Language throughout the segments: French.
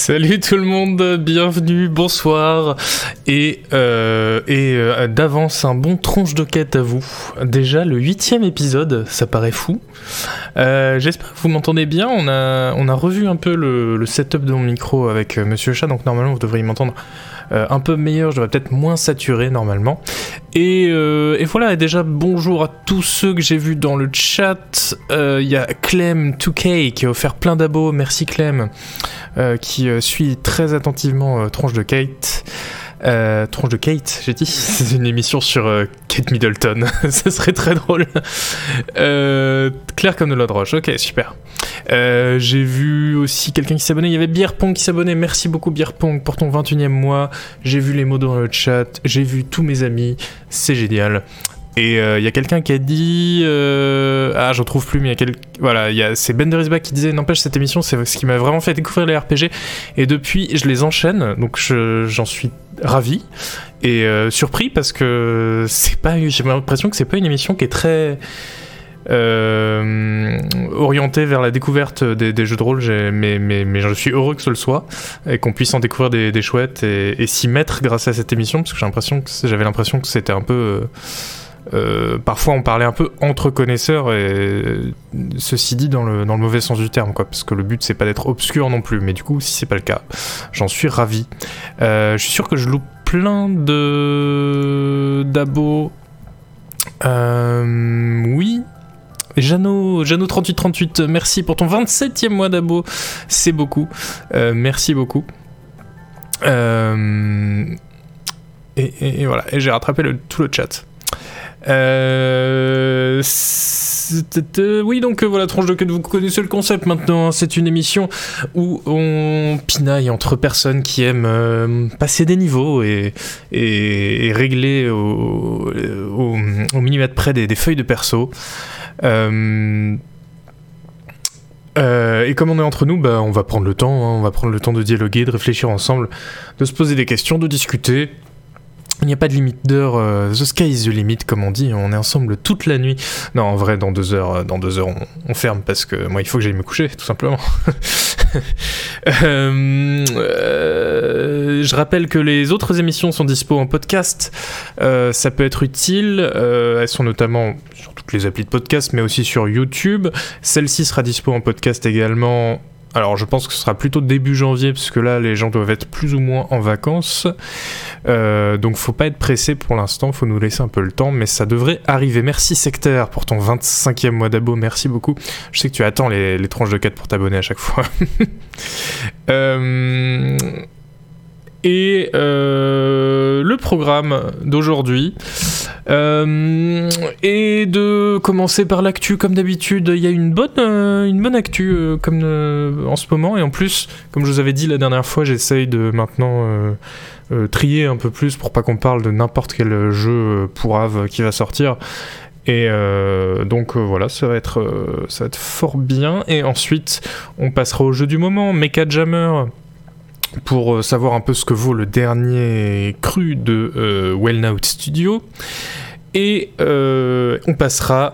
Salut tout le monde, bienvenue, bonsoir et d'avance un bon tronche de quête à vous. Déjà le 8e épisode, ça paraît fou. J'espère que vous m'entendez bien, on a revu un peu le setup de mon micro avec Monsieur Chat, donc normalement vous devriez m'entendre un peu meilleur, je devrais peut-être moins saturé normalement. Et voilà, déjà bonjour à tous ceux que j'ai vus dans le chat. Il y a Clem2K qui a offert plein d'abos, merci Clem, qui suit très attentivement Tronche de Kate. Tronche de Kate, j'ai dit. C'est une émission sur Kate Middleton. Ça serait très drôle. Claire comme de l'eau de roche. Ok, super. J'ai vu aussi quelqu'un qui s'abonnait. Il y avait Beerpong qui s'abonnait. Merci beaucoup Beerpong pour ton 21e mois. J'ai vu les mots dans le chat. J'ai vu tous mes amis. C'est génial. Et il y a quelqu'un qui a dit j'en trouve plus, mais c'est Benderisba qui disait n'empêche, cette émission c'est ce qui m'a vraiment fait découvrir les RPG, et depuis je les enchaîne, donc j'en suis ravi et surpris, parce que j'ai l'impression que c'est pas une émission qui est très orienté vers la découverte des jeux de rôle, mais je suis heureux que ce le soit et qu'on puisse en découvrir des chouettes et s'y mettre grâce à cette émission, parce que j'avais l'impression que c'était un peu parfois on parlait un peu entre connaisseurs, et ceci dit dans le mauvais sens du terme, quoi, parce que le but c'est pas d'être obscur non plus, mais du coup si c'est pas le cas, j'en suis ravi. Je suis sûr que je loupe plein d'abos. Oui, Jeannot 3838, merci pour ton 27e mois d'abo, c'est beaucoup, merci beaucoup. Et voilà, et j'ai rattrapé tout le chat. Oui, donc voilà, Tronche de Quête, vous connaissez le concept maintenant, hein. C'est une émission où on pinaille entre personnes qui aiment passer des niveaux et régler au millimètre près des feuilles de perso. Et comme on est entre nous, on va prendre le temps, hein, on va prendre le temps de dialoguer, de réfléchir ensemble, de se poser des questions, de discuter. Il n'y a pas de limite d'heure, the sky is the limit, comme on dit, on est ensemble toute la nuit. Non, en vrai, dans 2 heures, on ferme, parce que moi, il faut que j'aille me coucher, tout simplement. Je rappelle que les autres émissions sont dispo en podcast, ça peut être utile, elles sont notamment sur toutes les applis de podcast, mais aussi sur YouTube. Celle-ci sera dispo en podcast également. Alors je pense que ce sera plutôt début janvier, parce que là les gens doivent être plus ou moins en vacances, donc faut pas être pressé pour l'instant, faut nous laisser un peu le temps, mais ça devrait arriver. Merci Sectaire pour ton 25e mois d'abo, merci beaucoup. Je sais que tu attends les tronches de quête pour t'abonner à chaque fois. Et le programme d'aujourd'hui est de commencer par l'actu comme d'habitude. Il y a une bonne actu en ce moment, et en plus, comme je vous avais dit la dernière fois, j'essaye de maintenant trier un peu plus pour pas qu'on parle de n'importe quel jeu pourrave qui va sortir. Et donc voilà, ça va être fort bien. Et ensuite on passera au jeu du moment, Mecha Jammer, pour savoir un peu ce que vaut le dernier cru de Wellnout Studio. Et on passera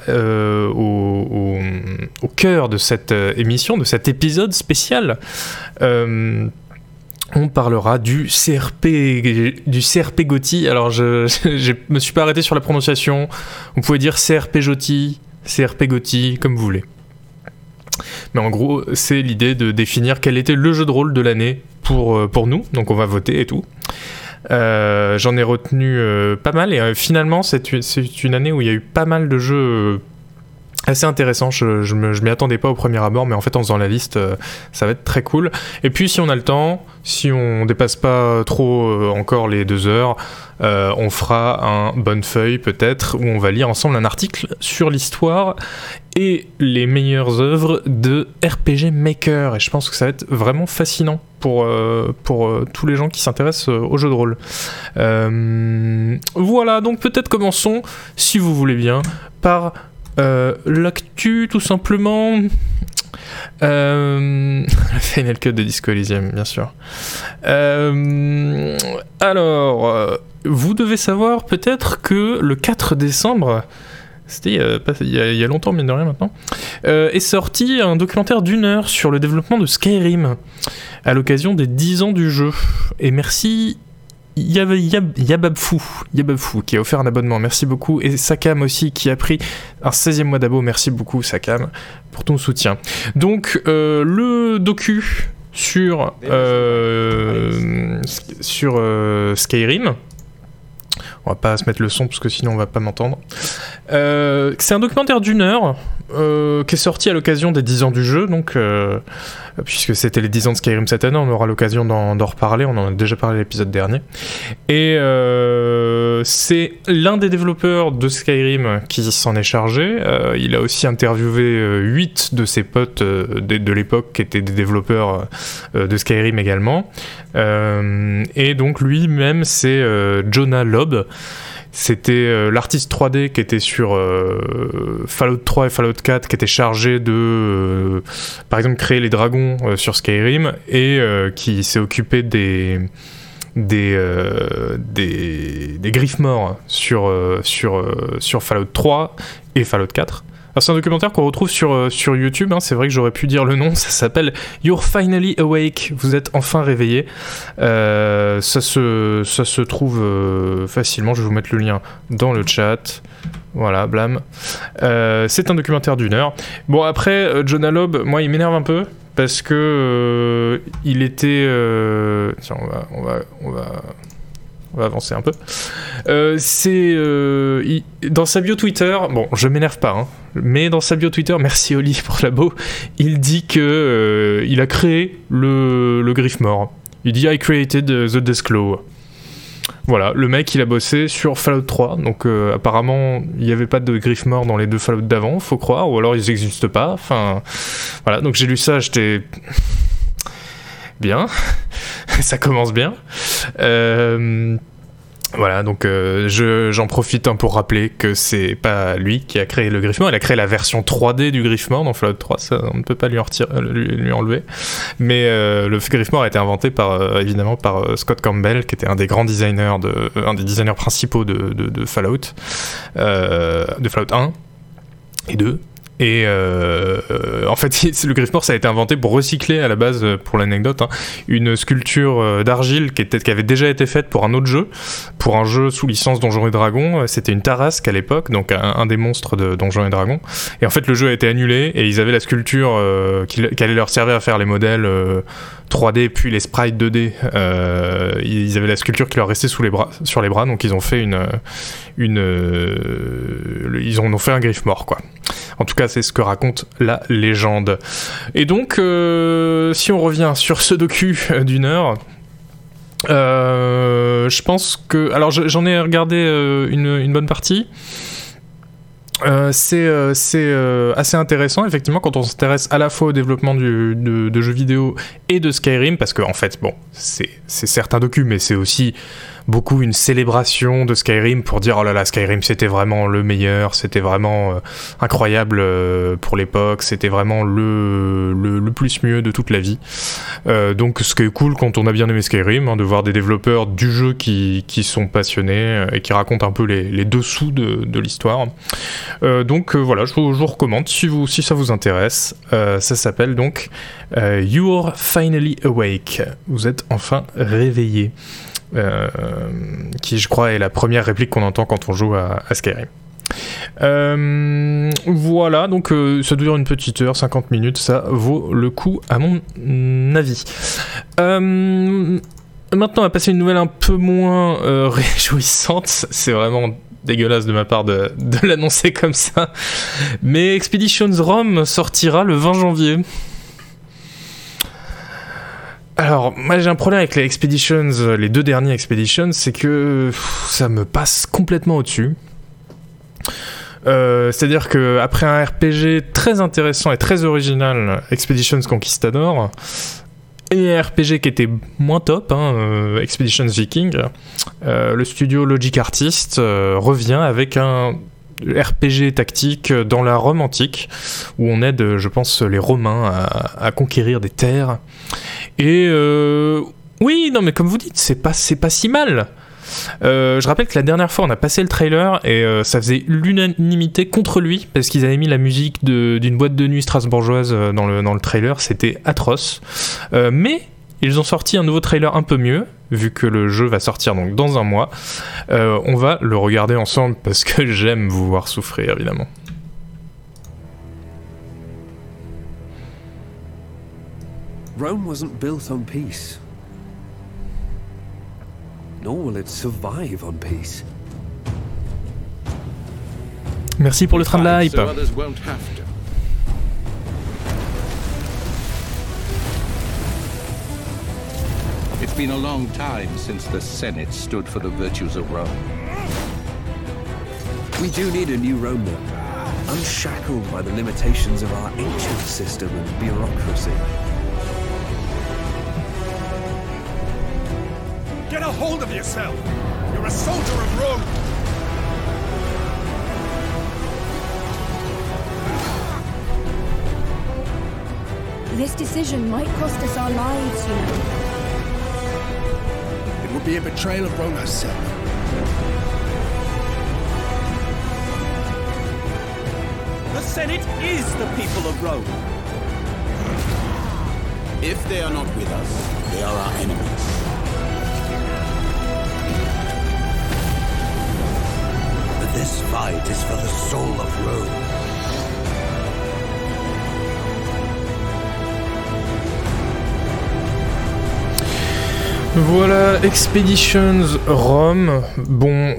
au cœur de cette émission, de cet épisode spécial. On parlera du CRP GOTY. Alors je me suis pas arrêté sur la prononciation. Vous pouvez dire CRP GOTY, CRP GOTY, comme vous voulez. Mais en gros, c'est l'idée de définir quel était le jeu de rôle de l'année pour nous. Donc on va voter et tout. J'en ai retenu pas mal, et finalement c'est une année où il y a eu pas mal de jeux assez intéressants. Je m'y attendais pas au premier abord, mais en fait en faisant la liste, ça va être très cool. Et puis si on a le temps, si on dépasse pas trop encore les 2 heures, on fera un bonne feuille peut-être, où on va lire ensemble un article sur l'histoire et les meilleures œuvres de RPG Maker, et je pense que ça va être vraiment fascinant pour tous les gens qui s'intéressent au jeu de rôle. Voilà, donc peut-être commençons, si vous voulez bien, par l'actu, tout simplement. La Final Cut de Disco Elysium, bien sûr. Alors, vous devez savoir peut-être que le 4 décembre, c'était il y a longtemps, mine de rien maintenant, est sorti un documentaire d'1 heure sur le développement de Skyrim à l'occasion des 10 ans du jeu. Et merci Yababfou qui a offert un abonnement, merci beaucoup, et Sakam aussi qui a pris un 16e mois d'abo, merci beaucoup Sakam pour ton soutien. Donc le docu sur Skyrim, on va pas se mettre le son parce que sinon on va pas m'entendre. C'est un documentaire d'1 heure qui est sorti à l'occasion des 10 ans du jeu, donc puisque c'était les 10 ans de Skyrim cette année, on aura l'occasion d'en reparler, on en a déjà parlé l'épisode dernier. Et c'est l'un des développeurs de Skyrim qui s'en est chargé. Il a aussi interviewé 8 de ses potes de l'époque qui étaient des développeurs de Skyrim également. Et donc lui-même c'est Jonah Lobb. C'était l'artiste 3D qui était sur Fallout 3 et Fallout 4, qui était chargé de, par exemple, créer les dragons sur Skyrim, et qui s'est occupé des griffes morts sur Fallout 3 et Fallout 4. Alors c'est un documentaire qu'on retrouve sur YouTube, hein, c'est vrai que j'aurais pu dire le nom, ça s'appelle You're Finally Awake, vous êtes enfin réveillé. Ça se trouve facilement, je vais vous mettre le lien dans le chat. Voilà, blam. C'est un documentaire d'1 heure. Bon, après, Jonah Lobb, moi il m'énerve un peu, parce que il était... Tiens, on va avancer un peu. Dans sa bio Twitter, bon, je m'énerve pas, hein, mais dans sa bio Twitter, merci Oli pour la beau, il dit que il a créé le griffe mort. Il dit I created the Deathclaw. Voilà, le mec il a bossé sur Fallout 3, donc apparemment il n'y avait pas de griffe mort dans les 2 Fallout d'avant, faut croire, ou alors ils n'existent pas. Enfin, voilà, donc j'ai lu ça, j'étais bien. Ça commence bien. Voilà, donc j'en profite pour rappeler que c'est pas lui qui a créé le griffe mort, il a créé la version 3D du griffe mort dans Fallout 3, ça on ne peut pas lui enlever. Mais le griffe mort a été inventé évidemment par Scott Campbell, qui était un des grands designers, un des designers principaux de Fallout 1 et 2. Et en fait, le griffe mort, ça a été inventé pour recycler à la base, pour l'anecdote, hein, une sculpture d'argile qui avait déjà été faite pour un autre jeu, pour un jeu sous licence Donjons et Dragons. C'était une Tarrasque à l'époque, donc un des monstres de Donjons et Dragons. Et en fait, le jeu a été annulé et ils avaient la sculpture qui allait leur servir à faire les modèles 3D puis les sprites 2D. Ils avaient la sculpture qui leur restait sur les bras, donc ils ont fait ils ont fait un griffe mort, quoi. En tout cas, c'est ce que raconte la légende. Et donc, si on revient sur ce docu d'1 heure, je pense que... Alors, j'en ai regardé une bonne partie. C'est assez intéressant, effectivement, quand on s'intéresse à la fois au développement de jeux vidéo et de Skyrim, parce que, en fait, bon, c'est certes un docu, mais c'est aussi beaucoup une célébration de Skyrim pour dire oh là là, Skyrim c'était vraiment le meilleur, c'était vraiment incroyable pour l'époque, c'était vraiment le plus mieux de toute la vie. Donc ce qui est cool quand on a bien aimé Skyrim, hein, de voir des développeurs du jeu qui sont passionnés et qui racontent un peu les dessous de l'histoire. Donc voilà, je vous recommande si ça vous intéresse. Ça s'appelle donc You're Finally Awake, vous êtes enfin réveillé. Qui je crois est la première réplique qu'on entend quand on joue à Skyrim. Voilà, donc ça dure une petite heure, 50 minutes, ça vaut le coup à mon avis. Maintenant on va passer une nouvelle un peu moins réjouissante, c'est vraiment dégueulasse de ma part de l'annoncer comme ça, mais Expeditions Rome sortira le 20 janvier. Alors, moi j'ai un problème avec les Expeditions, les 2 derniers Expeditions, c'est que ça me passe complètement au-dessus. C'est-à-dire qu'après un RPG très intéressant et très original, Expeditions Conquistador, et un RPG qui était moins top, hein, Expeditions Viking, le studio Logic Artists revient avec un RPG tactique dans la Rome antique, où on aide, je pense, les Romains à conquérir des terres. Et oui, non, mais comme vous dites, c'est pas si mal. Je rappelle que la dernière fois on a passé le trailer et ça faisait l'unanimité contre lui parce qu'ils avaient mis la musique d'une boîte de nuit strasbourgeoise dans le trailer, c'était atroce. Mais ils ont sorti un nouveau trailer un peu mieux, vu que le jeu va sortir donc dans un mois. On va le regarder ensemble parce que j'aime vous voir souffrir évidemment. Rome wasn't built on peace. Nor will it survive on peace. Merci pour le train de la hype. It's been a long time since the Senate stood for the virtues of Rome. We do need a new Rome though, unshackled by the limitations of our ancient system and bureaucracy. Get a hold of yourself! You're a soldier of Rome! This decision might cost us our lives, you know. It would be a betrayal of Rome herself. The Senate is the people of Rome. If they are not with us, they are our enemies. But this fight is for the soul of Rome. Voilà, Expeditions Rome. Bon,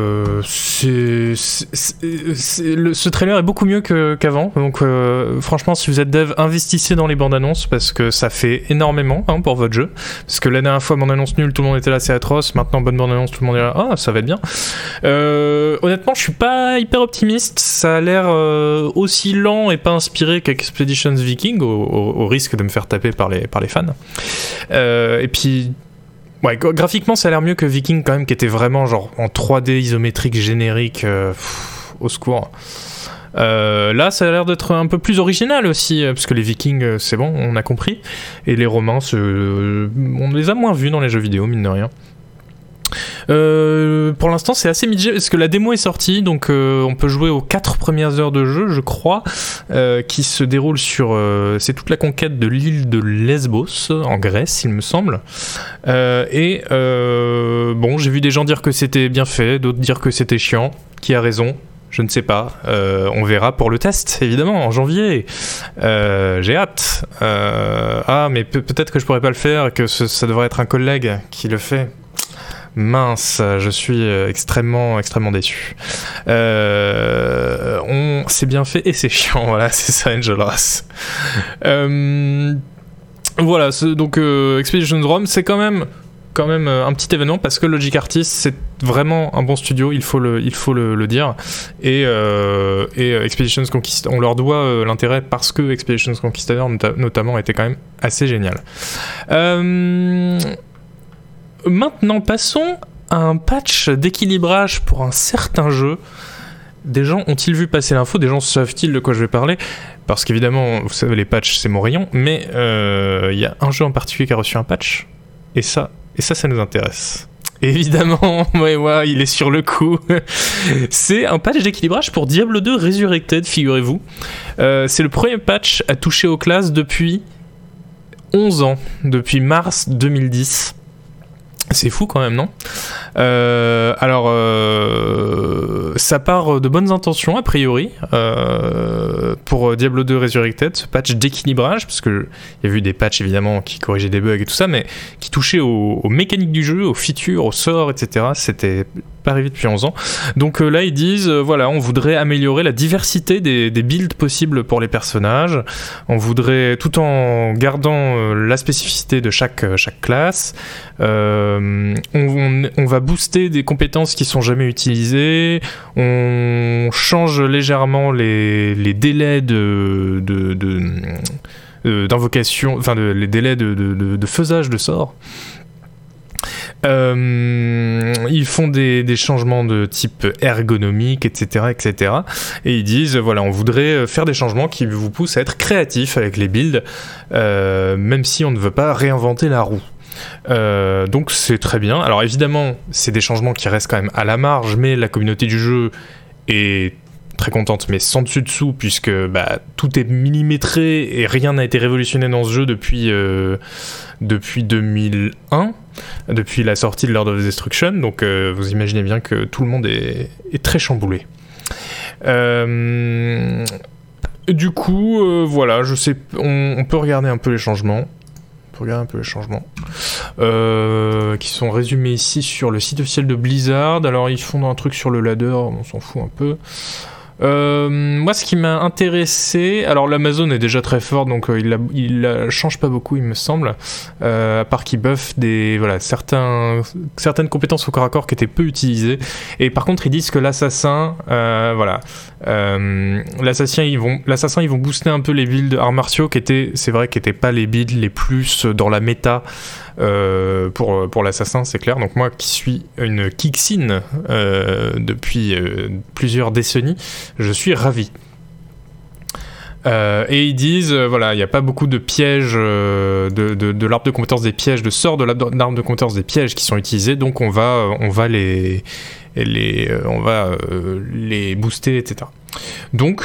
ce trailer est beaucoup mieux qu'avant. Donc, franchement, si vous êtes dev, investissez dans les bandes annonces parce que ça fait énormément pour votre jeu. Parce que la dernière fois, bande annonce nulle, tout le monde était là, c'est atroce. Maintenant, bonne bande annonce, tout le monde est là, ah, ça va être bien. Honnêtement, je suis pas hyper optimiste. Ça a l'air aussi lent et pas inspiré qu'Expeditions Viking, au risque de me faire taper par les fans. Et puis. Ouais, graphiquement ça a l'air mieux que Viking quand même, qui était vraiment genre en 3D isométrique générique, au secours. Là ça a l'air d'être un peu plus original aussi, parce que les Vikings c'est bon, on a compris, et les Romains on les a moins vus dans les jeux vidéo mine de rien. Pour l'instant c'est assez mitigé parce que la démo est sortie, donc on peut jouer aux 4 premières heures de jeu je crois, qui se déroule sur c'est toute la conquête de l'île de Lesbos en Grèce il me semble, et bon j'ai vu des gens dire que c'était bien fait, d'autres dire que c'était chiant. Qui a raison? Je ne sais pas, on verra pour le test évidemment en janvier. J'ai hâte. Mais peut-être que je pourrais pas le faire et que ça devrait être un collègue qui le fait. Mince, je suis extrêmement déçu. C'est bien fait et c'est chiant, voilà, c'est ça Enjolras. Voilà, donc Expeditions Rome, c'est quand même un petit événement parce que Logic Artists c'est vraiment un bon studio, il faut le dire, et Expeditions Conquistador, on leur doit l'intérêt parce que Expeditions Conquistador notamment était quand même assez génial. Maintenant, passons à un patch d'équilibrage pour un certain jeu. Des gens ont-ils vu passer l'info? Des gens savent-ils de quoi je vais parler? Parce qu'évidemment, vous savez, les patchs, c'est mon rayon. Mais il y a un jeu en particulier qui a reçu un patch. Et ça nous intéresse. Évidemment, ouais, il est sur le coup. C'est un patch d'équilibrage pour Diablo 2 Resurrected, figurez-vous. C'est le premier patch à toucher aux classes depuis 11 ans, depuis mars 2010. C'est fou quand même, non? Alors, ça part de bonnes intentions, a priori, pour Diablo 2 Resurrected, ce patch d'équilibrage, parce qu'il y a eu des patchs, évidemment, qui corrigeaient des bugs et tout ça, mais qui touchaient aux mécaniques du jeu, aux features, aux sorts, etc. C'était pas arrivé depuis 11 ans. Donc là, ils disent, voilà, on voudrait améliorer la diversité des builds possibles pour les personnages, on voudrait, tout en gardant la spécificité de chaque classe, on va booster des compétences qui sont jamais utilisées, on change légèrement les délais d'invocation, enfin les délais de faisage de sorts. Ils font des changements de type ergonomique, etc. Et ils disent, voilà, on voudrait faire des changements qui vous poussent à être créatif avec les builds, même si on ne veut pas réinventer la roue. Donc c'est très bien. Alors évidemment, c'est des changements qui restent quand même à la marge, mais la communauté du jeu est très contente, mais sans dessus-dessous, puisque tout est millimétré et rien n'a été révolutionné dans ce jeu depuis 2001, depuis la sortie de Lord of Destruction. Donc vous imaginez bien que tout le monde est très chamboulé. Du coup, voilà, je sais, on peut regarder un peu les changements. Qui sont résumés ici sur le site officiel de Blizzard. Alors ils font un truc sur le ladder, on s'en fout un peu. Moi, ce qui m'a intéressé, alors l'Amazon est déjà très fort, donc il la change pas beaucoup, il me semble, à part qu'il buff certaines compétences au corps à corps qui étaient peu utilisées. Et par contre, ils disent que l'assassin, l'assassin, ils vont booster un peu les builds arts martiaux qui étaient pas les builds les plus dans la méta. Pour l'assassin, c'est clair. Donc moi qui suis une Kixin depuis plusieurs décennies, je suis ravi. Et ils disent, il n'y a pas beaucoup de pièges de l'arbre de compétences des pièges, de sorts de l'arbre de compétences des pièges qui sont utilisés, donc on va les booster, etc. Donc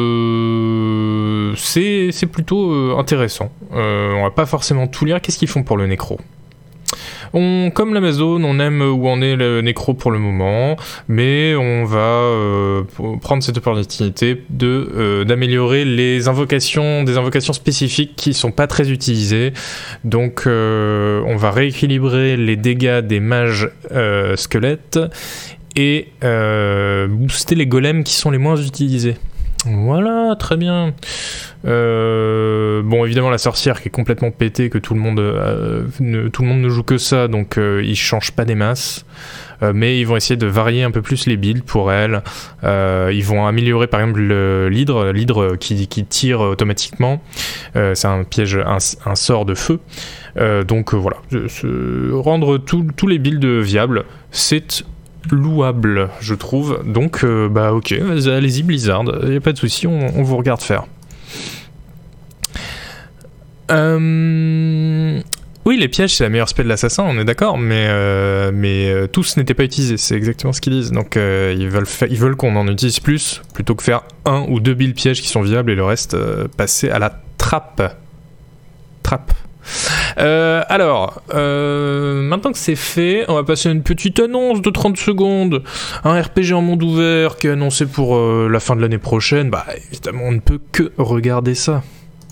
c'est plutôt intéressant. On va pas forcément tout lire. Qu'est-ce qu'ils font pour le nécro ? Comme l'Amazon, on aime où en est le nécro pour le moment, mais on va prendre cette opportunité d'améliorer des invocations spécifiques qui sont pas très utilisées. Donc on va rééquilibrer les dégâts des mages squelettes et booster les golems qui sont les moins utilisés. Voilà, très bien. Bon, évidemment, la sorcière qui est complètement pétée, que tout le monde ne joue que ça, donc ils changent pas des masses. Mais ils vont essayer de varier un peu plus les builds pour elle. Ils vont améliorer par exemple l'hydre qui tire automatiquement. C'est un piège, un sort de feu. Donc voilà, rendre tous les builds viables, c'est louable, je trouve. Donc ok, allez-y Blizzard, y a pas de souci, on vous regarde faire. Oui, les pièges c'est la meilleure spell de l'assassin, on est d'accord, mais tous n'étaient pas utilisés, c'est exactement ce qu'ils disent. Donc ils veulent qu'on en utilise plus, plutôt que faire 1 ou 2 builds pièges qui sont viables et le reste passer à la trappe. Alors, maintenant que c'est fait, on va passer à une petite annonce de 30 secondes. Un RPG en monde ouvert qui est annoncé pour la fin de l'année prochaine. Évidemment, on ne peut que regarder ça.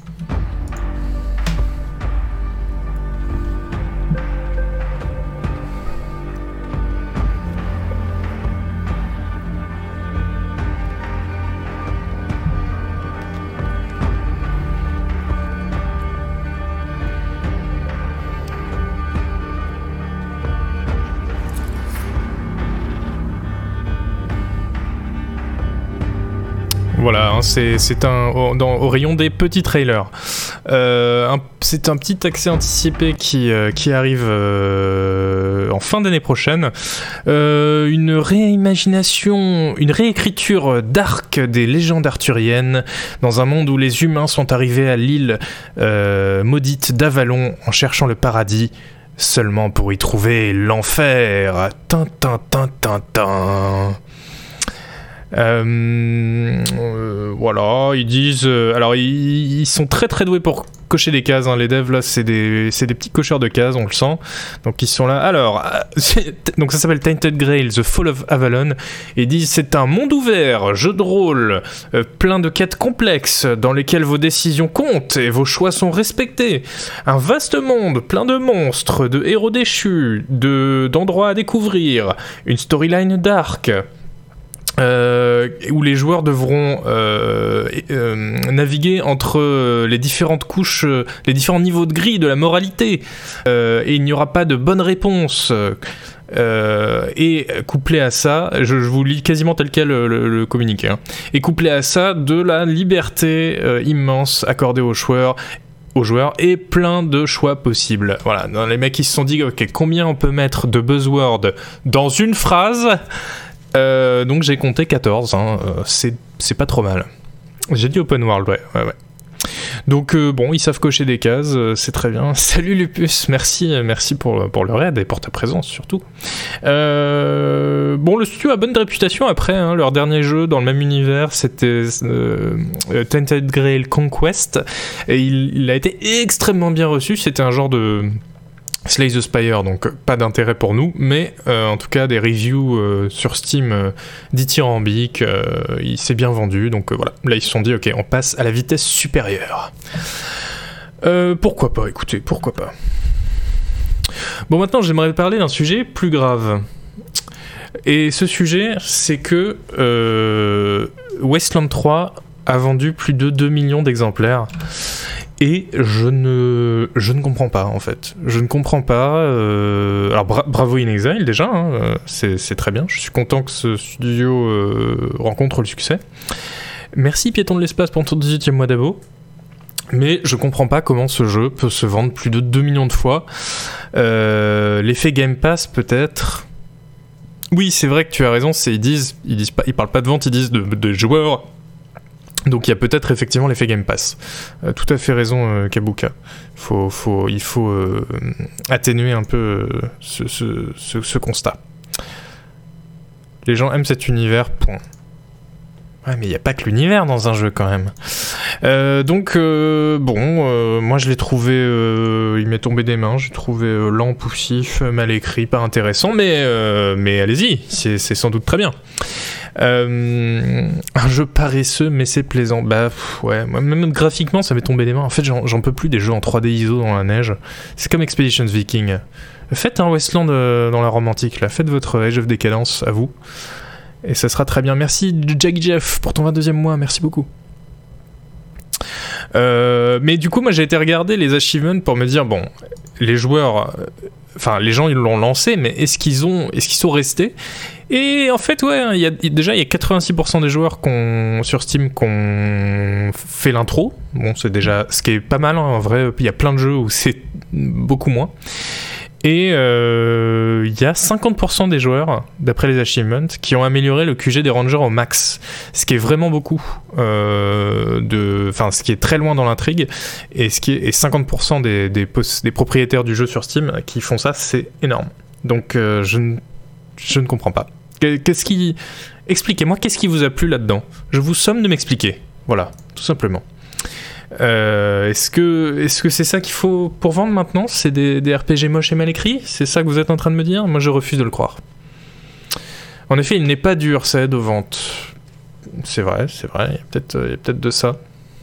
Voilà, c'est au rayon des petits trailers. C'est un petit accès anticipé qui arrive en fin d'année prochaine. Une réimagination, une réécriture d'arc des légendes arthuriennes dans un monde où les humains sont arrivés à l'île maudite d'Avalon en cherchant le paradis, seulement pour y trouver l'enfer. Voilà, ils disent alors ils sont très très doués pour cocher des cases, les devs là, c'est des petits cocheurs de cases, on le sent, donc ils sont là. Alors donc ça s'appelle Tainted Grail, The Fall of Avalon, et ils disent c'est un monde ouvert, jeu de rôle, plein de quêtes complexes dans lesquelles vos décisions comptent et vos choix sont respectés, un vaste monde plein de monstres, de héros déchus, d'endroits à découvrir, une storyline dark où les joueurs devront naviguer entre les différentes couches, les différents niveaux de grille de la moralité, et il n'y aura pas de bonne réponse. Et couplé à ça, je vous lis quasiment tel quel le communiqué, et couplé à ça, de la liberté immense accordée aux joueurs et plein de choix possibles. Voilà, les mecs ils se sont dit ok, combien on peut mettre de buzzwords dans une phrase. Donc j'ai compté 14, c'est pas trop mal. J'ai dit open world, ouais. Donc bon, ils savent cocher des cases, c'est très bien. Salut Lupus, merci pour le raid et pour ta présence surtout. Bon, le studio a bonne réputation après, hein, leur dernier jeu dans le même univers, c'était Tainted Grail Conquest, et il a été extrêmement bien reçu, c'était un genre de Slay the Spire, donc pas d'intérêt pour nous, mais en tout cas des reviews sur Steam dithyrambiques, il s'est bien vendu, donc voilà, là ils se sont dit ok, on passe à la vitesse supérieure. Pourquoi pas, écoutez, pourquoi pas. Bon, maintenant j'aimerais parler d'un sujet plus grave. Et ce sujet, c'est que Wasteland 3 a vendu plus de 2 millions d'exemplaires. Et je ne comprends pas, en fait. Je ne comprends pas. Alors, bravo In Exile, déjà. Hein, c'est très bien. Je suis content que ce studio rencontre le succès. Merci Piéton de l'espace pour ton 18e mois d'abo. Mais je comprends pas comment ce jeu peut se vendre plus de 2 millions de fois. L'effet Game Pass, peut-être. Oui, c'est vrai que tu as raison. Ils parlent pas de vente, ils disent de joueurs. Donc il y a peut-être effectivement l'effet Game Pass. Tout à fait raison, Kabuka. Il faut atténuer un peu ce constat. Les gens aiment cet univers, point. Ouais, mais il n'y a pas que l'univers dans un jeu quand même. Moi je l'ai trouvé, il m'est tombé des mains, j'ai trouvé lent, poussif, mal écrit, pas intéressant, mais allez-y, c'est sans doute très bien. Un jeu paresseux, mais c'est plaisant. Bah ouais, moi, même graphiquement ça m'est tombé des mains. En fait, j'en peux plus des jeux en 3D ISO dans la neige. C'est comme Expeditions Viking. Faites un Wasteland dans la Rome antique, là. Faites votre Age of Decadence à vous. Et ça sera très bien. Merci Jack Jeff pour ton 22e mois, merci beaucoup. Mais du coup, moi j'ai été regarder les achievements pour me dire, bon, les joueurs, les gens ils l'ont lancé, mais est-ce qu'ils sont restés? Et en fait, ouais, il y a 86% des joueurs sur Steam qui ont fait l'intro. Bon, c'est déjà ce qui est pas mal, hein, en vrai. Il y a plein de jeux où c'est beaucoup moins. Et il y a 50% des joueurs, d'après les achievements, qui ont amélioré le QG des rangers au max. Ce qui est vraiment beaucoup. Ce qui est très loin dans l'intrigue. Et 50% des propriétaires du jeu sur Steam qui font ça, c'est énorme. Donc je ne comprends pas. Expliquez-moi, qu'est-ce qui vous a plu là-dedans? Je vous somme de m'expliquer. Voilà, tout simplement. Est-ce que c'est ça qu'il faut pour vendre maintenant? C'est des RPG moches et mal écrits? C'est ça que vous êtes en train de me dire? Moi je refuse de le croire. En effet, il n'est pas dur, ça aide aux ventes. C'est vrai, il y a peut-être de ça.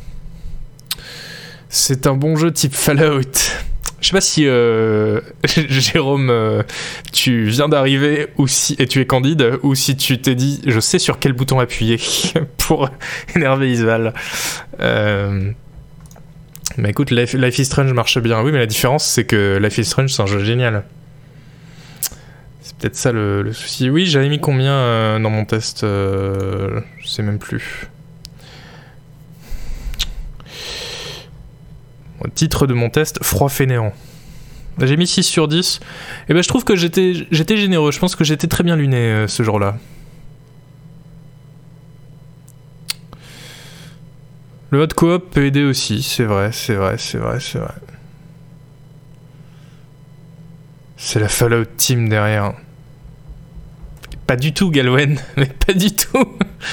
C'est un bon jeu type Fallout. Je sais pas si Jérôme, tu viens d'arriver et tu es candide, ou si tu t'es dit je sais sur quel bouton appuyer pour énerver Isval. Mais écoute, Life is Strange marche bien. Oui, mais la différence c'est que Life is Strange c'est un jeu génial. C'est peut-être ça le souci. Oui, j'avais mis combien dans mon test, je sais même plus. Titre de mon test, froid fainéant. J'ai mis 6 sur 10. Et ben je trouve que j'étais généreux. Je pense que j'étais très bien luné ce jour-là. Le mode coop peut aider aussi, c'est vrai. C'est la Fallout Team derrière. Pas du tout, Galwen, mais pas du tout.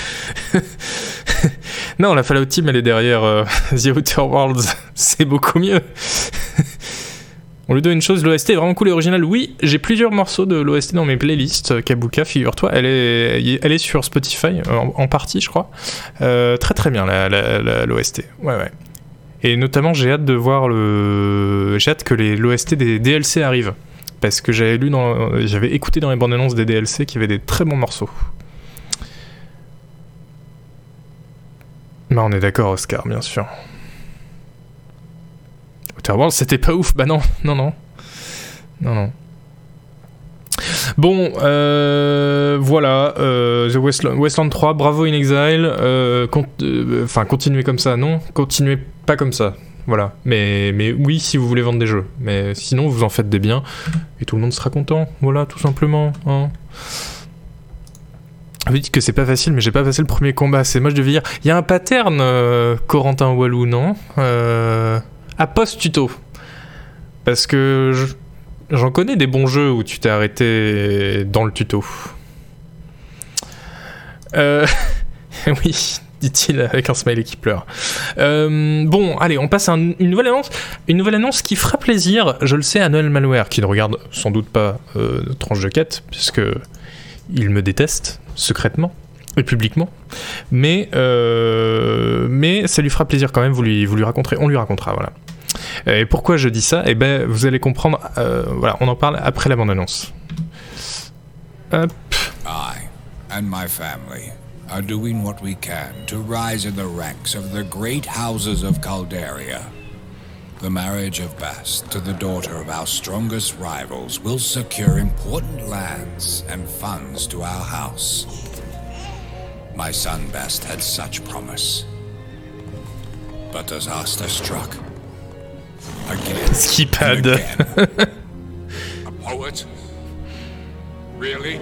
Non, la Fallout Team, elle est derrière The Outer Worlds. C'est beaucoup mieux. On lui donne une chose, l'OST est vraiment cool et original. Oui, j'ai plusieurs morceaux de l'OST dans mes playlists. Kabuka, figure-toi, elle est sur Spotify, en partie, je crois. Très très bien, l'OST. Ouais. Et notamment, j'ai hâte que l'OST des DLC arrivent. Parce que j'avais écouté dans les bandes annonces des DLC qu'il y avait des très bons morceaux. Bah on est d'accord, Oscar, bien sûr. Outer Worlds, c'était pas ouf. Bah non. Bon, voilà, The Wasteland 3, bravo In Exile. Continuez comme ça, non? Continuez pas comme ça. Voilà, mais oui, si vous voulez vendre des jeux. Mais sinon, vous en faites des biens et tout le monde sera content. Voilà, tout simplement. Hein. Vous dites que c'est pas facile, mais j'ai pas passé le premier combat. C'est moi, je devais dire. Il y a un pattern, Corentin Walou, non à post-tuto. Parce que j'en connais des bons jeux où tu t'es arrêté dans le tuto. Oui, dit-il avec un smiley qui pleure. Bon, allez, on passe à une nouvelle annonce. Une nouvelle annonce qui fera plaisir, je le sais, à Noël Malware, qui ne regarde sans doute pas Tranche de Quête, puisque il me déteste secrètement et publiquement. Mais ça lui fera plaisir quand même, vous lui raconterez, on lui racontera, voilà. Et pourquoi je dis ça ? Eh ben, vous allez comprendre, voilà, on en parle après la bande-annonce. Hop. I and my family are doing what we can to rise in the ranks of the great houses of Calderia. The marriage of Bast to the daughter of our strongest rivals will secure important lands and funds to our house. My son Bast had such promise. But disaster struck. Again. Skipad. A poet? Really?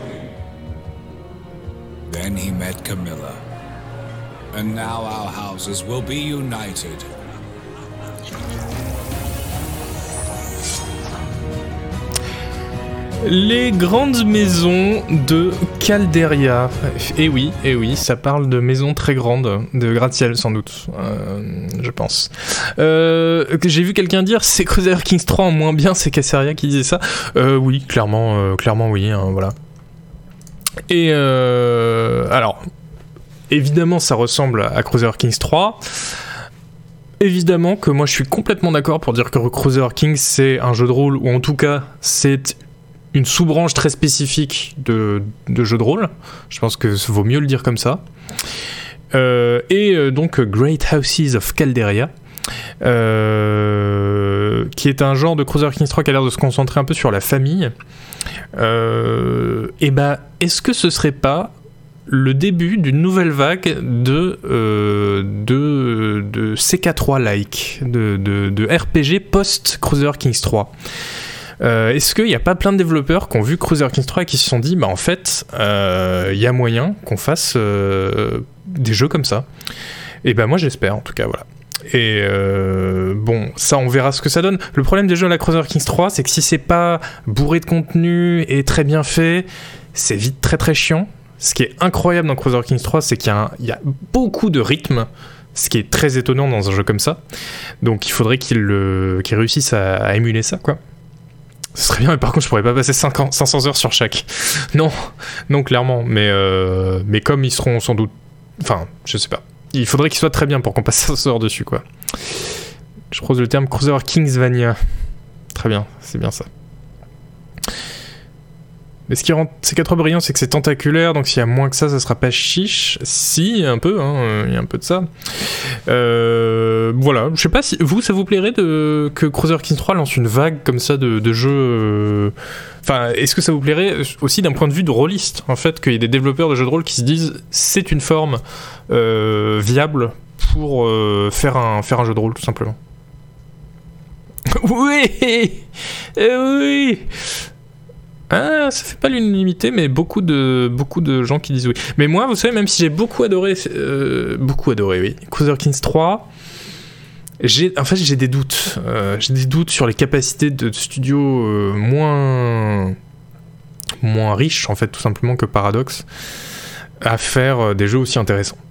Then he met Camilla. And now our houses will be united. Les grandes maisons de Calderia. Et oui, ça parle de maisons très grandes, de gratte-ciel sans doute, je pense. J'ai vu quelqu'un dire c'est Crusader Kings 3 en moins bien, c'est Casseria qui disait ça. Oui, clairement oui, hein, voilà. Et alors, évidemment ça ressemble à Crusader Kings 3. Évidemment que moi je suis complètement d'accord pour dire que Crusader Kings c'est un jeu de rôle, ou en tout cas c'est une sous-branche très spécifique de jeu de rôle. Je pense que vaut mieux le dire comme ça. Donc Great Houses of Calderia, qui est un genre de Crusader Kings 3 qui a l'air de se concentrer un peu sur la famille. Et bah, est-ce que ce serait pas le début d'une nouvelle vague de CK3-like, de RPG post-Crusader Kings 3 ? Est-ce qu'il n'y a pas plein de développeurs qui ont vu Crusader Kings 3 et qui se sont dit bah en fait il y a moyen qu'on fasse des jeux comme ça, et ben moi j'espère en tout cas, voilà. Et bon, ça on verra ce que ça donne. Le problème des jeux à la Crusader Kings 3, c'est que si c'est pas bourré de contenu et très bien fait, c'est vite très très chiant. Ce qui est incroyable dans Crusader Kings 3, c'est qu'il y a beaucoup de rythme, ce qui est très étonnant dans un jeu comme ça. Donc il faudrait qu'ils réussissent à émuler ça, quoi. Ce serait bien, mais par contre je pourrais pas passer 500 heures sur chaque. Non, clairement. Mais comme ils seront sans doute... Enfin, je sais pas. Il faudrait qu'ils soient très bien pour qu'on passe 500 heures dessus, quoi. Je pose le terme Crusader Kingsvania. Très bien, c'est bien ça. Mais ce qui rend CK3 brillant, c'est que c'est tentaculaire, donc s'il y a moins que ça sera pas chiche. Si, un peu, hein, il y a un peu de ça. Voilà, je sais pas si vous, ça vous plairait que Crusader Kings 3 lance une vague comme ça de jeux... Enfin, est-ce que ça vous plairait aussi d'un point de vue de rôliste, en fait, qu'il y ait des développeurs de jeux de rôle qui se disent c'est une forme viable pour faire un jeu de rôle, tout simplement. Oui. Ah, ça fait pas l'unanimité, mais beaucoup de gens qui disent oui. Mais moi, vous savez, même si j'ai beaucoup adoré, oui, Crusader Kings 3, j'ai des doutes. J'ai des doutes sur les capacités de studios moins riches, en fait, tout simplement, que Paradox, à faire des jeux aussi intéressants.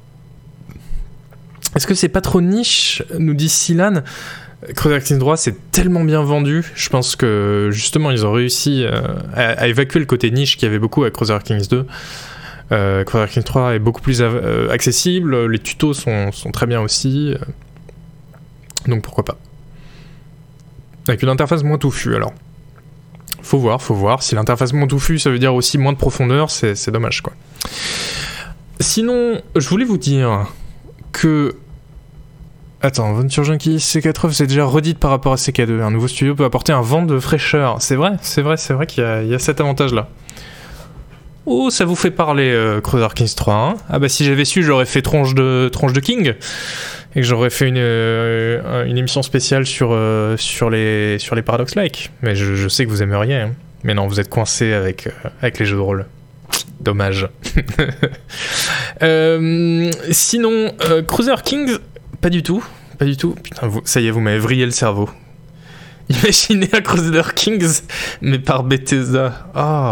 Est-ce que c'est pas trop niche, nous dit Silan ? Crusader Kings 3 c'est tellement bien vendu, je pense que justement ils ont réussi à évacuer le côté niche qu'il y avait beaucoup à Crusader Kings 2. Crusader Kings 3 est beaucoup plus accessible, les tutos sont très bien aussi, donc pourquoi pas. Avec une interface moins touffue alors. Faut voir, si l'interface moins touffue ça veut dire aussi moins de profondeur, c'est dommage quoi. Sinon, je voulais vous dire que... Attends, Venture Junkie, CK3 c'est déjà redit par rapport à CK2. Un nouveau studio peut apporter un vent de fraîcheur. C'est vrai qu'il y a cet avantage-là. Oh, ça vous fait parler, Crusader Kings 3. Hein, ah bah si j'avais su, j'aurais fait Tronche de King. Et que j'aurais fait une émission spéciale sur les Paradox-like. Mais je sais que vous aimeriez. Hein. Mais non, vous êtes coincé avec les jeux de rôle. Dommage. Sinon, Crusader Kings, pas du tout. Putain, ça y est, vous m'avez vrillé le cerveau. Imaginez un Crusader Kings, mais par Bethesda.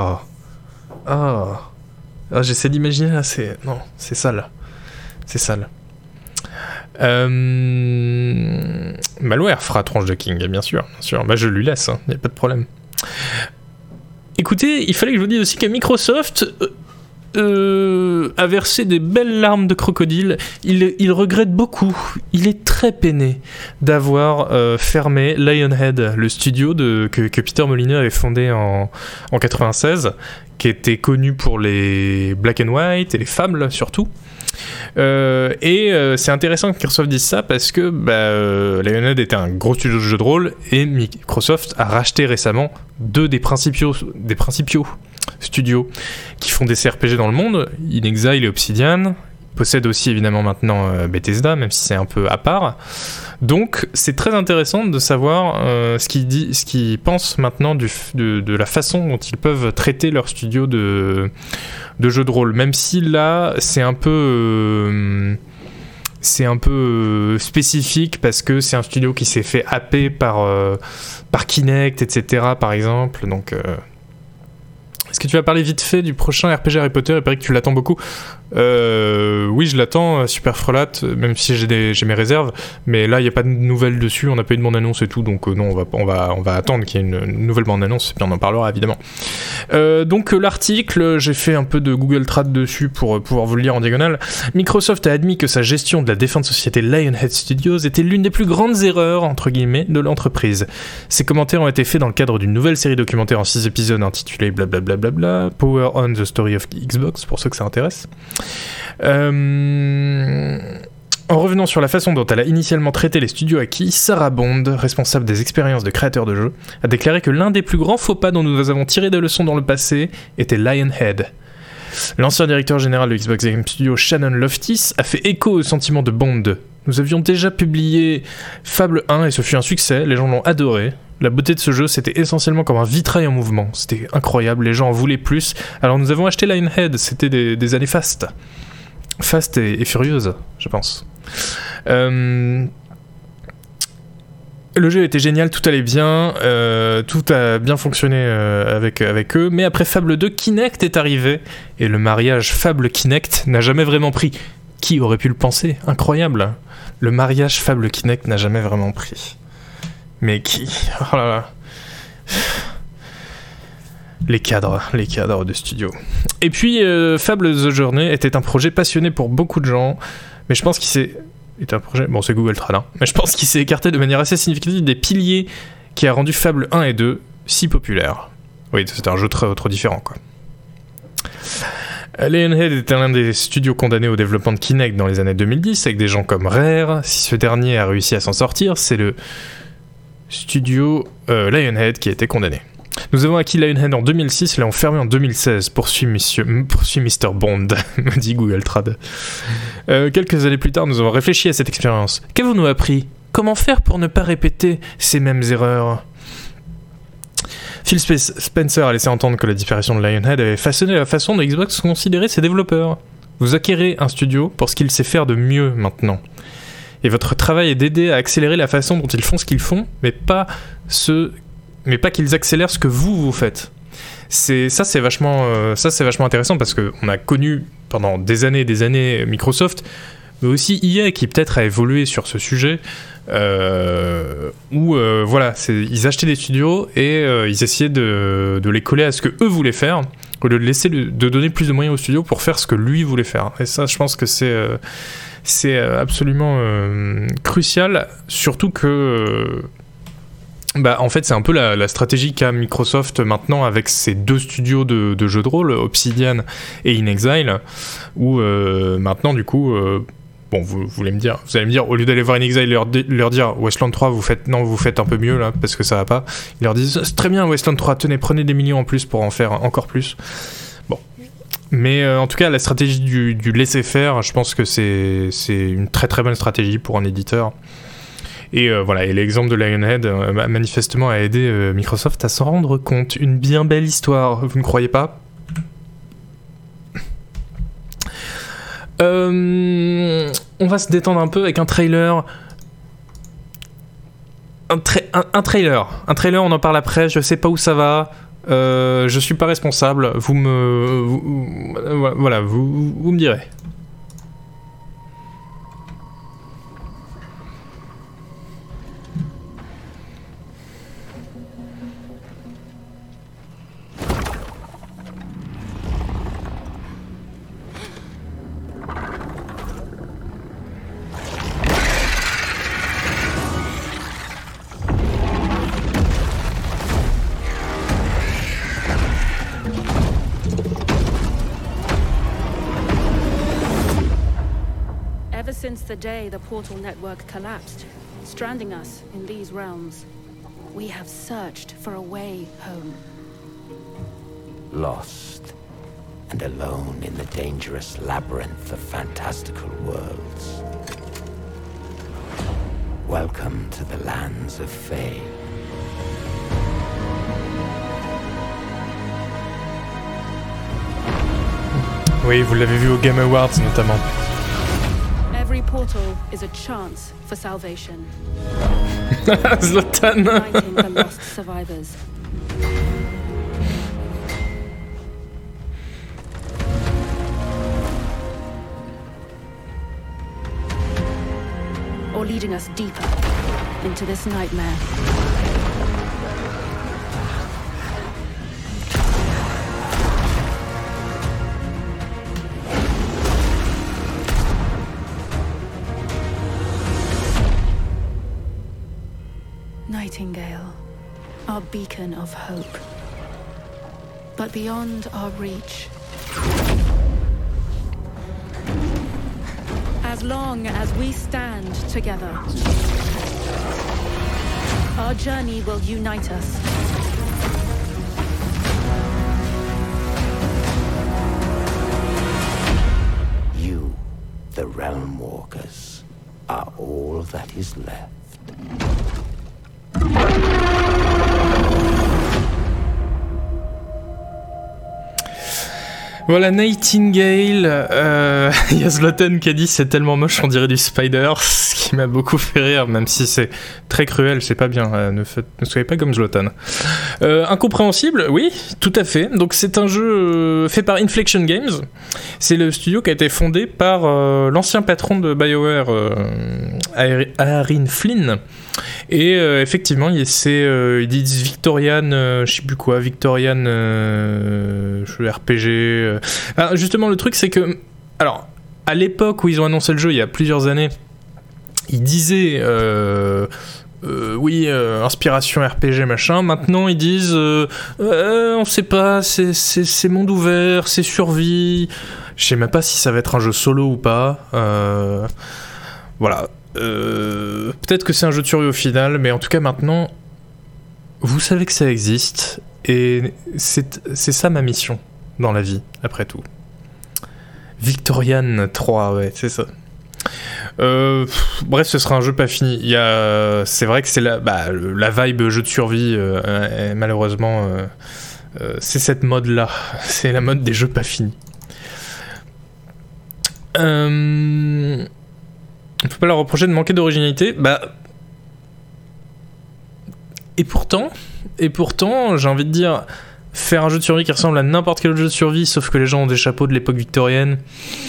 J'essaie d'imaginer là, c'est sale. C'est sale. Malware fera tronche de King, bien sûr. Bah, je lui laisse, y a pas de problème. Écoutez, il fallait que je vous dise aussi que Microsoft a versé des belles larmes de crocodile. Il regrette beaucoup. Il est très peiné d'avoir fermé Lionhead, le studio que Peter Molyneux avait fondé en 96, qui était connu pour les Black and White et les Fables surtout. C'est intéressant que Microsoft dise ça parce que Lionhead était un gros studio de jeux de rôle et Microsoft a racheté récemment deux des principaux studios qui font des CRPG dans le monde, In Exile et Obsidian. Il possède aussi évidemment maintenant Bethesda, même si c'est un peu à part. Donc c'est très intéressant de savoir ce qu'ils pensent maintenant de la façon dont ils peuvent traiter leur studio de jeux de rôle, même si là c'est un peu spécifique parce que c'est un studio qui s'est fait happer par Kinect, etc. par exemple. Donc est-ce que tu vas parler vite fait du prochain RPG Harry Potter? Il paraît que tu l'attends beaucoup. Oui, je l'attends, super frelate, même si j'ai mes réserves. Mais là, il n'y a pas de nouvelles dessus. On n'a pas eu de bande-annonce et tout. Donc non, on va attendre qu'il y ait une nouvelle bande-annonce. Et puis on en parlera, évidemment. Donc l'article, j'ai fait un peu de Google Trad dessus pour pouvoir vous le lire en diagonale. Microsoft a admis que sa gestion de la défunte société Lionhead Studios était l'une des plus grandes erreurs, entre guillemets, de l'entreprise. Ces commentaires ont été faits dans le cadre d'une nouvelle série documentaire en 6 épisodes intitulée blablabla, Power on the Story of Xbox, pour ceux que ça intéresse. En revenant sur la façon dont elle a initialement traité les studios acquis, Sarah Bond, responsable des expériences de créateurs de jeux, a déclaré que l'un des plus grands faux pas dont nous avons tiré des leçons dans le passé était Lionhead. L'ancien directeur général de Xbox Game Studios, Shannon Loftis, a fait écho au sentiment de Bond 2. Nous avions déjà publié Fable 1 et ce fut un succès, les gens l'ont adoré. La beauté de ce jeu, c'était essentiellement comme un vitrail en mouvement. C'était incroyable, les gens en voulaient plus. Alors nous avons acheté Lionhead, c'était des années fastes et furieuses, je pense. Le jeu était génial, tout allait bien, tout a bien fonctionné avec eux, mais après Fable 2, Kinect est arrivé, et le mariage Fable-Kinect n'a jamais vraiment pris. Qui aurait pu le penser? Incroyable. Le mariage Fable-Kinect n'a jamais vraiment pris. Mais qui? Oh là là. Les cadres de studio. Et puis, Fable The Journey était un projet passionné pour beaucoup de gens, mais je pense qu'il s'est... c'est Google Trad, hein. Mais je pense qu'il s'est écarté de manière assez significative des piliers qui a rendu Fable 1 et 2 si populaires. Oui, c'était un jeu trop différent, quoi. Lionhead était l'un des studios condamnés au développement de Kinect dans les années 2010, avec des gens comme Rare. Si ce dernier a réussi à s'en sortir, c'est le studio Lionhead qui a été condamné. Nous avons acquis Lionhead en 2006 et l'avons fermé en 2016, poursuit Mr. Bond, me dit Google Trad. Quelques années plus tard, nous avons réfléchi à cette expérience. Qu'avons-nous appris? Comment faire pour ne pas répéter ces mêmes erreurs? Phil Spencer a laissé entendre que la disparition de Lionhead avait façonné la façon dont Xbox considérait ses développeurs. Vous acquérez un studio pour ce qu'il sait faire de mieux maintenant. Et votre travail est d'aider à accélérer la façon dont ils font ce qu'ils font, mais pas qu'ils accélèrent ce que vous faites. C'est vachement intéressant parce qu'on a connu pendant des années Microsoft, mais aussi EA qui peut-être a évolué sur ce sujet, où ils achetaient des studios et ils essayaient de les coller à ce que eux voulaient faire, au lieu de donner plus de moyens au studio pour faire ce que lui voulait faire. Et ça, je pense que c'est absolument crucial, surtout que en fait c'est un peu la stratégie qu'a Microsoft maintenant avec ses deux studios de jeux de rôle, Obsidian et In Exile, où maintenant du coup vous allez me dire, au lieu d'aller voir In Exile leur dire Wasteland 3 vous faites un peu mieux là parce que ça va pas, ils leur disent c'est très bien Wasteland 3, tenez, prenez des millions en plus pour en faire encore plus. Mais en tout cas, la stratégie du laisser-faire, je pense que c'est une très très bonne stratégie pour un éditeur. Et et l'exemple de Lionhead, manifestement, a aidé Microsoft à s'en rendre compte. Une bien belle histoire, vous ne croyez pas ? On va se détendre un peu avec un trailer. Un trailer, on en parle après, je sais pas où ça va, je suis pas responsable, vous me direz. Since the day the portal network collapsed, stranding us in these realms, we have searched for a way home. Lost and alone in the dangerous labyrinth of fantastical worlds. Welcome to the lands of Fae. Oui, vous l'avez vu au Game Awards notamment. Every portal is a chance for salvation. Zlatan. Uniting the lost survivors. Or leading us deeper into this nightmare. Nightingale, our beacon of hope. But beyond our reach. As long as we stand together, our journey will unite us. You, the Realm Walkers, are all that is left. Voilà, Nightingale. Il y a Zlatan qui a dit c'est tellement moche, on dirait du Spider, ce qui m'a beaucoup fait rire, même si c'est très cruel, c'est pas bien. Ne soyez pas comme Zlatan. Incompréhensible, oui, tout à fait. Donc c'est un jeu fait par Inflection Games. C'est le studio qui a été fondé par l'ancien patron de BioWare, Aaron Flynn. Et effectivement, ils disent Victorian, je sais plus quoi, Victorian RPG. Alors, justement, le truc, c'est que, alors, à l'époque où ils ont annoncé le jeu, il y a plusieurs années, ils disaient oui, inspiration RPG machin. Maintenant, ils disent on sait pas, c'est monde ouvert, c'est survie. Je sais même pas si ça va être un jeu solo ou pas. Voilà. Peut-être que c'est un jeu de survie au final, mais en tout cas maintenant, vous savez que ça existe, et c'est ça ma mission dans la vie, après tout. Victorian 3, ouais, c'est ça. Bref, ce sera un jeu pas fini. C'est vrai que c'est la vibe jeu de survie, malheureusement, c'est cette mode-là. C'est la mode des jeux pas finis. On peut pas leur reprocher de manquer d'originalité. Et pourtant, j'ai envie de dire, faire un jeu de survie qui ressemble à n'importe quel autre jeu de survie, sauf que les gens ont des chapeaux de l'époque victorienne.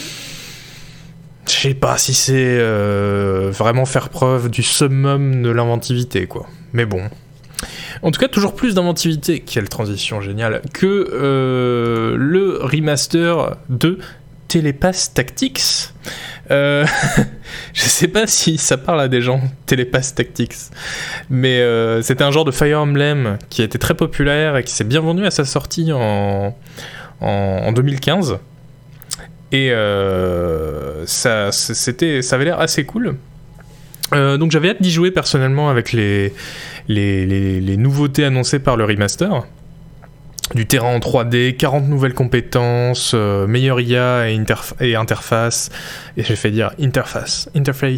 Je sais pas si c'est vraiment faire preuve du summum de l'inventivité, quoi. Mais bon. En tout cas, toujours plus d'inventivité, quelle transition géniale, que le remaster de Telepath Tactics. Je sais pas si ça parle à des gens, Telepath Tactics, mais c'était un genre de Fire Emblem qui était très populaire et qui s'est bien vendu à sa sortie en 2015. Et ça avait l'air assez cool. Donc j'avais hâte d'y jouer personnellement avec les nouveautés annoncées par le remaster. Du terrain en 3D, 40 nouvelles compétences, meilleure IA et interface. Et j'ai fait dire interface.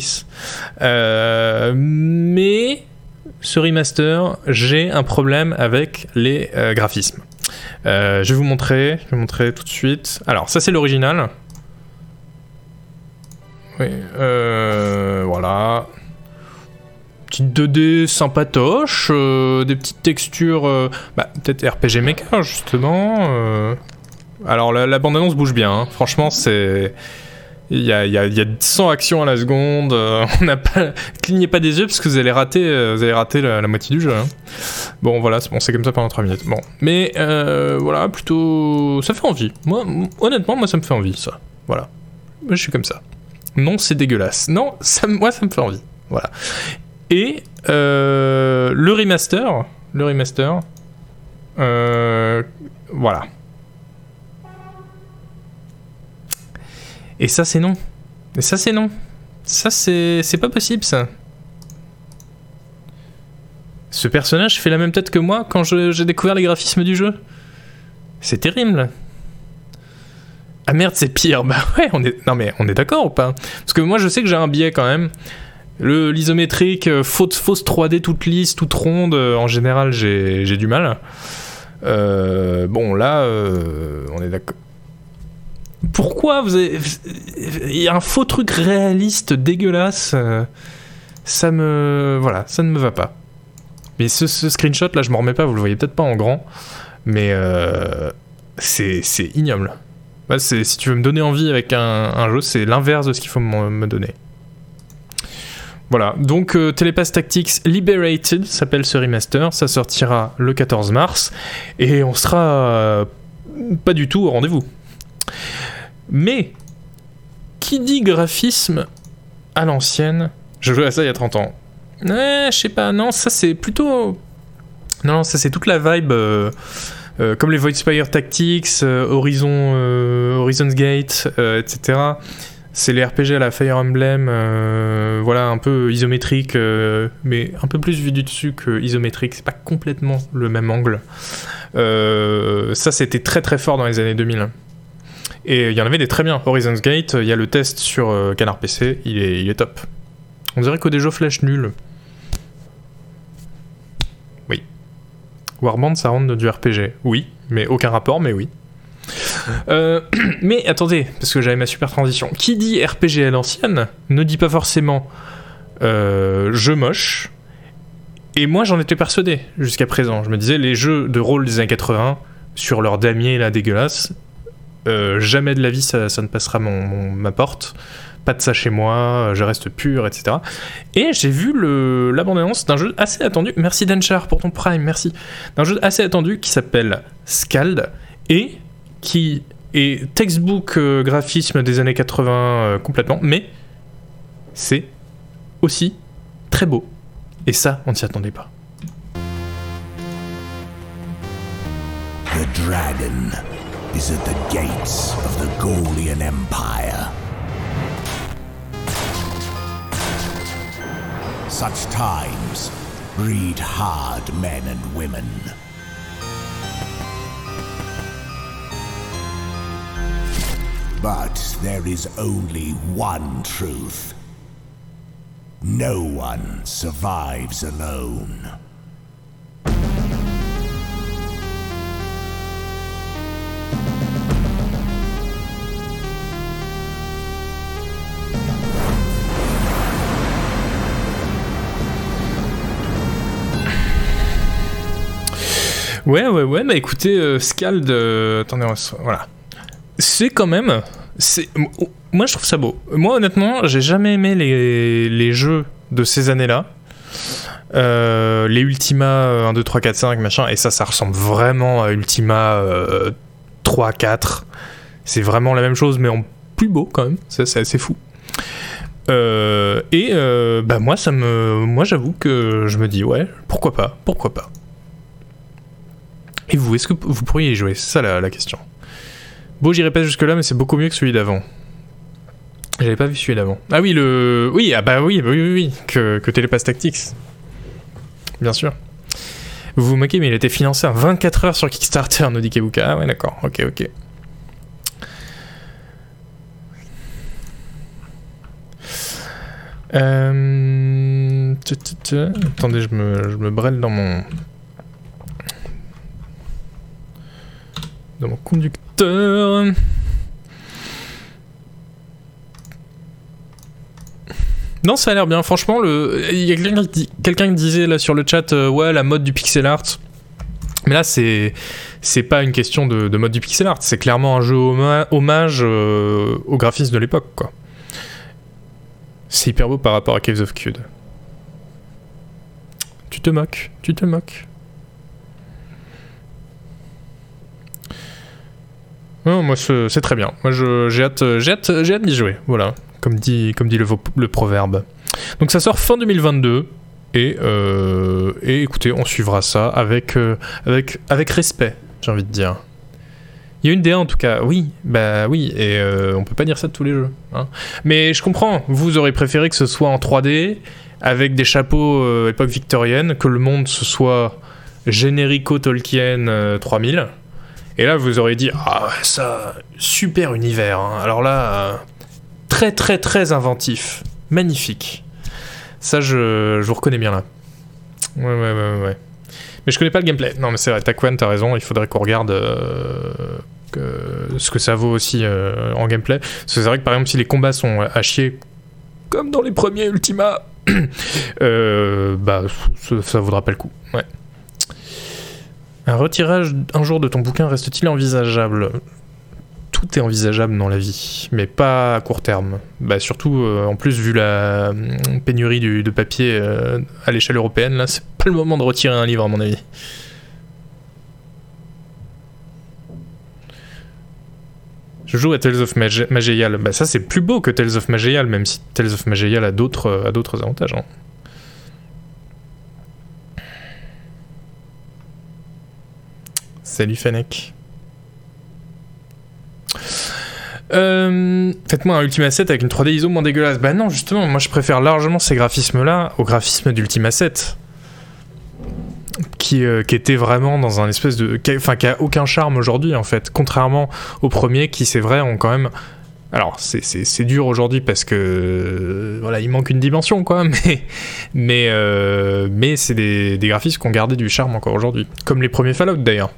Mais ce remaster, j'ai un problème avec les graphismes. Je vais vous montrer tout de suite. Alors, ça c'est l'original. Oui. Voilà. Petite 2D sympatoche, des petites textures, peut-être RPG Maker justement. Alors la bande-annonce bouge bien, hein. Franchement c'est... Il y a 100 actions à la seconde, on n'a pas... Clignez pas des yeux parce que vous allez rater la moitié du jeu. Hein. Bon voilà, c'est comme ça pendant 3 minutes. Bon, mais voilà, plutôt... Ça fait envie. Moi, honnêtement, ça me fait envie, ça. Voilà. Moi, je suis comme ça. Non, c'est dégueulasse. Non, moi, ça me fait envie. Voilà. Et le remaster, voilà. Et ça c'est non. Ça c'est pas possible ça. Ce personnage fait la même tête que moi quand j'ai découvert les graphismes du jeu. C'est terrible. Ah merde, c'est pire. Bah ouais, on est d'accord ou pas? Parce que moi je sais que j'ai un biais quand même. L'isométrique, fausse 3D toute lisse, toute ronde, en général j'ai du mal. Bon là, on est d'accord. Pourquoi il y a un faux truc réaliste dégueulasse, ça ne me va pas. Mais ce screenshot là, je m'en remets pas, vous le voyez peut-être pas en grand, mais c'est ignoble. Si tu veux me donner envie avec un jeu, c'est l'inverse de ce qu'il faut me donner. Voilà, donc Telepath Tactics Liberated s'appelle ce remaster, ça sortira le 14 mars, et on sera pas du tout au rendez-vous. Mais, qui dit graphisme à l'ancienne, je jouais à ça il y a 30 ans. Je sais pas, non, ça c'est plutôt... Non, ça c'est toute la vibe, comme les Voidspire Tactics, Horizon's Gate, etc. C'est les RPG à la Fire Emblem, voilà, un peu isométrique, mais un peu plus vu du dessus que isométrique, c'est pas complètement le même angle. Ça c'était très très fort dans les années 2000. Et il y en avait des très bien. Horizon's Gate, il y a le test sur Canard PC, il est top. On dirait que des jeux Flash nuls. Oui. Warband, ça rentre du RPG. Oui, mais aucun rapport, mais oui. Mais attendez, parce que j'avais ma super transition. Qui dit RPG à l'ancienne ne dit pas forcément jeu moche. Et moi, j'en étais persuadé jusqu'à présent. Je me disais, les jeux de rôle des années 80, sur leur damier là dégueulasse, jamais de la vie ça ne passera ma porte, pas de ça chez moi, je reste pur, etc. Et j'ai vu la bande-annonce d'un jeu assez attendu, merci Danchar pour ton prime, merci, d'un jeu assez attendu qui s'appelle Scald et qui est textbook graphisme des années 80 complètement, mais c'est aussi très beau, et ça on ne s'y attendait pas. The dragon is at the gates of the Gaulian Empire. Such times breed hard men and women. But there is only one truth. No one survives alone. Ouais, bah écoutez, Scald, attendez, voilà. C'est quand même... Moi, je trouve ça beau. Moi, honnêtement, j'ai jamais aimé les jeux de ces années-là. Les Ultima 1, 2, 3, 4, 5, machin, et ça ressemble vraiment à Ultima 3, 4. C'est vraiment la même chose, mais en plus beau, quand même. C'est assez fou. Bah moi, j'avoue que je me dis, ouais, pourquoi pas. Et vous, est-ce que vous pourriez y jouer? C'est ça la question. Bon, j'irai pas jusque-là, mais c'est beaucoup mieux que celui d'avant. J'avais pas vu celui d'avant. Ah oui, oui, que Telepath Tactics. Bien sûr. Vous vous moquez, mais il a été financé à 24 heures sur Kickstarter, nous dit Kebuka. Ah ouais, d'accord, ok. Attendez, je me brêle dans mon conducteur. Non, ça a l'air bien. Franchement, il y a quelqu'un qui disait là sur le chat, ouais, la mode du pixel art. Mais là, c'est pas une question de mode du pixel art. C'est clairement un jeu hommage au graphisme de l'époque, quoi. C'est hyper beau par rapport à Caves of Qud. Tu te moques. Non, moi, c'est très bien. Moi, j'ai hâte d'y jouer. Voilà. Comme dit le proverbe. Donc ça sort fin 2022 et écoutez, on suivra ça avec respect, j'ai envie de dire. Il y a une DA en tout cas, oui, et on peut pas dire ça de tous les jeux. Hein. Mais je comprends, vous aurez préféré que ce soit en 3D, avec des chapeaux époque victorienne, que le monde ce soit générico Tolkien 3000. Et là vous aurez dit, ah ça, super univers, hein. Alors là... très très très inventif, magnifique. Ça je vous reconnais bien là. Ouais. Mais je connais pas le gameplay. Non mais c'est vrai, Taquan, t'as raison, il faudrait qu'on regarde ce que ça vaut aussi en gameplay. Parce que c'est vrai que par exemple si les combats sont à chier, comme dans les premiers Ultima, ça vaudra pas le coup. Ouais. Un retirage un jour de ton bouquin reste-t-il envisageable ? Tout est envisageable dans la vie, mais pas à court terme. Surtout, en plus, vu la pénurie de papier à l'échelle européenne, là, c'est pas le moment de retirer un livre, à mon avis. Je joue à Tales of Majeyal. Ça, c'est plus beau que Tales of Majeyal, même si Tales of Majeyal a d'autres avantages. Hein. Salut Fennec. Faites-moi un Ultima 7 avec une 3D ISO moins dégueulasse. Bah non, justement, moi je préfère largement ces graphismes-là au graphisme d'Ultima 7 qui était vraiment dans un espèce de... qui a aucun charme aujourd'hui en fait, contrairement au premier qui, c'est vrai, ont quand même... Alors c'est dur aujourd'hui parce que voilà, il manque une dimension quoi, mais c'est des graphismes qui ont gardé du charme encore aujourd'hui, comme les premiers Fallout d'ailleurs.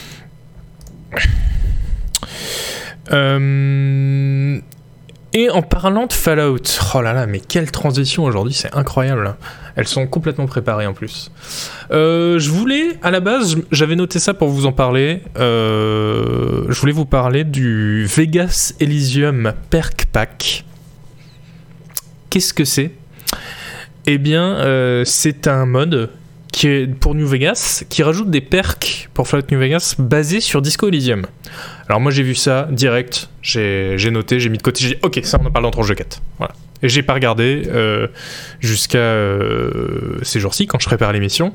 Et en parlant de Fallout, oh là là, mais quelle transition aujourd'hui, c'est incroyable. Elles sont complètement préparées en plus. Je voulais, à la base, j'avais noté ça pour vous en parler. Je voulais vous parler du Vegas Elysium Perk Pack. Qu'est-ce que c'est ? Eh bien, c'est un mode qui est pour New Vegas, qui rajoute des perks pour Fallout New Vegas basés sur Disco Elysium. Alors moi j'ai vu ça direct, j'ai noté, j'ai mis de côté, j'ai dit ok, ça on en parle dans Tranche de 4. Voilà. Et j'ai pas regardé jusqu'à ces jours-ci quand je prépare l'émission.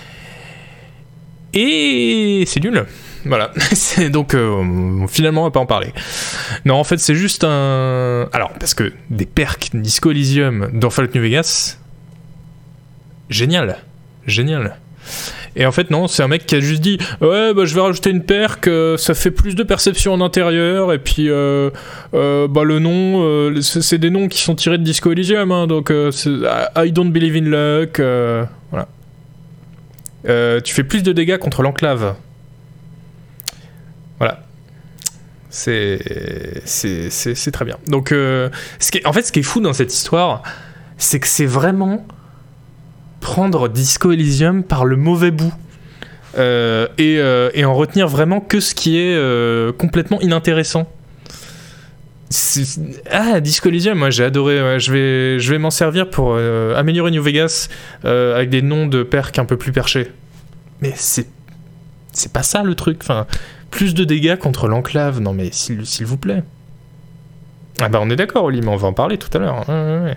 Et c'est nul. Voilà. Donc finalement on va pas en parler. Non, en fait c'est juste un... Alors parce que des perks Disco Elysium dans Fallout New Vegas, génial. Et en fait non, c'est un mec qui a juste dit ouais je vais rajouter une perk, ça fait plus de perception en intérieur, et puis le nom c'est des noms qui sont tirés de Disco Elysium, hein, donc I don't believe in luck, voilà. Tu fais plus de dégâts contre l'enclave, voilà. C'est très bien. Donc ce qui est fou dans cette histoire, c'est que c'est vraiment prendre Disco Elysium par le mauvais bout et en retenir vraiment que ce qui est complètement inintéressant. Disco Elysium, moi j'ai adoré. Ouais, je vais m'en servir pour améliorer New Vegas avec des noms de perks un peu plus perchés. Mais c'est pas ça le truc. Enfin, plus de dégâts contre l'enclave. Non mais s'il vous plaît. Ah bah on est d'accord, Oli, mais on va en parler tout à l'heure. Ouais.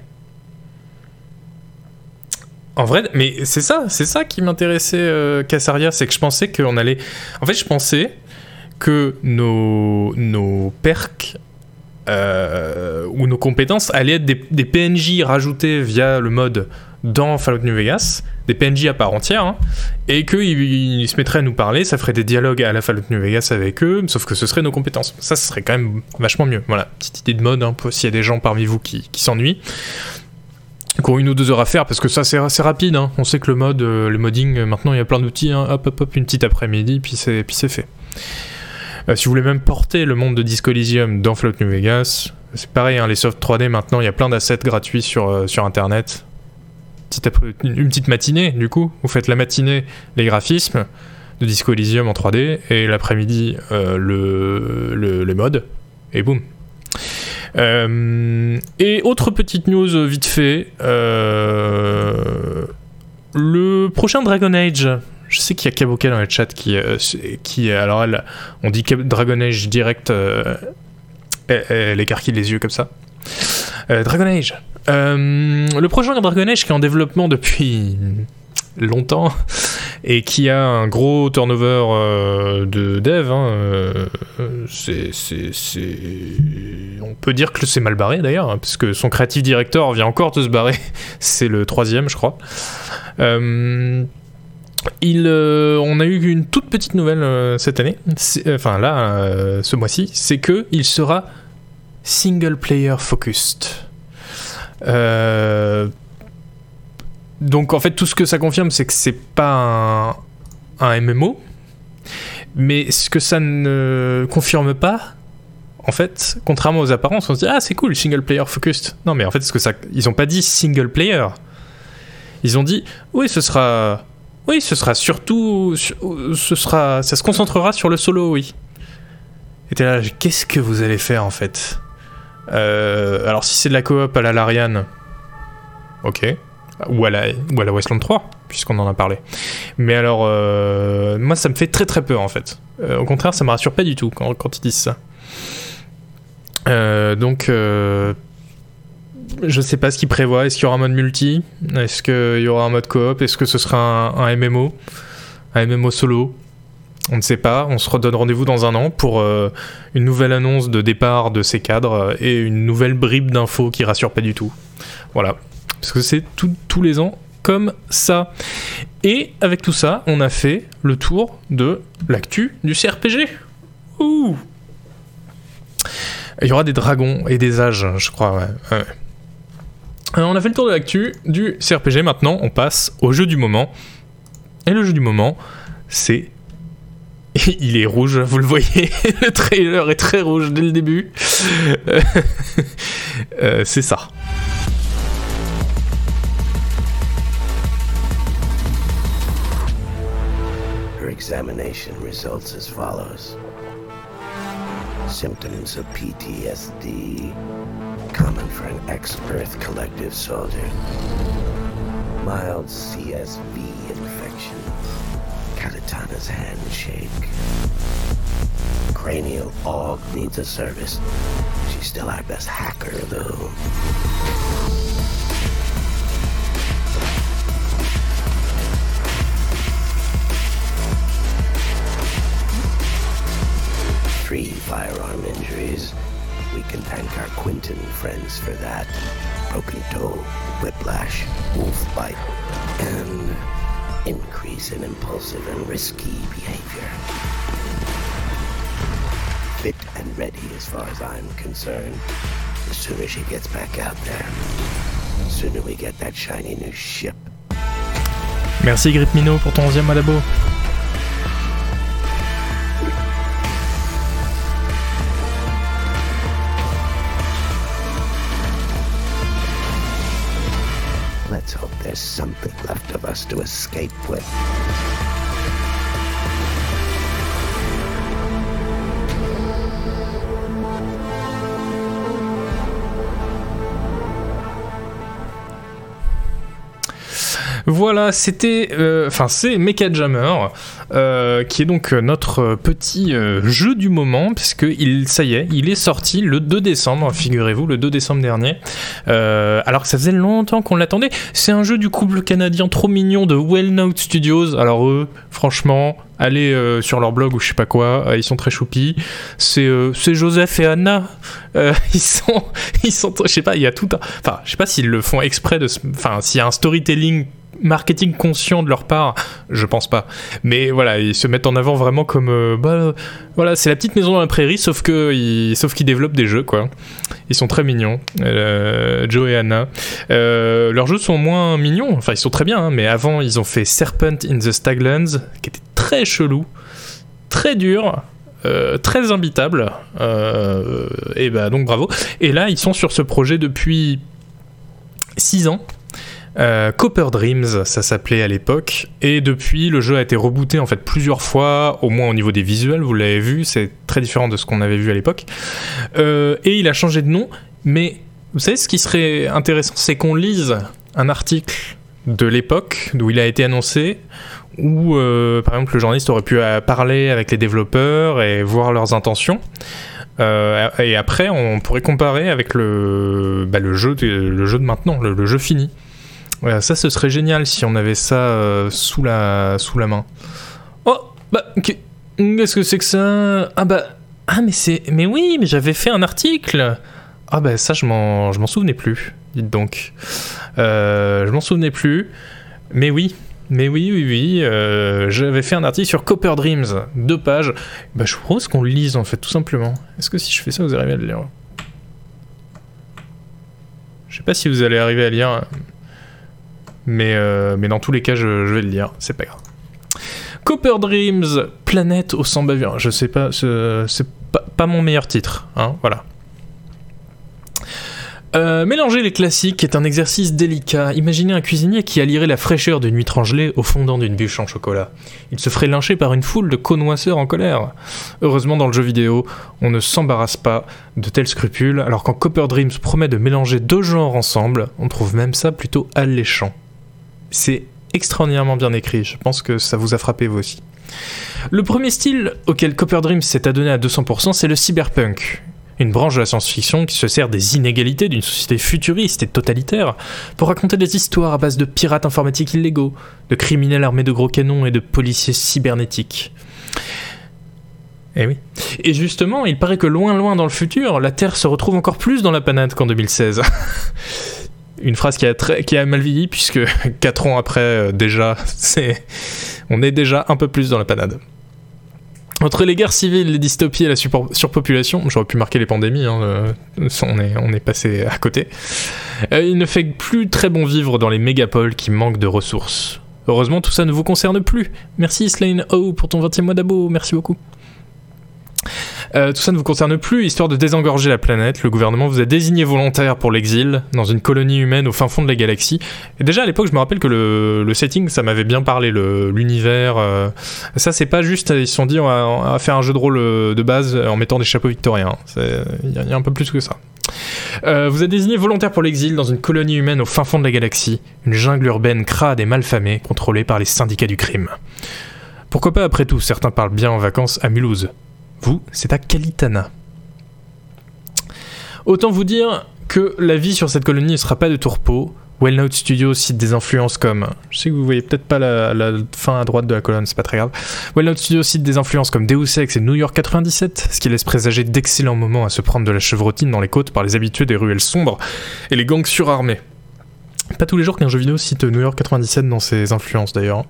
En vrai, mais c'est ça qui m'intéressait, Cassaria, c'est que je pensais qu'on allait... En fait, je pensais que nos perks ou nos compétences allaient être des PNJ rajoutés via le mode dans Fallout New Vegas, des PNJ à part entière, hein, et qu'ils se mettraient à nous parler, ça ferait des dialogues à la Fallout New Vegas avec eux, sauf que ce seraient nos compétences. Ça, ce serait quand même vachement mieux. Voilà, petite idée de mode, hein, s'il y a des gens parmi vous qui s'ennuient. Qui ont 1 ou 2 heures à faire, parce que ça c'est rapide, hein. On sait que le modding, maintenant il y a plein d'outils, hein. Hop, une petite après-midi, puis c'est fait. Si vous voulez même porter le monde de Disco Elysium dans Fallout New Vegas, C'est pareil, hein, les softs 3D maintenant, il y a plein d'assets gratuits sur internet. Une petite matinée, du coup, vous faites la matinée les graphismes de Disco Elysium en 3D et l'après-midi les mods, et boum. Et autre petite news vite fait, le prochain Dragon Age. Je sais qu'il y a Kaboka dans le chat qui alors on dit Dragon Age direct, elle écarquille les yeux comme ça. Dragon Age. Le prochain Dragon Age qui est en développement depuis longtemps et qui a un gros turnover de dev, hein, on peut dire que c'est mal barré d'ailleurs, hein, parce que son creative director vient encore de se barrer. C'est le 3e, je crois. On a eu une toute petite nouvelle cette année, ce mois-ci, c'est que il sera single player focused. Donc en fait tout ce que ça confirme, c'est que c'est pas un MMO, mais ce que ça ne confirme pas, en fait, contrairement aux apparences, on se dit ah c'est cool single player focused. Non mais en fait ils ont pas dit single player. Ils ont dit ça sera surtout ça se concentrera sur le solo, oui. Et t'es là, qu'est-ce que vous allez faire en fait? Alors si c'est de la coop à la Larian, ok, ou à la Wasteland 3 puisqu'on en a parlé, mais alors moi ça me fait très très peur en fait. Au contraire, ça me rassure pas du tout quand ils disent ça. Donc je sais pas ce qu'ils prévoient. Est-ce qu'il y aura un mode multi? Est-ce qu'il y aura un mode coop? Est-ce que ce sera un MMO solo? On ne sait pas. On se redonne rendez-vous dans un an pour une nouvelle annonce de départ de ces cadres et une nouvelle bribe d'infos qui rassure pas du tout. Voilà. Parce que c'est tous les ans comme ça. Et avec tout ça, on a fait le tour de l'actu du CRPG. Ouh! Il y aura des dragons et des âges, je crois, ouais. Alors, on a fait le tour de l'actu du CRPG. Maintenant, on passe au jeu du moment. Et le jeu du moment, c'est... Il est rouge, vous le voyez. Le trailer est très rouge dès le début. C'est ça. Her examination results as follows. Symptoms of PTSD, common for an ex-Earth collective soldier. Mild CSV infection. Katatana's handshake. Cranial aug needs a service. She's still our best hacker, though. Three firearm injuries. We can thank our Quinton friends for that. Broken toe, whiplash, wolf bite, and increase in impulsive and risky behavior. Fit and ready as far as I'm concerned. The sooner she gets back out there, the sooner we get that shiny new ship. Merci Gripmino pour ton 11e Malabo. Let's hope there's something left of us to escape with. Voilà, c'était... c'est Mecha Jammer, qui est donc notre petit jeu du moment, puisque ça y est, il est sorti le 2 décembre, figurez-vous, le 2 décembre dernier, alors que ça faisait longtemps qu'on l'attendait. C'est un jeu du couple canadien trop mignon de Well Note Studios. Alors eux, franchement, allez sur leur blog ou je sais pas quoi, ils sont très choupis. C'est Joseph et Anna. Ils sont, je sais pas, il y a tout un... Enfin, je sais pas s'ils le font exprès s'il y a un storytelling marketing conscient de leur part, je pense pas, mais voilà, ils se mettent en avant vraiment comme voilà, c'est la petite maison dans la prairie, sauf qu'ils développent des jeux, quoi. Ils sont très mignons, Joe et Anna. Leurs jeux sont moins mignons, enfin ils sont très bien, hein, mais avant ils ont fait Serpent in the Staglands, qui était très chelou, très dur, très imbitable, et bah donc bravo. Et là ils sont sur ce projet depuis 6 ans. Copper Dreams, ça s'appelait à l'époque, et depuis le jeu a été rebooté en fait plusieurs fois, au moins au niveau des visuels, vous l'avez vu, c'est très différent de ce qu'on avait vu à l'époque, et il a changé de nom. Mais vous savez, ce qui serait intéressant, c'est qu'on lise un article de l'époque où il a été annoncé, où par exemple le journaliste aurait pu parler avec les développeurs et voir leurs intentions. Et après on pourrait comparer avec le jeu de maintenant, le jeu fini. Ça ce serait génial si on avait ça sous la main. Oh bah qu'est-ce que c'est que ça? Mais oui, mais j'avais fait un article. Ah bah ça je m'en souvenais plus, dites donc. Je m'en souvenais plus. Mais oui, j'avais fait un article sur Copper Dreams, 2 pages. Bah je propose qu'on le lise en fait, tout simplement. Est-ce que si je fais ça, vous arrivez à le lire? Je sais pas si vous allez arriver à lire, mais dans tous les cas, je vais le lire, c'est pas grave. Copper Dreams, planète au sang bavure. Je sais pas, c'est pas mon meilleur titre, hein, voilà. Mélanger les classiques est un exercice délicat. Imaginez un cuisinier qui allierait la fraîcheur d'une huître en gelée au fondant d'une bûche en chocolat. Il se ferait lyncher par une foule de connoisseurs en colère. Heureusement, dans le jeu vidéo, on ne s'embarrasse pas de tels scrupules, alors quand Copper Dreams promet de mélanger 2 genres ensemble, on trouve même ça plutôt alléchant. C'est extraordinairement bien écrit, je pense que ça vous a frappé vous aussi. Le premier style auquel Copper Dreams s'est adonné à 200%, c'est le cyberpunk. Une branche de la science-fiction qui se sert des inégalités d'une société futuriste et totalitaire pour raconter des histoires à base de pirates informatiques illégaux, de criminels armés de gros canons et de policiers cybernétiques. Eh oui. Et justement, il paraît que loin dans le futur, la Terre se retrouve encore plus dans la panade qu'en 2016. Une phrase qui a mal vieilli, puisque 4 ans après, on est déjà un peu plus dans la panade. Entre les guerres civiles, les dystopies et la surpopulation, j'aurais pu marquer les pandémies, hein, on est passé à côté, il ne fait plus très bon vivre dans les mégapoles qui manquent de ressources. Heureusement, tout ça ne vous concerne plus. Merci Slane O pour ton 20e mois d'abo, merci beaucoup. Tout ça ne vous concerne plus, histoire de désengorger la planète, le gouvernement vous a désigné volontaire pour l'exil, dans une colonie humaine au fin fond de la galaxie. Et déjà à l'époque, je me rappelle que le setting, ça m'avait bien parlé, l'univers. Ça, c'est pas juste, ils se sont dit, on va faire un jeu de rôle de base en mettant des chapeaux victoriens. Il y a un peu plus que ça. Vous a désigné volontaire pour l'exil dans une colonie humaine au fin fond de la galaxie, une jungle urbaine crade et malfamée, contrôlée par les syndicats du crime. Pourquoi pas, après tout, certains parlent bien en vacances à Mulhouse. Vous, c'est à Calitana. Autant vous dire que la vie sur cette colonie ne sera pas de tout repos. Wellnote Studios cite des influences comme... Je sais que vous voyez peut-être pas la fin à droite de la colonne, c'est pas très grave. Wellnote Studios cite des influences comme Deus Ex et New York 97, ce qui laisse présager d'excellents moments à se prendre de la chevrotine dans les côtes par les habitués des ruelles sombres et les gangs surarmés. Pas tous les jours qu'un jeu vidéo cite New York 97 dans ses influences d'ailleurs.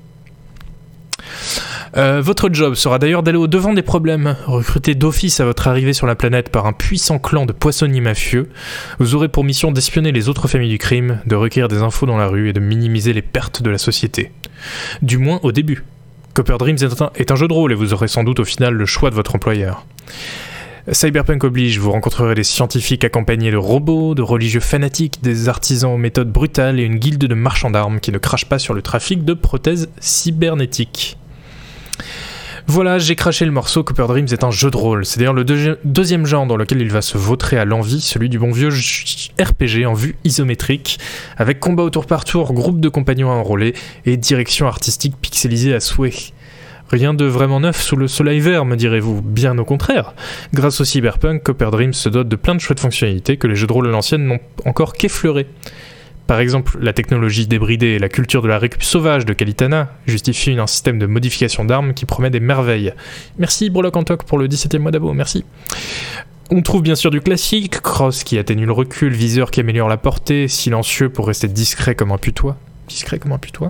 Votre job sera d'ailleurs d'aller au devant des problèmes, recruté d'office à votre arrivée sur la planète par un puissant clan de poissonniers mafieux. Vous aurez pour mission d'espionner les autres familles du crime, de recueillir des infos dans la rue et de minimiser les pertes de la société. Du moins au début. Copper Dreams est un jeu de rôle et vous aurez sans doute au final le choix de votre employeur. Cyberpunk oblige, vous rencontrerez des scientifiques accompagnés de robots, de religieux fanatiques, des artisans aux méthodes brutales et une guilde de marchands d'armes qui ne crache pas sur le trafic de prothèses cybernétiques. Voilà, j'ai craché le morceau. Copper Dreams est un jeu de rôle. C'est d'ailleurs le deuxième genre dans lequel il va se vautrer à l'envi, celui du bon vieux RPG en vue isométrique, avec combat au tour par tour, groupe de compagnons à enrôler et direction artistique pixelisée à souhait. Rien de vraiment neuf sous le soleil vert, me direz-vous. Bien au contraire. Grâce au cyberpunk, Copper Dreams se dote de plein de chouettes fonctionnalités que les jeux de rôle à l'ancienne n'ont encore qu'effleuré. Par exemple, la technologie débridée et la culture de la récup sauvage de Calitana justifient un système de modification d'armes qui promet des merveilles. Merci Broloc Antoc pour le 17e mois d'abo, merci. On trouve bien sûr du classique, cross qui atténue le recul, viseur qui améliore la portée, silencieux pour rester discret comme un putois. Discret comme un putois.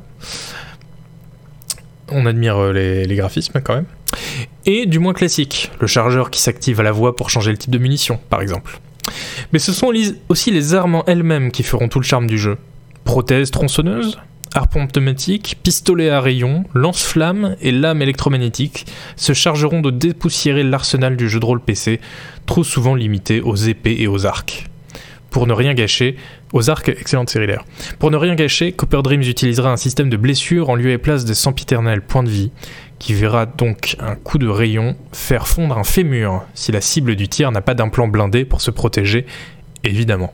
On admire les graphismes quand même. Et du moins classique, le chargeur qui s'active à la voix pour changer le type de munition, par exemple. Mais ce sont aussi les armes en elles-mêmes qui feront tout le charme du jeu. Prothèses tronçonneuses, harpon automatique, pistolet à rayons, lance-flammes et lames électromagnétiques se chargeront de dépoussiérer l'arsenal du jeu de rôle PC, trop souvent limité aux épées et aux arcs. Pour ne rien gâcher, aux arcs, excellente série d'ailleurs. Pour ne rien gâcher, Copper Dreams utilisera un système de blessures en lieu et place des sempiternels points de vie, qui verra donc un coup de rayon faire fondre un fémur si la cible du tir n'a pas d'implant blindé pour se protéger, évidemment.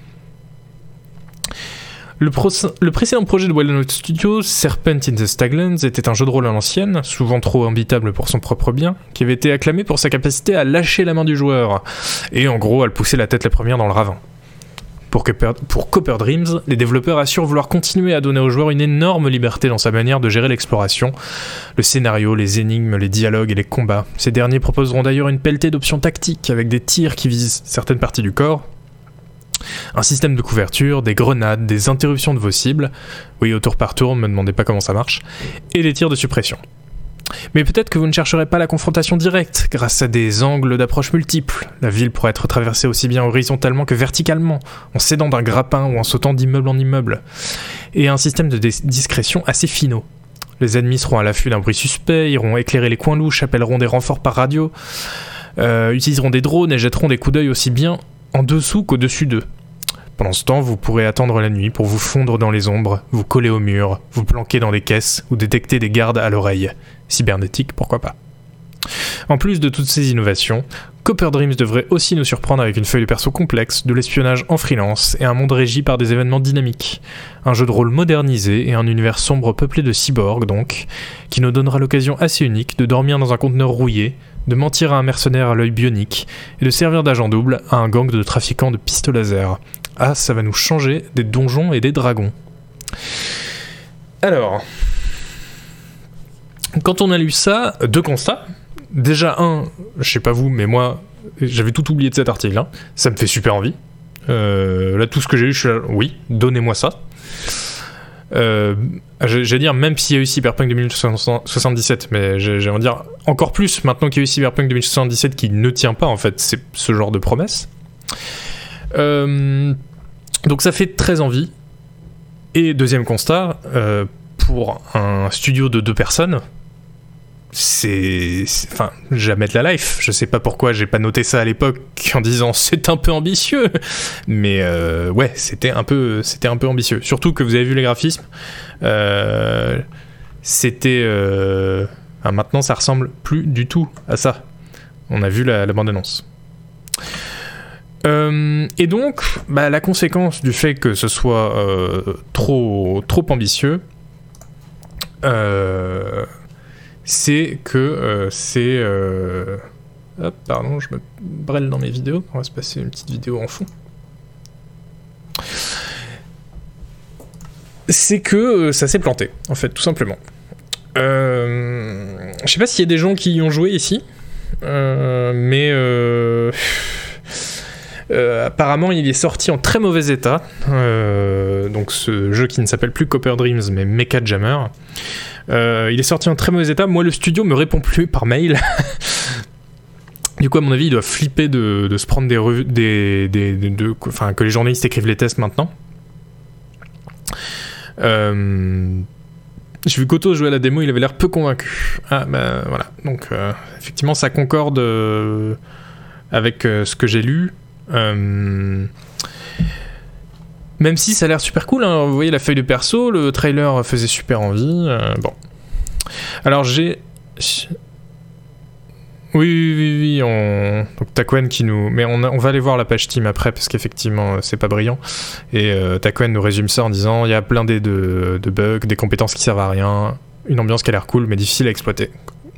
Le précédent projet de Wild Note Studios, Serpent in the Staglands, était un jeu de rôle à l'ancienne, souvent trop imbitable pour son propre bien, qui avait été acclamé pour sa capacité à lâcher la main du joueur, et en gros à le pousser la tête la première dans le ravin. Pour Copper Dreams, les développeurs assurent vouloir continuer à donner au joueur une énorme liberté dans sa manière de gérer l'exploration, le scénario, les énigmes, les dialogues et les combats. Ces derniers proposeront d'ailleurs une pelletée d'options tactiques avec des tirs qui visent certaines parties du corps, un système de couverture, des grenades, des interruptions de vos cibles, oui au tour par tour, ne me demandez pas comment ça marche, et des tirs de suppression. Mais peut-être que vous ne chercherez pas la confrontation directe, grâce à des angles d'approche multiples. La ville pourrait être traversée aussi bien horizontalement que verticalement, en s'aidant d'un grappin ou en sautant d'immeuble en immeuble, et un système de discrétion assez finaux. Les ennemis seront à l'affût d'un bruit suspect, iront éclairer les coins louches, appelleront des renforts par radio, utiliseront des drones et jetteront des coups d'œil aussi bien en dessous qu'au-dessus d'eux. Pendant ce temps, vous pourrez attendre la nuit pour vous fondre dans les ombres, vous coller au mur, vous planquer dans des caisses ou détecter des gardes à l'oreille. Cybernétique, pourquoi pas. En plus de toutes ces innovations, Copper Dreams devrait aussi nous surprendre avec une feuille de perso complexe, de l'espionnage en freelance et un monde régi par des événements dynamiques. Un jeu de rôle modernisé et un univers sombre peuplé de cyborgs donc, qui nous donnera l'occasion assez unique de dormir dans un conteneur rouillé, de mentir à un mercenaire à l'œil bionique et de servir d'agent double à un gang de trafiquants de pistolets laser. Ah, ça va nous changer des donjons et des dragons. Alors, quand on a lu ça, deux constats. Déjà je sais pas vous, mais moi, j'avais tout oublié de cet article. Hein. Ça me fait super envie. Là, tout ce que j'ai lu, je suis là, oui, donnez-moi ça. J'allais dire, même s'il y a eu Cyberpunk 2077, mais j'aimerais dire encore plus maintenant qu'il y a eu Cyberpunk 2077 qui ne tient pas, en fait, c'est ce genre de promesse. Donc ça fait très envie. Et deuxième constat, pour un studio de 2 personnes, enfin, jamais de la life. Je sais pas pourquoi j'ai pas noté ça à l'époque en disant c'est un peu ambitieux, mais ouais, c'était un peu ambitieux. Surtout que vous avez vu les graphismes, maintenant ça ressemble plus du tout à ça. On a vu la bande-annonce. Et donc, la conséquence du fait que ce soit trop ambitieux, c'est que Hop, pardon, je me brêle dans mes vidéos. On va se passer une petite vidéo en fond. C'est que ça s'est planté, en fait, tout simplement. Je sais pas s'il y a des gens qui y ont joué ici, mais apparemment il est sorti en très mauvais état. Donc ce jeu qui ne s'appelle plus Copper Dreams mais Mecha Jammer. Il est sorti en très mauvais état. Moi, le studio me répond plus par mail. Du coup, à mon avis, il doit flipper de se prendre des revues, enfin, que les journalistes écrivent les tests maintenant. J'ai vu Koto jouer à la démo, il avait l'air peu convaincu. Ah, voilà. Donc, effectivement, ça concorde avec ce que j'ai lu. Même si ça a l'air super cool, hein. Vous voyez la feuille de perso, le trailer faisait super envie. Bon. Alors, j'ai... Oui, donc Takwen qui nous... Mais on va aller voir la page Steam après, parce qu'effectivement, c'est pas brillant. Et Takwen nous résume ça en disant, il y a plein de bugs, des compétences qui servent à rien, une ambiance qui a l'air cool, mais difficile à exploiter.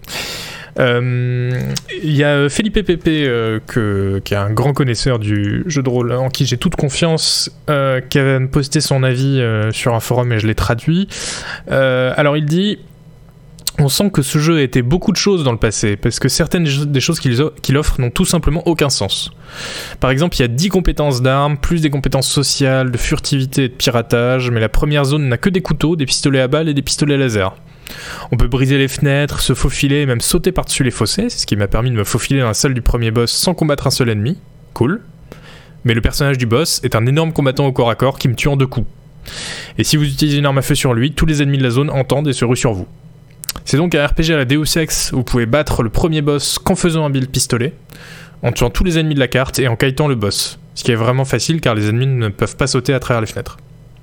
Il y a Felipe Pepe, qui est un grand connaisseur du jeu de rôle, en qui j'ai toute confiance, qui a posté son avis sur un forum et je l'ai traduit. Alors il dit... On sent que ce jeu a été beaucoup de choses dans le passé, parce que certaines des choses qu'il offre n'ont tout simplement aucun sens. Par exemple, il y a 10 compétences d'armes, plus des compétences sociales, de furtivité et de piratage, mais la première zone n'a que des couteaux, des pistolets à balles et des pistolets laser. On peut briser les fenêtres, se faufiler et même sauter par-dessus les fossés, c'est ce qui m'a permis de me faufiler dans la salle du premier boss sans combattre un seul ennemi. Cool. Mais le personnage du boss est un énorme combattant au corps à corps qui me tue en 2 coups. Et si vous utilisez une arme à feu sur lui, tous les ennemis de la zone entendent et se ruent sur vous. C'est donc un RPG à la Deus Ex où vous pouvez battre le premier boss qu'en faisant un build pistolet, en tuant tous les ennemis de la carte et en kitant le boss. Ce qui est vraiment facile car les ennemis ne peuvent pas sauter à travers les fenêtres.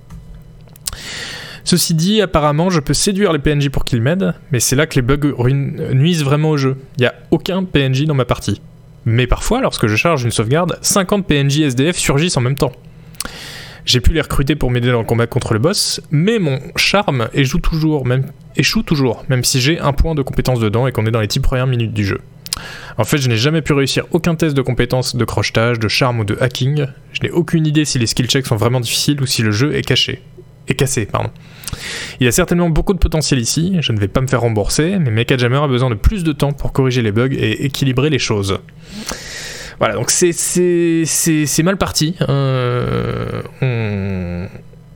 Ceci dit, apparemment, je peux séduire les PNJ pour qu'ils m'aident, mais c'est là que les bugs nuisent vraiment au jeu. Il n'y a aucun PNJ dans ma partie. Mais parfois, lorsque je charge une sauvegarde, 50 PNJ SDF surgissent en même temps. J'ai pu les recruter pour m'aider dans le combat contre le boss, mais mon charme échoue toujours, même si j'ai un point de compétence dedans et qu'on est dans les 10 premières minutes du jeu. En fait, je n'ai jamais pu réussir aucun test de compétences de crochetage, de charme ou de hacking. Je n'ai aucune idée si les skill checks sont vraiment difficiles ou si le jeu est cassé. Il y a certainement beaucoup de potentiel ici, je ne vais pas me faire rembourser, mais Mecha-Jammer a besoin de plus de temps pour corriger les bugs et équilibrer les choses. Voilà, donc c'est mal parti. On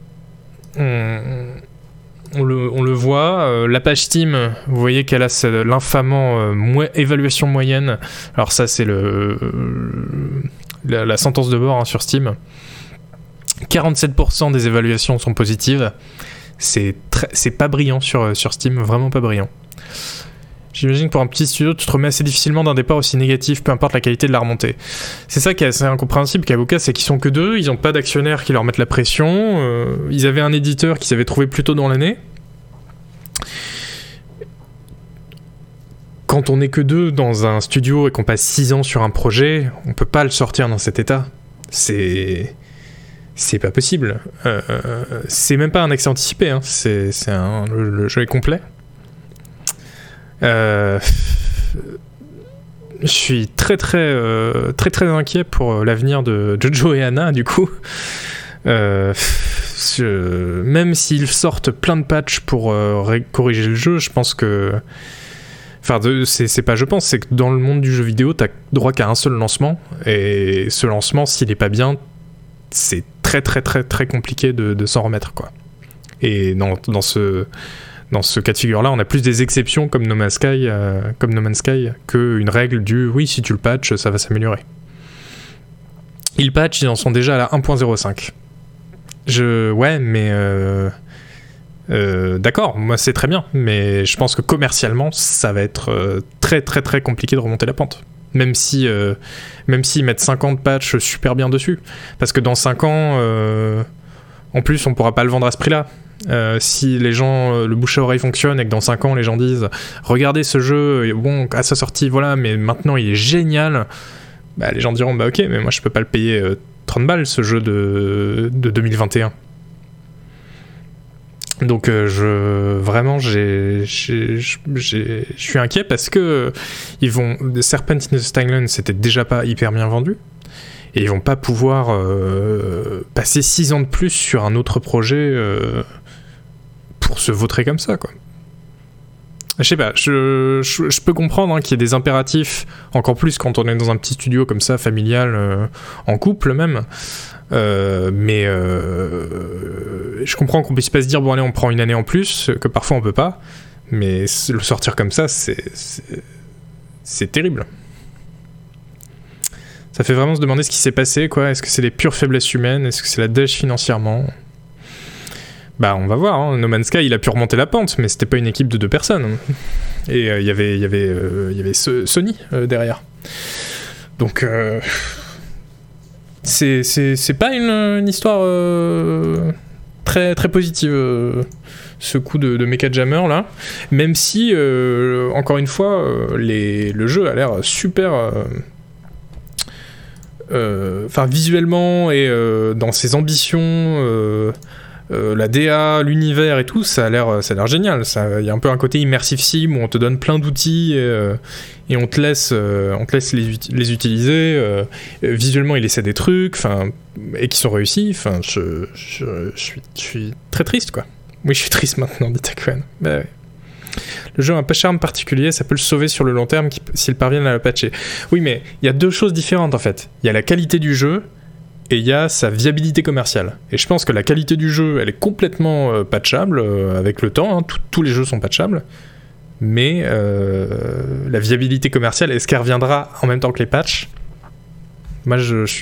le voit, la page Steam, vous voyez qu'elle a l'infamant évaluation moyenne. Alors ça c'est la sentence de mort sur Steam. 47% des évaluations sont positives. C'est pas brillant sur Steam, vraiment pas brillant. J'imagine que pour un petit studio, tu te remets assez difficilement d'un départ aussi négatif, peu importe la qualité de la remontée. C'est ça qui est assez incompréhensible qu'Avocat, c'est qu'ils sont que 2, ils n'ont pas d'actionnaires qui leur mettent la pression, ils avaient un éditeur qu'ils avaient trouvé plus tôt dans l'année. Quand on n'est que 2 dans un studio et qu'on passe 6 ans sur un projet, on peut pas le sortir dans cet état. C'est pas possible. C'est même pas un accès anticipé, hein. Le jeu est complet. Je suis très inquiet pour l'avenir de Jojo et Anna, du coup. Même s'ils sortent plein de patchs pour corriger le jeu, je pense que... Enfin, c'est pas je pense, c'est que dans le monde du jeu vidéo, t'as droit qu'à un seul lancement, et ce lancement, s'il est pas bien, c'est très compliqué de s'en remettre, quoi. Et dans ce cas de figure-là, on a plus des exceptions comme No Man's Sky qu'une règle du oui, si tu le patches, ça va s'améliorer. Ils patchent, ils en sont déjà à la 1.05. D'accord, moi c'est très bien, mais je pense que commercialement, ça va être très compliqué de remonter la pente. Même s'ils mettent 50 patchs super bien dessus. Parce que dans 5 ans, en plus, on pourra pas le vendre à ce prix-là. Si les gens, le bouche à oreille fonctionne et que dans 5 ans, les gens disent « Regardez ce jeu, bon, à sa sortie, voilà, mais maintenant il est génial », bah, les gens diront « Bah ok, mais moi je peux pas le payer 30 balles, ce jeu de 2021 ». Donc je suis inquiet parce que Serpent in the Stineland, c'était déjà pas hyper bien vendu et ils vont pas pouvoir passer 6 ans de plus sur un autre projet pour se vautrer comme ça, quoi. Je sais pas, je peux comprendre qu'il y ait des impératifs, encore plus quand on est dans un petit studio comme ça, familial, en couple même. Mais je comprends qu'on puisse pas se dire bon allez on prend une année en plus, que parfois on peut pas, mais le sortir comme ça c'est terrible. Ça fait vraiment se demander ce qui s'est passé, quoi. Est-ce que c'est des pures faiblesses humaines, est-ce que c'est la dèche financièrement? Bah on va voir, hein. No Man's Sky il a pu remonter la pente, mais c'était pas une équipe de 2 personnes et il y avait Sony derrière, donc c'est pas une histoire très positive, ce coup de Mecha-Jammer là, même si encore une fois le jeu a l'air super visuellement et dans ses ambitions, la DA, l'univers et tout, ça a l'air génial. Il y a un peu un côté immersive sim où on te donne plein d'outils et on te laisse les utiliser. Visuellement, il essaie des trucs, et qui sont réussis. Je suis très triste, quoi. Oui, je suis triste maintenant, dit Takuan. Bah, ouais. Le jeu a un charme particulier, ça peut le sauver sur le long terme s'ils parviennent à le patcher. Oui, mais il y a 2 choses différentes en fait. Il y a la qualité du jeu et il y a sa viabilité commerciale. Et je pense que la qualité du jeu, elle est complètement patchable avec le temps, hein. Tous les jeux sont patchables. Mais la viabilité commerciale, est-ce qu'elle reviendra en même temps que les patchs ?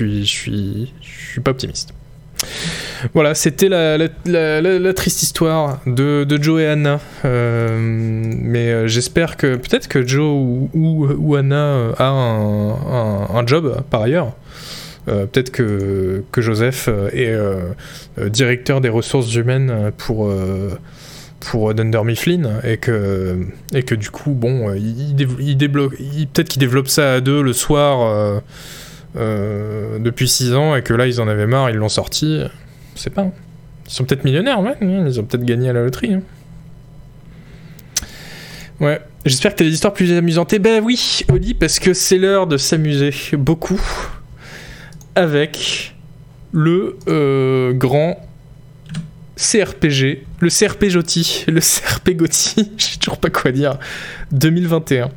Moi, je suis pas optimiste. Voilà, c'était la triste histoire de Joe et Anna. Mais j'espère que peut-être que Joe ou Anna a un job par ailleurs. Peut-être que Joseph est directeur des ressources humaines pour Dunder Mifflin et que du coup bon peut-être qu'ils développent ça à deux le soir depuis 6 ans et que là ils en avaient marre, ils l'ont sorti, je sais pas, ils sont peut-être millionnaires, ouais, ils ont peut-être gagné à la loterie, hein. Ouais, j'espère que t'as des histoires plus amusantes. Eh ben oui Oli, parce que c'est l'heure de s'amuser beaucoup avec le grand CRPG, le CRP Joti, le CRP Gotti, je sais toujours pas quoi dire, 2021.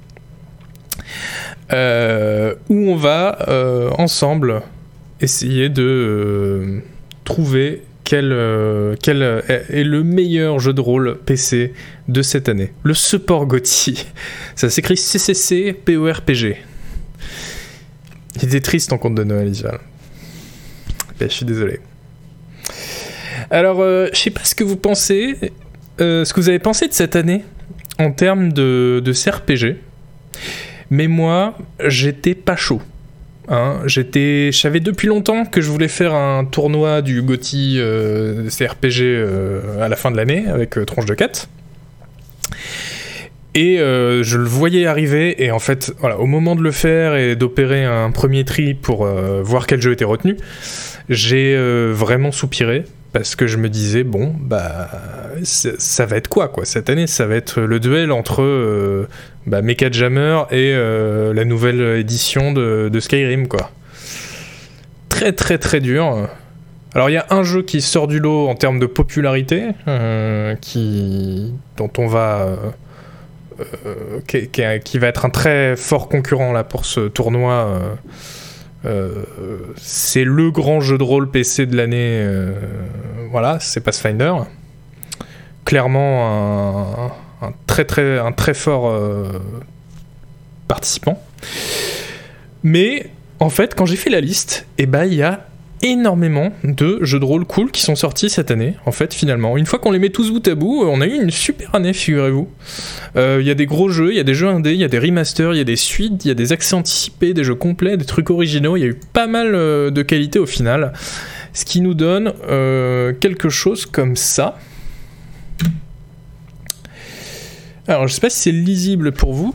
Où on va ensemble essayer de trouver quel est le meilleur jeu de rôle PC de cette année. Le support Gotti. Ça s'écrit CCC PORPG. Il était triste ton conte de Noël, Isval. Ben, je suis désolé. Alors, je sais pas ce que vous pensez, ce que vous avez pensé de cette année en termes de CRPG, mais moi, j'étais pas chaud. Hein, je savais depuis longtemps que je voulais faire un tournoi du GOTY CRPG à la fin de l'année avec Tronche de 4. Et je le voyais arriver, et en fait, voilà, au moment de le faire et d'opérer un premier tri pour voir quel jeu était retenu, j'ai vraiment soupiré, parce que je me disais, bon, bah, ça va être quoi cette année, ça va être le duel entre Mecha Jammer et la nouvelle édition de Skyrim, quoi. Très très très dur. Alors il y a un jeu qui sort du lot en termes de popularité, dont on va... qui va être un très fort concurrent là pour ce tournoi. C'est le grand jeu de rôle PC de l'année. Voilà, c'est Pathfinder. Clairement un très fort participant. Mais en fait, quand j'ai fait la liste, il y a énormément de jeux de rôle cool qui sont sortis cette année, en fait, finalement. Une fois qu'on les met tous bout à bout, on a eu une super année, figurez-vous. Il y a des gros jeux, il y a des jeux indés, il y a des remasters, il y a des suites, il y a des accès anticipés, des jeux complets, des trucs originaux. Il y a eu pas mal de qualité au final. Ce qui nous donne quelque chose comme ça. Alors, je sais pas si c'est lisible pour vous.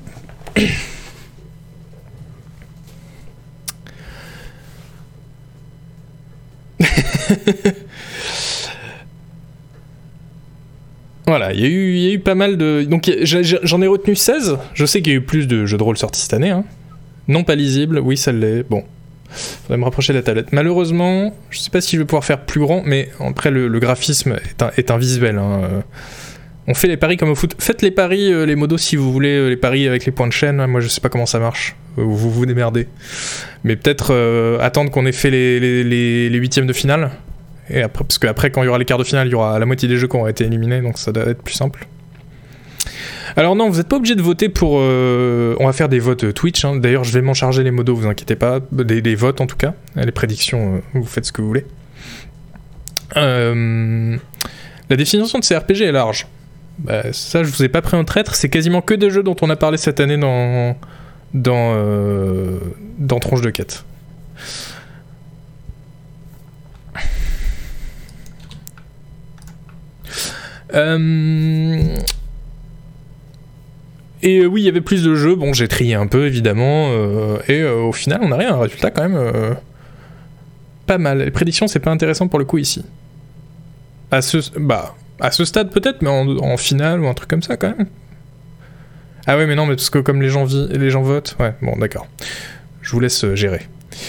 Voilà, il y a eu pas mal de... Donc j'en ai retenu 16. Je sais qu'il y a eu plus de jeux de rôle sortis cette année, hein. Non pas lisible, oui ça l'est. Bon, faudrait me rapprocher de la tablette. Malheureusement, je sais pas si je vais pouvoir faire plus grand, mais après le graphisme est un visuel, hein. On fait les paris comme au foot. Faites les paris, les modos, si vous voulez, les paris avec les points de chaîne. Moi, je sais pas comment ça marche. Vous vous démerdez. Mais peut-être attendre qu'on ait fait les huitièmes de finale. Et après, parce qu'après, quand il y aura les quarts de finale, il y aura la moitié des jeux qui auront été éliminés. Donc ça doit être plus simple. Alors non, vous n'êtes pas obligé de voter pour... on va faire des votes Twitch. Hein. D'ailleurs, je vais m'en charger les modos, vous inquiétez pas. Des votes, en tout cas. Les prédictions, vous faites ce que vous voulez. La définition de CRPG est large. Ça, je vous ai pas pris en traître. C'est quasiment que des jeux dont on a parlé cette année dans Tronche de 4. Et oui, il y avait plus de jeux. Bon, j'ai trié un peu, évidemment. Et au final, on arrive à un résultat quand même pas mal. Les prédictions, c'est pas intéressant pour le coup ici. À ce stade peut-être, mais en finale ou un truc comme ça quand même. Ah ouais, mais non, mais parce que comme les gens votent, ouais, bon, d'accord. Je vous laisse gérer.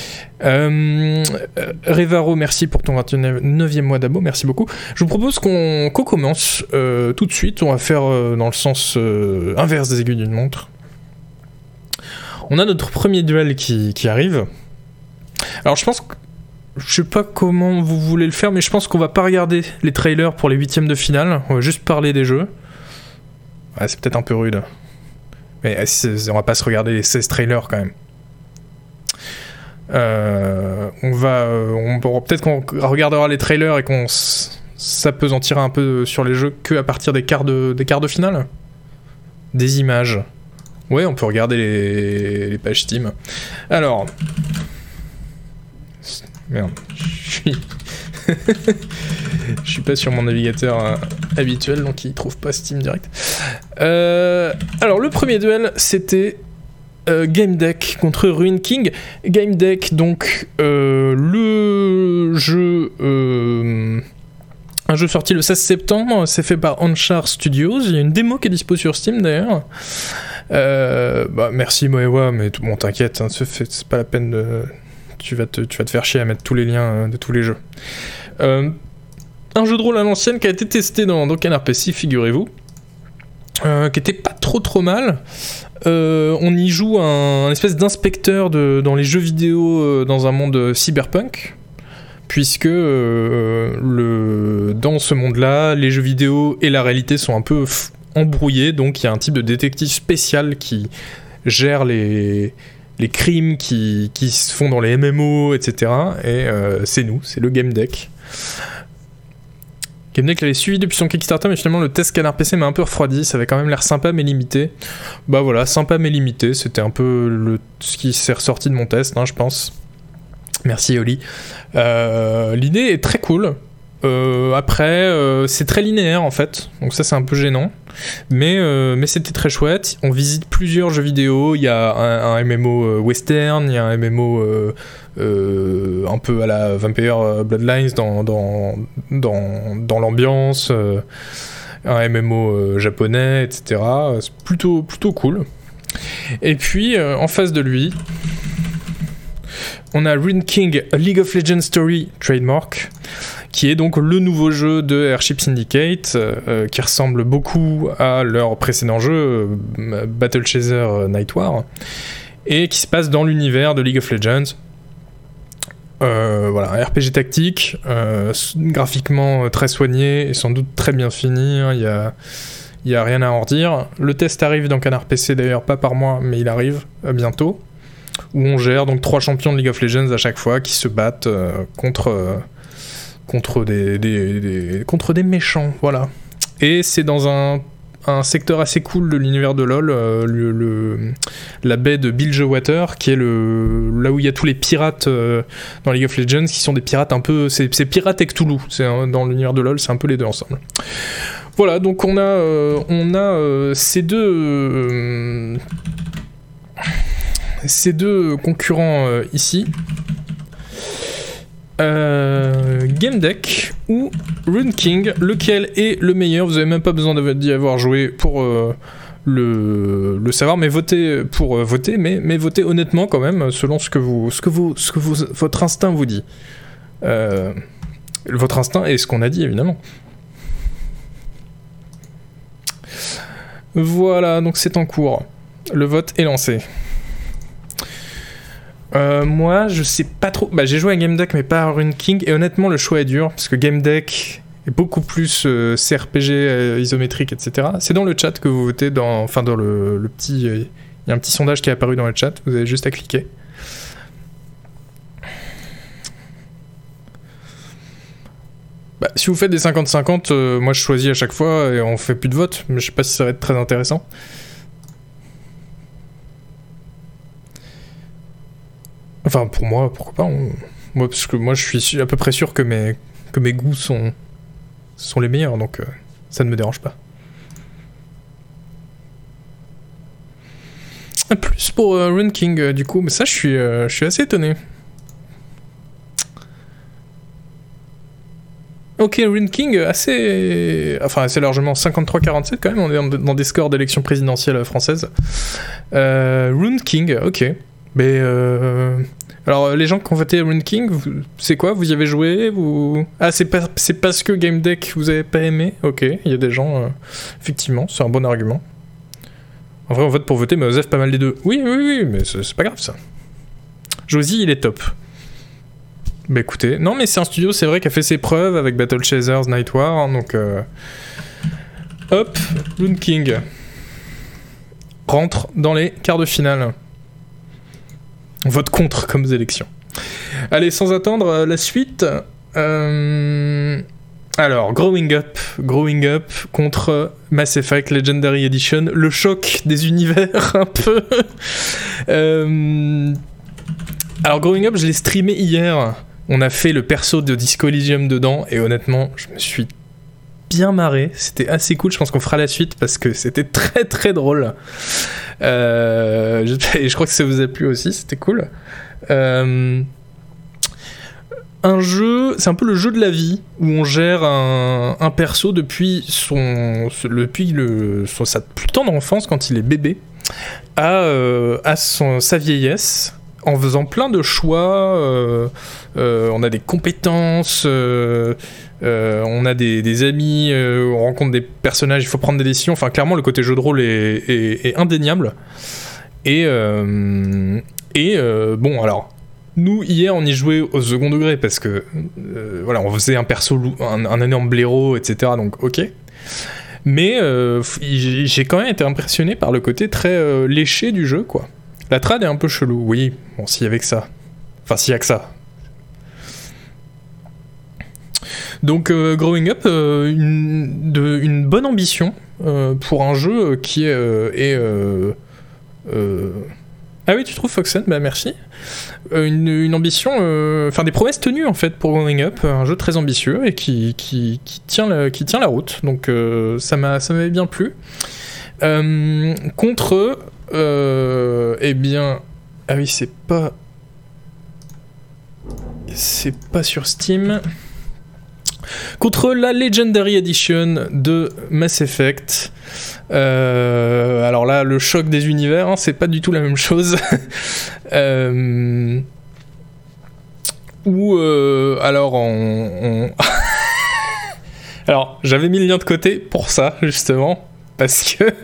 Revaro, merci pour ton 29e mois d'abo, merci beaucoup. Je vous propose qu'on commence tout de suite. On va faire dans le sens inverse des aiguilles d'une montre. On a notre premier duel qui arrive. Alors je pense que je sais pas comment vous voulez le faire, mais je pense qu'on va pas regarder les trailers pour les huitièmes de finale. On va juste parler des jeux. Ouais, c'est peut-être un peu rude. Mais on va pas se regarder les 16 trailers quand même. Peut-être qu'on regardera les trailers et qu'on s'apesantira un peu sur les jeux que à partir des quarts de finale. Des images. Ouais, on peut regarder les pages Steam. Alors... Merde, je suis pas sur mon navigateur habituel, donc il trouve pas Steam direct. Alors, le premier duel, c'était Game Deck contre Ruin King. Game Deck, donc, le jeu... un jeu sorti le 16 septembre, c'est fait par Onchar Studios. Il y a une démo qui est dispo sur Steam, d'ailleurs. Merci Moewa, mais bon, t'inquiète, hein, c'est pas la peine de... Tu vas te faire chier à mettre tous les liens de tous les jeux. Un jeu de rôle à l'ancienne qui a été testé dans Canard PC, figurez-vous, qui était pas trop mal. On y joue un espèce d'inspecteur dans les jeux vidéo dans un monde cyberpunk, puisque dans ce monde-là, les jeux vidéo et la réalité sont un peu embrouillés, donc il y a un type de détective spécial qui gère les crimes qui se font dans les MMO, etc. Et c'est le Game Deck. Game Deck l'avait suivi depuis son Kickstarter, mais finalement le test Canard PC m'a un peu refroidi. Ça avait quand même l'air sympa mais limité. Bah voilà, sympa mais limité. C'était un peu ce qui s'est ressorti de mon test, hein, je pense. Merci Oli. L'idée est très cool. Après, c'est très linéaire en fait, donc ça c'est un peu gênant, mais c'était très chouette. On visite plusieurs jeux vidéo. Il y a un MMO western, il y a un MMO un peu à la Vampire Bloodlines dans l'ambiance, un MMO japonais, etc. C'est plutôt cool. Et puis en face de lui, on a Ruin King, A League of Legends Story Trademark, qui est donc le nouveau jeu de Airship Syndicate, qui ressemble beaucoup à leur précédent jeu, Battle Chaser Night War, et qui se passe dans l'univers de League of Legends. Voilà, un RPG tactique, graphiquement très soigné et sans doute très bien fini, hein, il y a rien à en redire. Le test arrive dans Canard PC d'ailleurs, pas par mois, mais il arrive bientôt, où on gère donc 3 champions de League of Legends à chaque fois qui se battent contre des méchants, voilà. Et c'est dans un secteur assez cool de l'univers de LoL, la baie de Bilgewater, qui est là où il y a tous les pirates dans League of Legends, qui sont des pirates un peu... C'est Pirates et Cthulhu, dans l'univers de LoL, c'est un peu les deux ensemble. Voilà, donc on a ces deux concurrents ici. Game Deck ou Ruin King, lequel est le meilleur? Vous avez même pas besoin d'y avoir joué pour le savoir, mais votez pour voter, mais votez honnêtement quand même, selon ce que votre instinct vous dit. Votre instinct et ce qu'on a dit évidemment. Voilà, donc c'est en cours. Le vote est lancé. Moi, je sais pas trop. J'ai joué à Game Deck, mais pas à Ruin King. Et honnêtement, le choix est dur, parce que Game Deck est beaucoup plus CRPG isométrique, etc. C'est dans le chat que vous votez, dans le petit... Il y a un petit sondage qui est apparu dans le chat, vous avez juste à cliquer. Si vous faites des 50-50, moi je choisis à chaque fois et on fait plus de vote, mais je sais pas si ça va être très intéressant. Enfin, pour moi, pourquoi pas. Moi, parce que moi, je suis à peu près sûr que mes goûts sont les meilleurs, donc ça ne me dérange pas. Plus pour Ruin King, du coup, mais ça, je suis assez étonné. Ok, Ruin King, assez largement, 53-47 quand même, on est dans des scores d'élection présidentielle française. Ruin King, ok. Mais alors les gens qui ont voté Ruin King, c'est quoi? Vous y avez joué? C'est parce que Game Deck vous avez pas aimé? Ok, il y a des gens, effectivement, c'est un bon argument. En vrai on vote pour voter, mais Osef pas mal des deux. Oui, mais c'est pas grave ça. Josie il est top. Bah écoutez, non mais c'est un studio, c'est vrai, qui a fait ses preuves avec Battle Chasers Night War, hein, donc hop, Ruin King rentre dans les quarts de finale. vote contre comme élections. Allez, sans attendre la suite. Alors, Growing Up contre Mass Effect Legendary Edition, le choc des univers un peu. Alors, Growing Up, je l'ai streamé hier. On a fait le perso de Disco Elysium dedans, et honnêtement, je me suis bien marré. C'était assez cool. Je pense qu'on fera la suite parce que c'était très très drôle. Et je crois que ça vous a plu aussi. C'était cool. Un jeu, c'est un peu le jeu de la vie où on gère un perso depuis sa plus tendre enfance quand il est bébé à sa vieillesse, en faisant plein de choix. On a des compétences, on a des amis, on rencontre des personnages, il faut prendre des décisions. Enfin, clairement, le côté jeu de rôle est indéniable. Et bon, alors. Nous, hier, on y jouait au second degré parce que, voilà, on faisait un perso, un énorme blaireau, etc. Donc, ok. Mais j'ai quand même été impressionné par le côté très léché du jeu, quoi. La trad est un peu chelou, oui. Bon, s'il y avait que ça. Enfin, s'il y a que ça. Donc, Growing Up, une bonne ambition pour un jeu qui est... Ah oui, tu trouves, Foxen? Bah merci. Une ambition, enfin des promesses tenues en fait pour Growing Up, un jeu très ambitieux et qui tient la route. Donc ça m'avait bien plu. Contre, eh bien, ah oui, c'est pas sur Steam. Contre la Legendary Edition de Mass Effect. Alors là, le choc des univers, hein, c'est pas du tout la même chose. Alors alors, j'avais mis le lien de côté pour ça, justement, parce que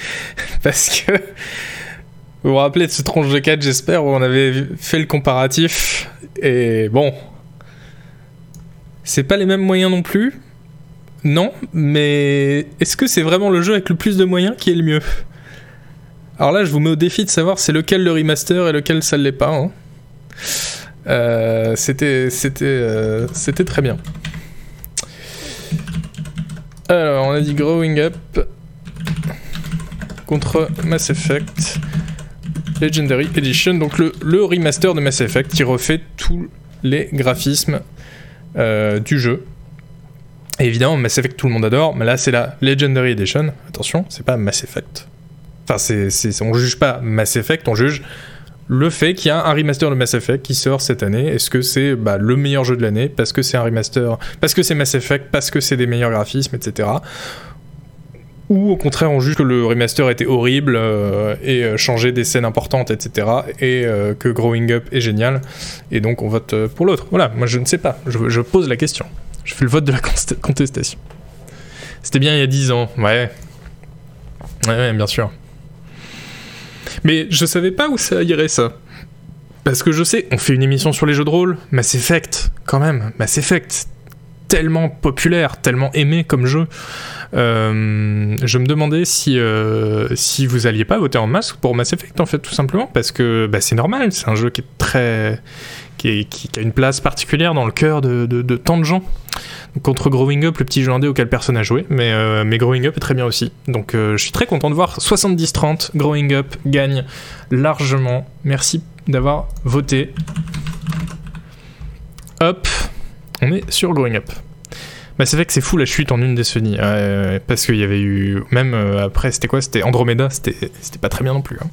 vous vous rappelez de ce tronche de 4, j'espère, où on avait fait le comparatif, et bon... C'est pas les mêmes moyens non plus. Non, mais est-ce que c'est vraiment le jeu avec le plus de moyens qui est le mieux ? Alors là, je vous mets au défi de savoir c'est lequel le remaster et lequel ça ne l'est pas. Hein. C'était très bien. Alors, on a dit Growing Up contre Mass Effect Legendary Edition. Donc le remaster de Mass Effect qui refait tous les graphismes du jeu. Et évidemment, Mass Effect, tout le monde adore, mais là, c'est la Legendary Edition. Attention, c'est pas Mass Effect. Enfin, on juge pas Mass Effect, on juge le fait qu'il y a un remaster de Mass Effect qui sort cette année. Est-ce que c'est le meilleur jeu de l'année parce que c'est un remaster, parce que c'est Mass Effect, parce que c'est des meilleurs graphismes, etc. Ou au contraire, on juge que le remaster était horrible et changeait des scènes importantes, etc. Et que Growing Up est génial. Et donc, on vote pour l'autre. Voilà, moi, je ne sais pas. Je pose la question. Je fais le vote de la contestation. C'était bien il y a 10 ans. Ouais, bien sûr. Mais je savais pas où ça irait, ça. Parce que je sais, on fait une émission sur les jeux de rôle. Mass Effect, quand même. Mass Effect, tellement populaire, tellement aimé comme jeu. Je me demandais si vous alliez pas voter en masse pour Mass Effect, en fait, tout simplement. Parce que c'est normal, c'est un jeu qui est très... qui a une place particulière dans le cœur de tant de gens. Contre Growing Up, le petit jeu indé auquel personne n'a joué, mais Growing Up est très bien aussi. Donc je suis très content de voir 70-30, Growing Up gagne largement. Merci d'avoir voté. Hop, on est sur Growing Up. C'est vrai que c'est fou la chute en une décennie, parce qu'il y avait eu, même après, c'était quoi ? C'était Andromeda, c'était pas très bien non plus. Hein.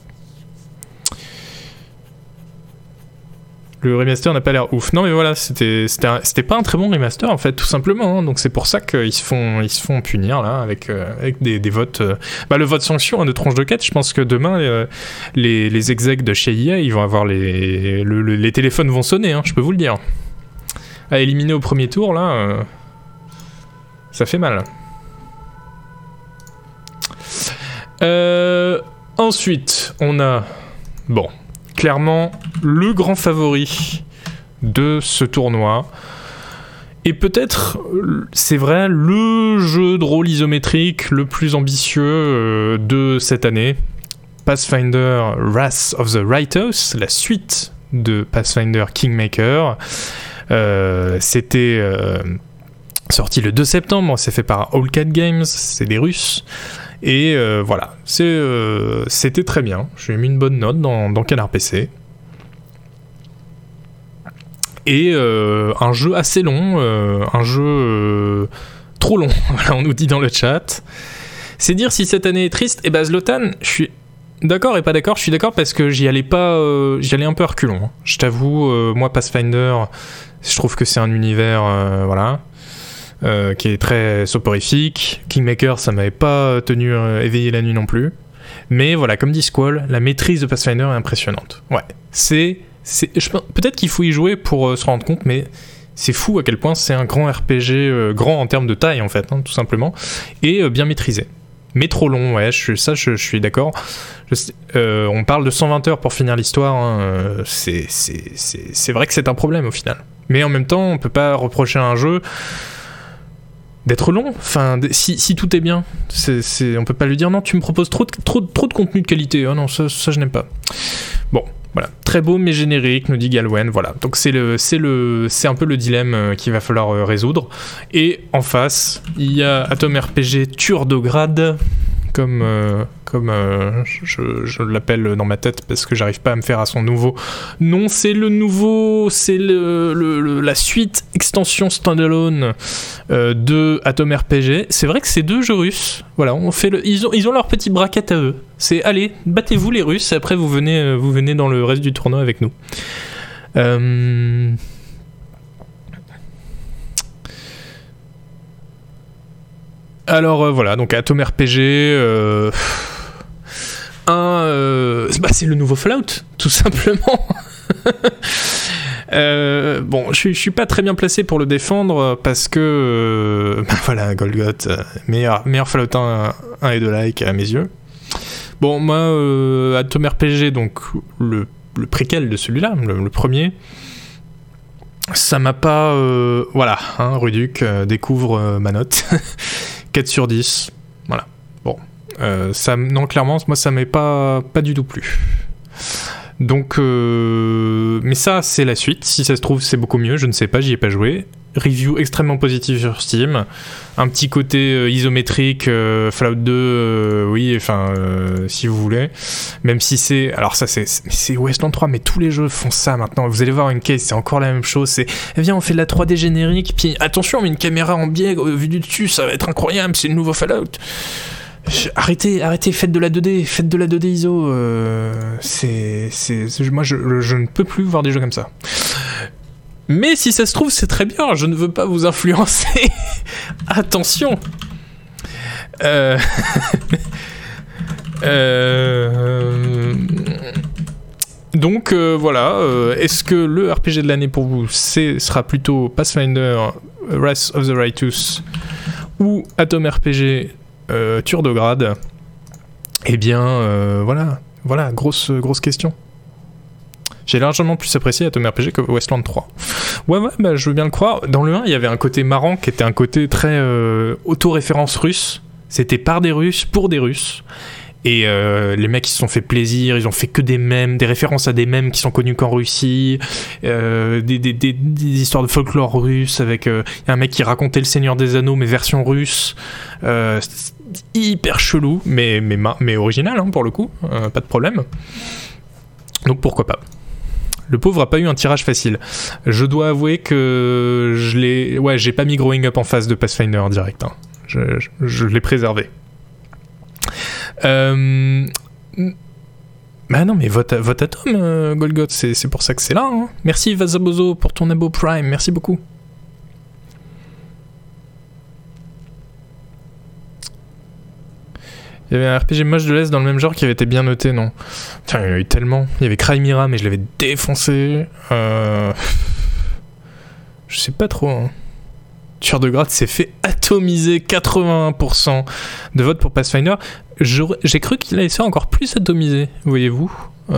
Le remaster n'a pas l'air ouf. Non mais voilà, c'était pas un très bon remaster en fait, tout simplement. Hein. Donc c'est pour ça qu'ils se font punir là avec des votes. Le vote sanction de tronche de quête. Je pense que demain les execs de chez EA, ils vont avoir les téléphones vont sonner. Hein, je peux vous le dire. À éliminer au premier tour là, ça fait mal. Ensuite, on a clairement le grand favori de ce tournoi et peut-être, c'est vrai, le jeu de rôle isométrique le plus ambitieux de cette année, Pathfinder Wrath of the Righteous, la suite de Pathfinder Kingmaker. C'était sorti le 2 septembre, c'est fait par Owlcat Games, c'est des Russes. Et voilà, c'était très bien. J'ai mis une bonne note dans Canard PC. Et un jeu assez long, un jeu trop long, voilà, on nous dit dans le chat. C'est dire si cette année est triste. Et bah Zlotan, je suis d'accord et pas d'accord. Je suis d'accord parce que j'y allais un peu à reculons. Hein. Je t'avoue, moi Pathfinder, je trouve que c'est un univers, voilà, qui est très soporifique. Kingmaker, ça m'avait pas tenu éveillé la nuit non plus. Mais voilà, comme dit Squall, la maîtrise de Pathfinder est impressionnante. Ouais, peut-être qu'il faut y jouer pour se rendre compte, mais c'est fou à quel point c'est un grand RPG, grand en termes de taille en fait, hein, tout simplement, et bien maîtrisé. Mais trop long, ouais, je suis d'accord. On parle de 120 heures pour finir l'histoire, hein, c'est vrai que c'est un problème au final. Mais en même temps, on peut pas reprocher à un jeu d'être long. Enfin, si tout est bien, on peut pas lui dire non, tu me proposes trop de contenu de qualité. Oh non, ça je n'aime pas. Bon, voilà, très beau mais générique, nous dit Galwen. Voilà, donc c'est un peu le dilemme qu'il va falloir résoudre. Et en face, il y a Atom RPG Turdograd, comme je l'appelle dans ma tête parce que j'arrive pas à me faire à son nouveau nom. C'est la suite extension standalone de Atom RPG. C'est vrai que c'est 2 jeux russes. Voilà, ils ont leur petit bracket à eux. C'est allez, battez-vous les Russes et après vous venez dans le reste du tournoi avec nous. Alors voilà, donc Atom RPG, c'est le nouveau Fallout, tout simplement. Bon, je suis pas très bien placé pour le défendre parce que voilà, Golgoth, meilleur Fallout 1 et 2 like à mes yeux. Bon, moi, Atom RPG, donc le préquel de celui-là, le premier, ça m'a pas... voilà, hein, Ruduc découvre ma note. 4 sur 10, voilà. Bon, non, clairement, moi, ça m'est pas du tout plu. Donc, mais ça, c'est la suite. Si ça se trouve, c'est beaucoup mieux, je ne sais pas, j'y ai pas joué. Review extrêmement positive sur Steam. Un petit côté isométrique, Fallout 2, oui, enfin, si vous voulez. Même si c'est... Alors ça, c'est Wasteland 3, mais tous les jeux font ça maintenant. Vous allez voir une case, c'est encore la même chose. Viens, on fait de la 3D générique, puis attention, on met une caméra en biais, vue du dessus, ça va être incroyable, c'est le nouveau Fallout. Arrêtez, faites de la 2D ISO. Moi, je ne peux plus voir des jeux comme ça. Mais si ça se trouve, c'est très bien, je ne veux pas vous influencer. Attention. Donc voilà, est-ce que le RPG de l'année pour vous sera plutôt Pathfinder Wrath of the Righteous ou Atom RPG Turdograd? Eh bien voilà, grosse question. J'ai largement plus apprécié Atom RPG que Wasteland 3. Ouais, bah, je veux bien le croire. Dans le 1, il y avait un côté marrant qui était un côté très auto-référence russe. C'était par des Russes, pour des Russes. Et les mecs, ils se sont fait plaisir, ils ont fait que des mèmes, des références à des mèmes qui sont connus qu'en Russie, des histoires de folklore russe avec un mec qui racontait le Seigneur des Anneaux, mais version russe. Hyper chelou, mais original, hein, pour le coup, pas de problème. Donc pourquoi pas. Le pauvre a pas eu un tirage facile. Je dois avouer que j'ai pas mis Growing Up en face de Pathfinder en direct. Hein. Je l'ai préservé. Bah non, mais vote Atom, Golgoth, c'est pour ça que c'est là. Hein. Merci Vazabozo pour ton abo Prime, merci beaucoup. Il y avait un RPG moche de l'Est dans le même genre qui avait été bien noté, non? Enfin, il y en a eu tellement. Il y avait Crimea, mais je l'avais défoncé. Je sais pas trop. Hein. Turdograd s'est fait atomiser 81% de votes pour Pathfinder. J'ai cru qu'il allait se faire encore plus atomiser, voyez-vous.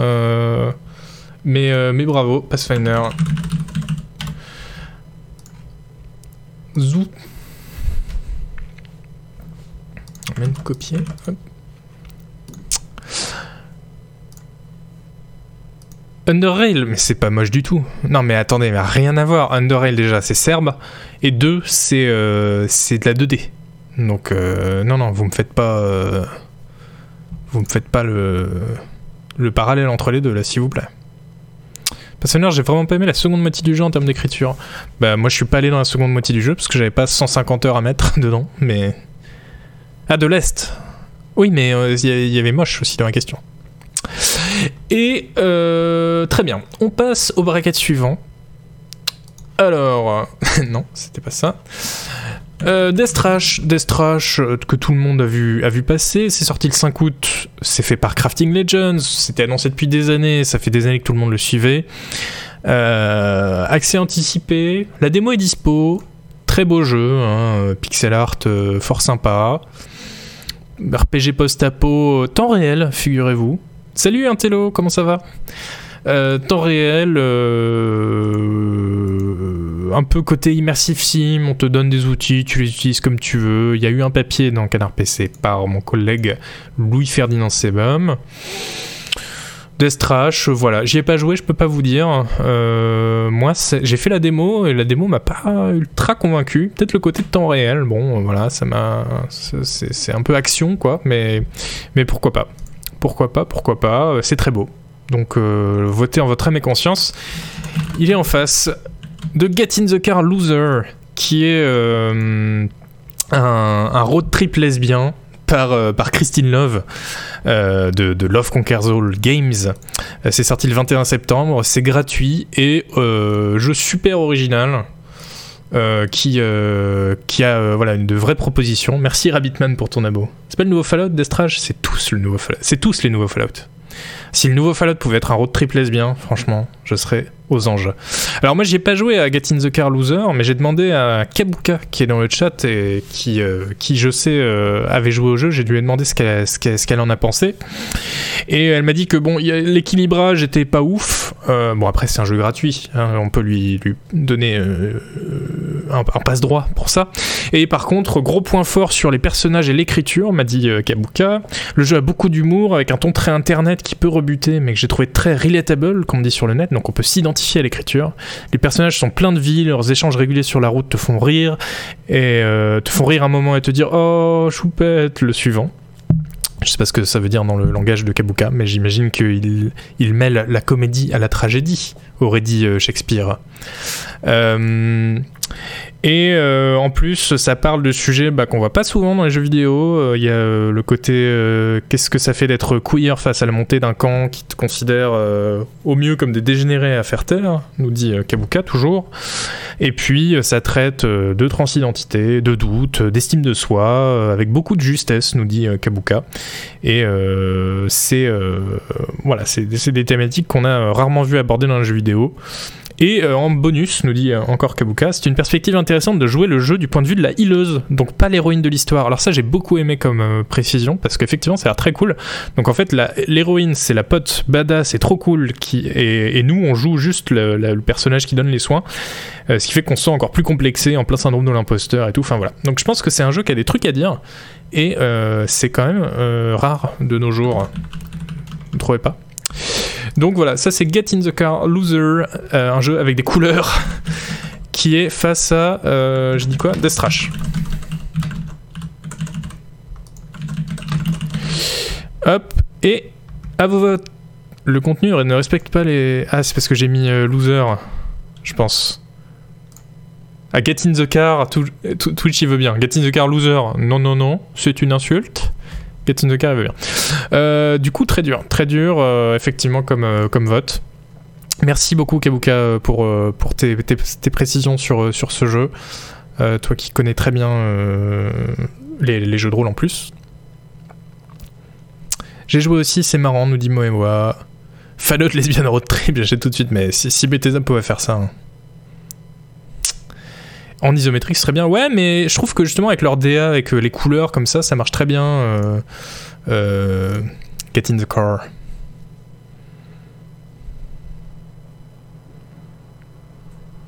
Mais bravo, Pathfinder. Zou. On va même copier. Hop. Underrail, mais c'est pas moche du tout. Non mais attendez, mais rien à voir. Underrail déjà, c'est serbe. Et 2, c'est de la 2D. Donc non, vous me faites pas le parallèle entre les deux là, s'il vous plaît. Personnellement, j'ai vraiment pas aimé la seconde moitié du jeu en termes d'écriture. Bah moi je suis pas allé dans la seconde moitié du jeu parce que j'avais pas 150 heures à mettre dedans, mais... Ah, de l'Est. Oui, mais il y avait moche aussi dans la question. Et très bien, on passe au bracket suivant. Alors, non, c'était pas ça. Death Trash, que tout le monde a vu passer, c'est sorti le 5 août, c'est fait par Crafting Legends, c'était annoncé depuis des années, ça fait des années que tout le monde le suivait. Accès anticipé, la démo est dispo, très beau jeu, hein, pixel art fort sympa, RPG post-apo, temps réel, figurez-vous. Salut Intello, comment ça va ? Temps réel, un peu côté immersive sim, on te donne des outils, tu les utilises comme tu veux. Il y a eu un papier dans Canard PC par mon collègue Louis-Ferdinand Sebum. Death Trash, voilà, j'y ai pas joué, je peux pas vous dire. Moi, j'ai fait la démo et la démo m'a pas ultra convaincu. Peut-être le côté de temps réel, bon, voilà, c'est un peu action, quoi, mais pourquoi pas. Pourquoi pas, c'est très beau. Donc votez en votre âme et conscience. Il est en face de Get in the Car Loser, qui est un road trip lesbien par Christine Love de Love Conquers All Games. C'est sorti le 21 septembre, c'est gratuit et jeu super original. Qui a voilà, de vraies propositions. Merci Rabbitman pour ton abo. C'est pas le nouveau Fallout, Death Trash, c'est tous les nouveaux Fallout. Si le nouveau Fallout pouvait être un road trip lesbien, franchement, je serais aux anges. Alors moi, j'y ai pas joué à Get in the Car Loser, mais j'ai demandé à Kabuka, qui est dans le chat et qui je sais, avait joué au jeu. J'ai lui ai demandé ce qu'elle en a pensé. Et elle m'a dit que bon, l'équilibrage était pas ouf. Bon, après, c'est un jeu gratuit. Hein, on peut lui donner un passe-droit pour ça. Et par contre, gros point fort sur les personnages et l'écriture, m'a dit Kabuka. Le jeu a beaucoup d'humour, avec un ton très internet qui peut rebuter, mais que j'ai trouvé très relatable, comme on dit sur le net, donc on peut s'identifier à l'écriture. Les personnages sont pleins de vie, leurs échanges réguliers sur la route te font rire, et te font rire un moment et te dire « Oh, choupette !» le suivant. Je sais pas ce que ça veut dire dans le langage de Kabuka, mais j'imagine qu'il mêle la comédie à la tragédie, aurait dit Shakespeare. Et en plus, ça parle de sujets qu'on voit pas souvent dans les jeux vidéo. Il y a le côté qu'est-ce que ça fait d'être queer face à la montée d'un camp qui te considère au mieux comme des dégénérés à faire taire, nous dit Kabuka toujours. Et puis ça traite de transidentité, de doute, d'estime de soi, avec beaucoup de justesse, nous dit Kabuka. Et c'est des thématiques qu'on a rarement vu aborder dans les jeux vidéo. Et en bonus, nous dit encore Kabuka, c'est une perspective intéressante de jouer le jeu du point de vue de la healeuse, donc pas l'héroïne de l'histoire. Alors ça, j'ai beaucoup aimé comme précision, parce qu'effectivement, ça a l'air très cool. Donc en fait, l'héroïne, c'est la pote badass et trop cool, et nous, on joue juste le personnage qui donne les soins, ce qui fait qu'on se sent encore plus complexé, en plein syndrome de l'imposteur et tout. Enfin voilà. Donc je pense que c'est un jeu qui a des trucs à dire, et c'est quand même rare de nos jours. Vous ne trouvez pas ? Donc voilà, ça c'est Get in the Car Loser, un jeu avec des couleurs qui est face à, je dis quoi, Death Trash. Hop, et à vos votes. Le contenu ne respecte pas les... Ah, c'est parce que j'ai mis loser, je pense. Ah, Get in the Car, Twitch il veut bien. Get in the Car Loser, non, c'est une insulte. Get in the Car, il veut bien. Du coup, très dur, effectivement, comme vote. Merci beaucoup, Kabuka, pour tes précisions sur ce jeu. Toi qui connais très bien les jeux de rôle en plus. J'ai joué aussi, c'est marrant, nous dit Moewa. Fallout Lesbian Road Trip, j'achète tout de suite, mais si Bethesda pouvait faire ça... Hein. En isométrique, ce serait bien. Ouais, mais je trouve que justement, avec leur DA, avec les couleurs comme ça marche très bien. Get in the Car.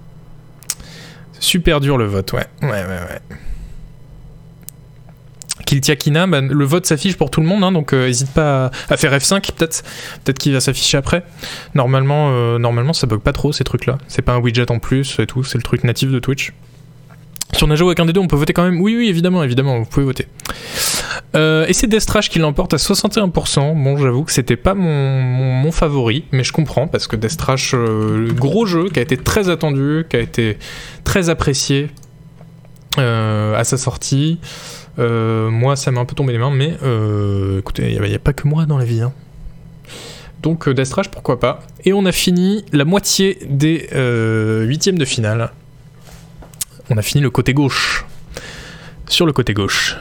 Super dur le vote, ouais. Kiltiakina, bah, le vote s'affiche pour tout le monde, hein, donc n'hésite pas à faire F5, peut-être qu'il va s'afficher après. Normalement ça bug pas trop ces trucs-là. C'est pas un widget en plus et tout, c'est le truc natif de Twitch. Si on a joué avec un des deux, on peut voter quand même. Oui, évidemment, vous pouvez voter. Et c'est Deathtrash qui l'emporte à 61%. Bon, j'avoue que c'était pas mon favori, mais je comprends, parce que Deathtrash, gros jeu, qui a été très attendu, qui a été très apprécié à sa sortie. Moi, ça m'a un peu tombé les mains, mais écoutez, il n'y a pas que moi dans la vie, hein. Donc Deathtrash, pourquoi pas. Et on a fini la moitié des 8e de finale. On a fini le côté gauche. Sur le côté gauche.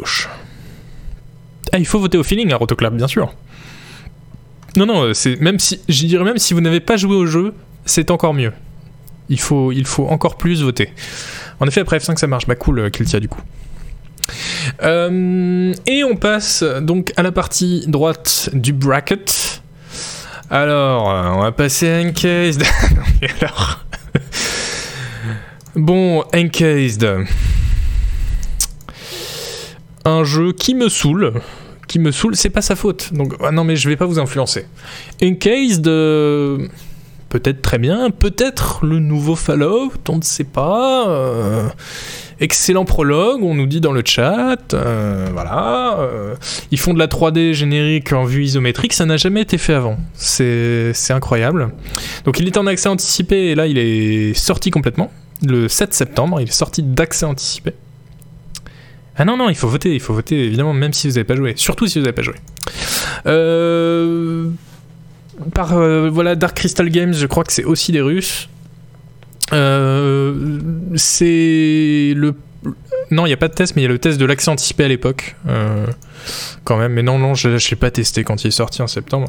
Ah, il faut voter au feeling à Rotoclap, bien sûr. Non, c'est je dirais même si vous n'avez pas joué au jeu, c'est encore mieux. Il faut encore plus voter. En effet, après F5, ça marche. Bah cool, Kiltia, du coup. Et on passe donc à la partie droite du bracket. Alors, on va passer à Encased. Alors... Bon, Encased. Un jeu qui me saoule, c'est pas sa faute. Donc, non, mais je vais pas vous influencer. Encased, peut-être très bien, peut-être le nouveau Fallout, on ne sait pas. Excellent prologue, on nous dit dans le chat. Voilà. Ils font de la 3D générique en vue isométrique, ça n'a jamais été fait avant. C'est incroyable. Donc, il était en accès anticipé et là, il est sorti complètement. Le 7 septembre, il est sorti d'accès anticipé. Ah non, il faut voter évidemment, même si vous n'avez pas joué. Surtout si vous n'avez pas joué. Voilà, Dark Crystal Games, je crois que c'est aussi des Russes. C'est le... Non, il n'y a pas de test, mais il y a le test de l'accès anticipé à l'époque. Quand même, mais non, je ne l'ai pas testé quand il est sorti en septembre.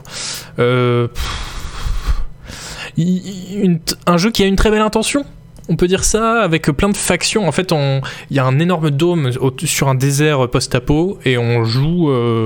Un jeu qui a une très belle intention. On peut dire ça, avec plein de factions. En fait, il y a un énorme dôme sur un désert post-apo et on joue...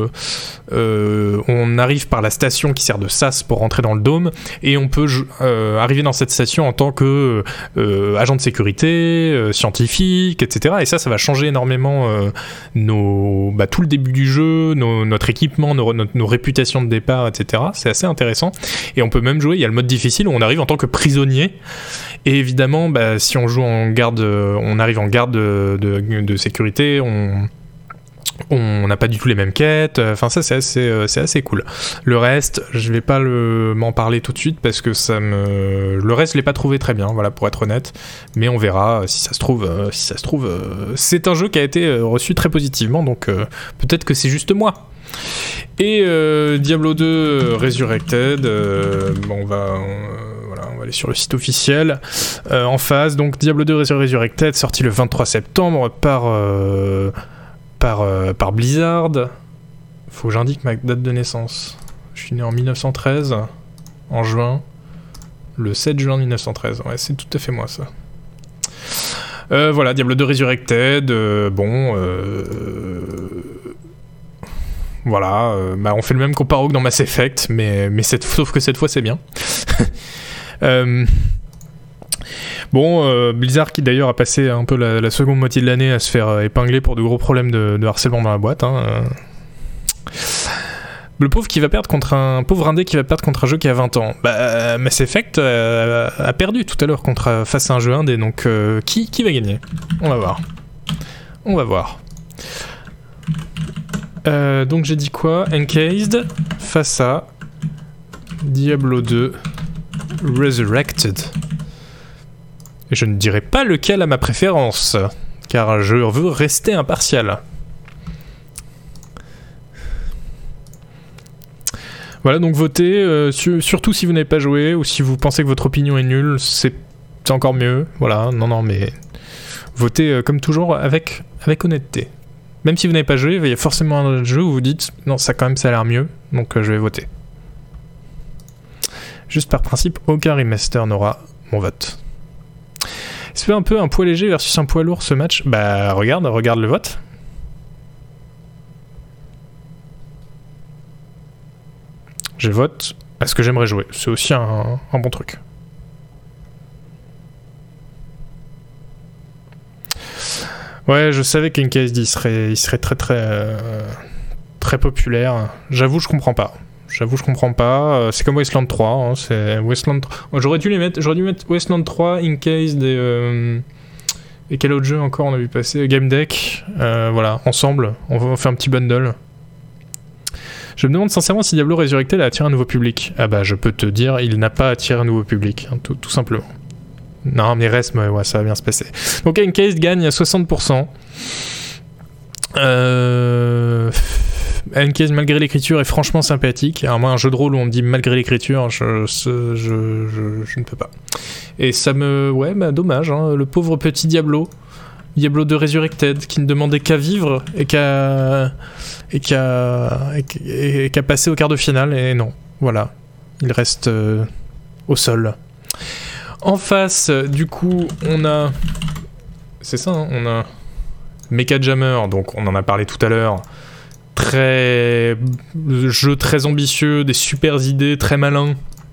on arrive par la station qui sert de sas pour rentrer dans le dôme et on peut arriver dans cette station en tant que agent de sécurité, scientifique, etc. Et ça va changer énormément tout le début du jeu, notre équipement, nos réputations de départ, etc. C'est assez intéressant. Et on peut même jouer, il y a le mode difficile où on arrive en tant que prisonnier. Et évidemment, si on joue en garde, on arrive en garde de sécurité, on n'a pas du tout les mêmes quêtes. Enfin, ça, c'est assez cool. Le reste, je vais pas m'en parler tout de suite parce que le reste, je l'ai pas trouvé très bien, voilà, pour être honnête. Mais on verra si ça se trouve. C'est un jeu qui a été reçu très positivement, donc peut-être que c'est juste moi. Et Diablo 2 Resurrected, on va aller sur le site officiel. En phase, donc Diablo 2 Resurrected, sorti le 23 septembre par Blizzard. Faut que j'indique ma date de naissance. Je suis né en 1913, en juin, le 7 juin 1913. Ouais, c'est tout à fait moi, ça. Voilà, Diablo 2 Resurrected, voilà, on fait le même comparo que dans Mass Effect, mais sauf que cette fois c'est bien. Blizzard qui d'ailleurs a passé un peu la seconde moitié de l'année à se faire épingler pour de gros problèmes de harcèlement dans la boîte. Le pauvre qui va perdre contre un pauvre indé qui va perdre contre un jeu qui a 20 ans. Mass Effect a perdu tout à l'heure face à un jeu indé, donc qui va gagner ? On va voir. Donc j'ai dit quoi ? Encased face à Diablo 2 Resurrected. Et je ne dirai pas lequel a ma préférence, car je veux rester impartial. Voilà, donc votez, surtout si vous n'avez pas joué, ou si vous pensez que votre opinion est nulle, c'est encore mieux. Voilà, non, mais votez comme toujours avec honnêteté. Même si vous n'avez pas joué, il y a forcément un jeu où vous dites non, ça a l'air mieux, donc je vais voter. Juste par principe, aucun remaster n'aura mon vote. C'est un peu un poids léger versus un poids lourd ce match. Regarde le vote. Je vote à ce que j'aimerais jouer. C'est aussi un bon truc. Ouais, je savais qu'Encased, il serait très populaire. J'avoue, je comprends pas. C'est comme Wasteland 3. Hein, c'est Wasteland 3. J'aurais dû mettre Wasteland 3, Encased et quel autre jeu encore on a vu passer, Game Deck. Voilà, ensemble, on fait un petit bundle. Je me demande sincèrement si Diablo Resurrected a attiré un nouveau public. Ah bah, je peux te dire, il n'a pas attiré un nouveau public, hein, tout simplement. Non, mais reste, ouais, ça va bien se passer. Donc Encased gagne à 60%. Encased, malgré l'écriture, est franchement sympathique. Alors moi, un jeu de rôle où on me dit malgré l'écriture, je ne peux pas. Et ça me... Ouais, bah dommage, hein, le pauvre petit Diablo 2 Resurrected, qui ne demandait qu'à vivre et qu'à passer au quart de finale, et non, voilà. Il reste au sol. En face, du coup, on a... C'est ça, hein, on a... Mecha Jammer, donc on en a parlé tout à l'heure. Jeu très ambitieux, des super idées, très malin.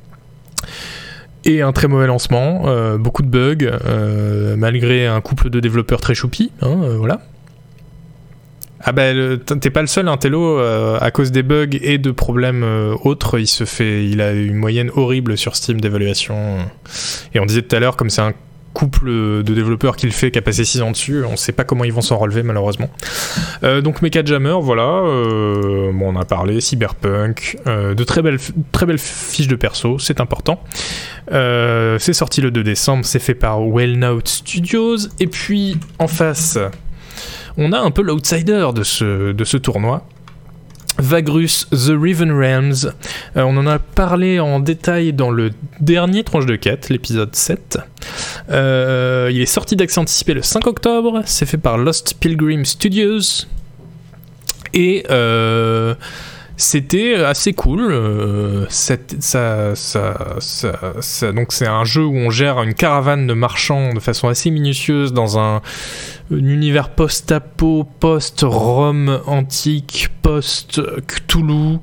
Et un très mauvais lancement, beaucoup de bugs, malgré un couple de développeurs très choupis, hein, voilà. Ah bah, t'es pas le seul, hein, Tello, à cause des bugs et de problèmes autres, il a une moyenne horrible sur Steam d'évaluation. Et on disait tout à l'heure, comme c'est un couple de développeurs qui le fait, qui a passé 6 ans dessus, on sait pas comment ils vont s'en relever malheureusement. Donc Mecha Jammer, voilà, bon, on a parlé, Cyberpunk, de très belles fiches de perso, c'est important. C'est sorti le 2 décembre, c'est fait par Wellnout Studios, et puis en face, on a un peu l'outsider de ce tournoi. Vagrus The Riven Realms. On en a parlé en détail dans le dernier tranche de quête, l'épisode 7. Il est sorti d'accès anticipé le 5 octobre. C'est fait par Lost Pilgrim Studios. Et c'était assez cool. Donc c'est un jeu où on gère une caravane de marchands de façon assez minutieuse dans un univers post-apo, post-Rome antique, post-Cthulhu,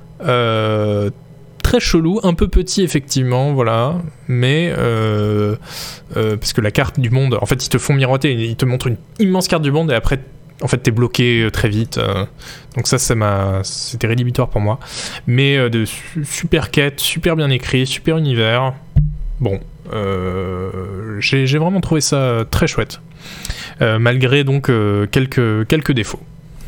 très chelou, un peu petit effectivement, voilà, mais parce que la carte du monde, en fait ils te font miroiter, ils te montrent une immense carte du monde et après en fait t'es bloqué très vite, donc c'était rédhibitoire pour moi, mais de super quêtes, super bien écrit, super univers, bon, j'ai vraiment trouvé ça très chouette. Malgré donc quelques défauts.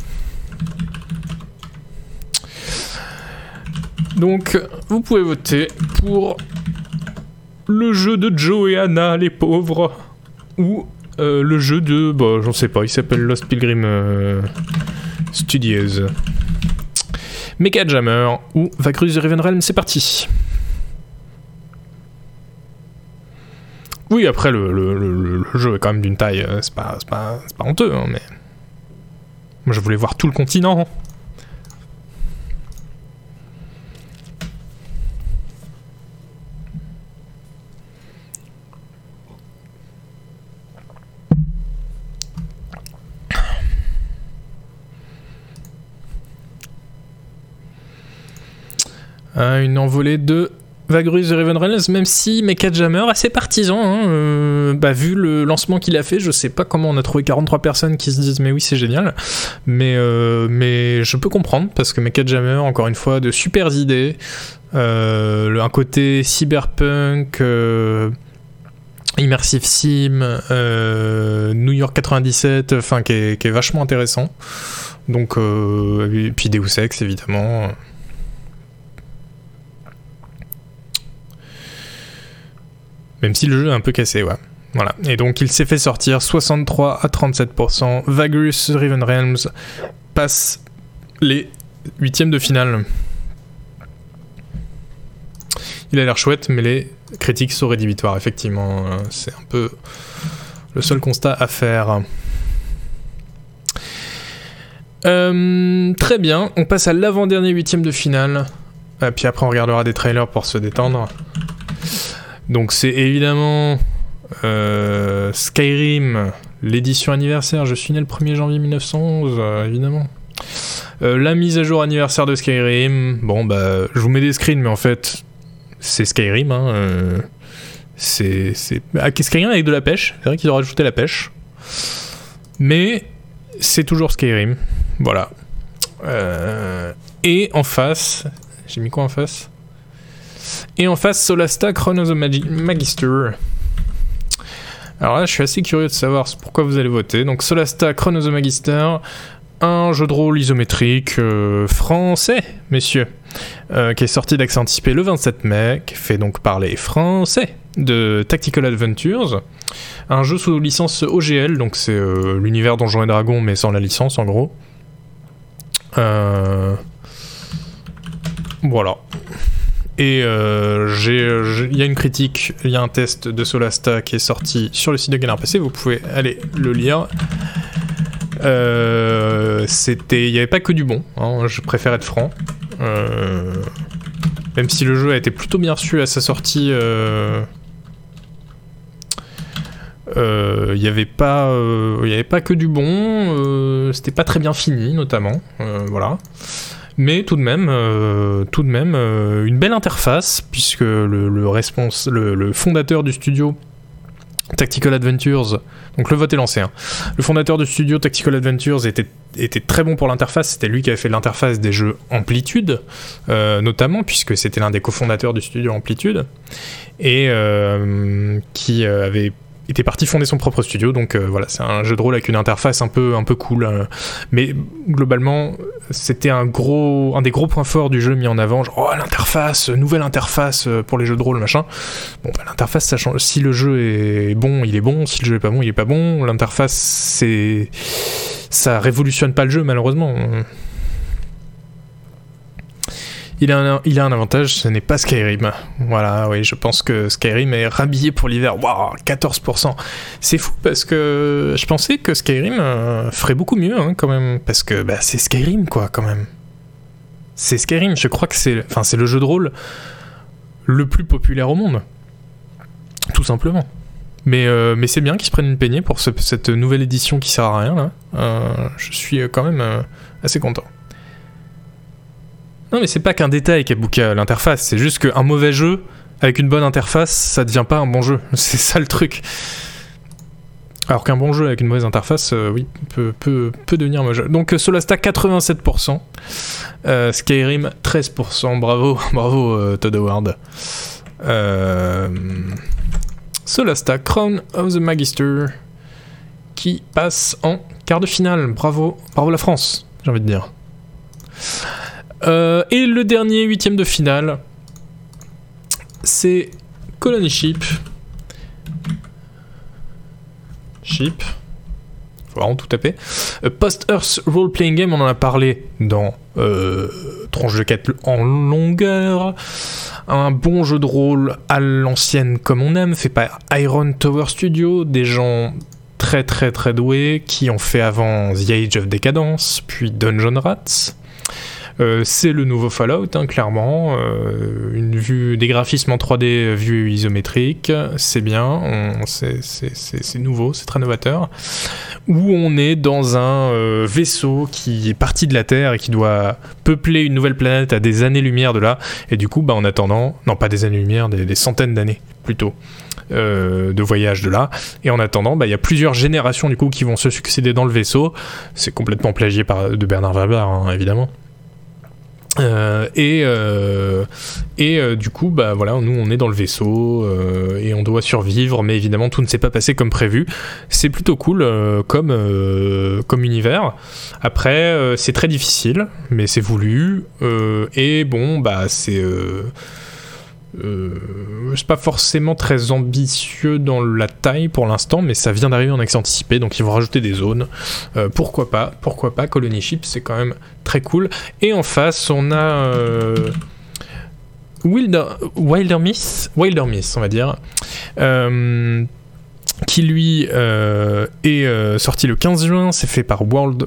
Donc vous pouvez voter pour le jeu de Joe et Anna, les pauvres, ou le jeu de... Bah, j'en sais pas, il s'appelle Lost Pilgrim Studios. Mecha Jammer ou Vagrus The Riven Realms, c'est parti. Oui, après, le jeu est quand même d'une taille... c'est pas honteux, hein, mais... Moi, je voulais voir tout le continent. Une envolée de Vagrus The Riven Realms, même si Mecha Jammer assez partisan, hein, vu le lancement qu'il a fait, je sais pas comment on a trouvé 43 personnes qui se disent mais oui c'est génial, mais je peux comprendre parce que Mecha Jammer, encore une fois, de super idées, un côté cyberpunk, immersive sim, New York 97, enfin qui est vachement intéressant, donc et puis Deus Ex évidemment. Même si le jeu est un peu cassé, ouais. Voilà. Et donc, il s'est fait sortir 63 à 37%. Vagrus Riven Realms passe les 8e de finale. Il a l'air chouette, mais les critiques sont rédhibitoires, effectivement. C'est un peu le seul constat à faire. Très bien. On passe à l'avant-dernier 8e de finale. Et puis après, on regardera des trailers pour se détendre. Donc c'est évidemment Skyrim, l'édition anniversaire, je suis né le 1er janvier 1911, évidemment. La mise à jour anniversaire de Skyrim, bon bah je vous mets des screens, mais en fait c'est Skyrim, hein, c'est Skyrim avec de la pêche, c'est vrai qu'ils ont rajouté la pêche. Mais c'est toujours Skyrim, voilà. Et en face, j'ai mis quoi en face ? Et en face, Solasta Crown of the Magister. Alors là, je suis assez curieux de savoir pourquoi vous allez voter. Donc Solasta Crown of the Magister, un jeu de rôle isométrique français, messieurs, qui est sorti d'accès anticipé le 27 mai, qui fait donc par les Français de Tactical Adventures, un jeu sous licence OGL, donc c'est l'univers Donjons et Dragons mais sans la licence en gros. Voilà. Et il y a une critique, il y a un test de Solasta qui est sorti sur le site de Canard PC, vous pouvez aller le lire. Il n'y avait pas que du bon, hein, je préfère être franc. Même si le jeu a été plutôt bien reçu à sa sortie, il n'y avait pas que du bon, c'était pas très bien fini notamment, voilà. Mais tout de même, une belle interface, puisque le fondateur du studio Tactical Adventures, donc le vote est lancé, hein. Le fondateur du studio Tactical Adventures était très bon pour l'interface, c'était lui qui avait fait l'interface des jeux Amplitude, notamment, puisque c'était l'un des cofondateurs du studio Amplitude, et qui était parti fonder son propre studio, donc voilà, c'est un jeu de rôle avec une interface un peu cool, mais globalement c'était un des gros points forts du jeu mis en avant, genre l'interface, nouvelle interface pour les jeux de rôle machin. Bon bah, l'interface ça change, si le jeu est bon il est bon, si le jeu est pas bon il est pas bon, l'interface ça révolutionne pas le jeu malheureusement. Il a un avantage, ce n'est pas Skyrim. Voilà, oui, je pense que Skyrim est rhabillé pour l'hiver. Waouh, 14%. C'est fou parce que je pensais que Skyrim ferait beaucoup mieux, hein, quand même. Parce que c'est Skyrim, quoi, quand même. C'est Skyrim, je crois que c'est le jeu de rôle le plus populaire au monde. Tout simplement. Mais c'est bien qu'ils se prennent une peignée pour cette nouvelle édition qui sert à rien, là. Je suis quand même assez content. Non mais c'est pas qu'un détail qu'Abuka l'interface, c'est juste qu'un mauvais jeu avec une bonne interface, ça devient pas un bon jeu. C'est ça le truc. Alors qu'un bon jeu avec une mauvaise interface, oui, peut devenir mauvais jeu. Donc Solasta 87%, Skyrim 13%, bravo Todd Howard. Solasta Crown of the Magister qui passe en quart de finale. Bravo la France, j'ai envie de dire. Et le dernier 8ème de finale, c'est Colony Ship. Faut vraiment tout taper. Post-Earth Role-Playing Game, on en a parlé dans Tranche de 4 en longueur. Un bon jeu de rôle à l'ancienne comme on aime, fait par Iron Tower Studio, des gens très très très doués qui ont fait avant The Age of Decadence, puis Dungeon Rats. C'est le nouveau Fallout, hein, clairement. Une vue, des graphismes en 3D vue isométrique, c'est bien, c'est nouveau, c'est très novateur. Où on est dans un vaisseau qui est parti de la Terre et qui doit peupler une nouvelle planète à des années-lumière de là. Et du coup, en attendant, non pas des années-lumière, des centaines d'années plutôt. De voyage de là, et en attendant il y a plusieurs générations du coup qui vont se succéder dans le vaisseau. C'est complètement plagié de Bernard Werber, hein, évidemment. Du coup voilà, nous on est dans le vaisseau et on doit survivre, mais évidemment tout ne s'est pas passé comme prévu. C'est plutôt cool comme univers. Après c'est très difficile, mais c'est voulu, et bon c'est pas forcément très ambitieux dans la taille pour l'instant, mais ça vient d'arriver en accès anticipé, donc ils vont rajouter des zones. Pourquoi pas, Colony Ship, c'est quand même très cool. Et en face, on a Wildermyth, on va dire, qui lui est sorti le 15 juin, c'est fait par World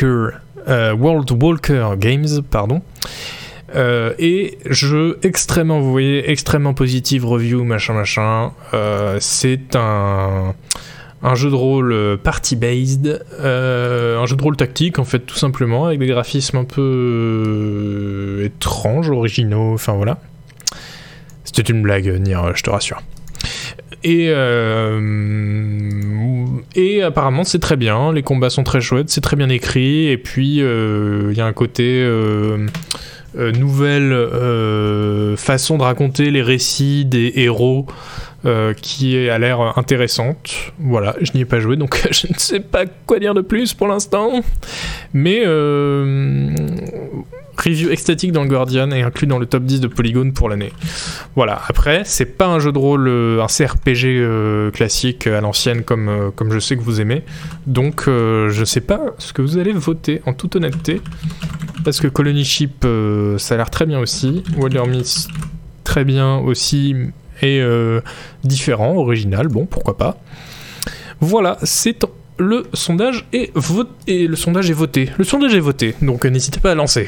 Walker Games, pardon. Et jeu extrêmement, vous voyez, extrêmement positive review, machin. C'est un jeu de rôle party-based, un jeu de rôle tactique, en fait, tout simplement, avec des graphismes un peu étranges, originaux, enfin voilà. C'était une blague, Nier, je te rassure. Et Et apparemment c'est très bien, les combats sont très chouettes, c'est très bien écrit, et puis il y a un côté nouvelle façon de raconter les récits des héros qui a l'air intéressante. Voilà, je n'y ai pas joué, donc je ne sais pas quoi dire de plus pour l'instant. Mais review extatique dans le Guardian et inclus dans le top 10 de Polygon pour l'année. Voilà, après, c'est pas un jeu de rôle, un CRPG classique à l'ancienne comme je sais que vous aimez. Donc je sais pas ce que vous allez voter en toute honnêteté. Parce que Colony Ship, ça a l'air très bien aussi. Wilder Myth, très bien aussi. Et différent, original, bon, pourquoi pas. Voilà, c'est le sondage est voté. Le sondage est voté. Le sondage est voté, donc n'hésitez pas à lancer.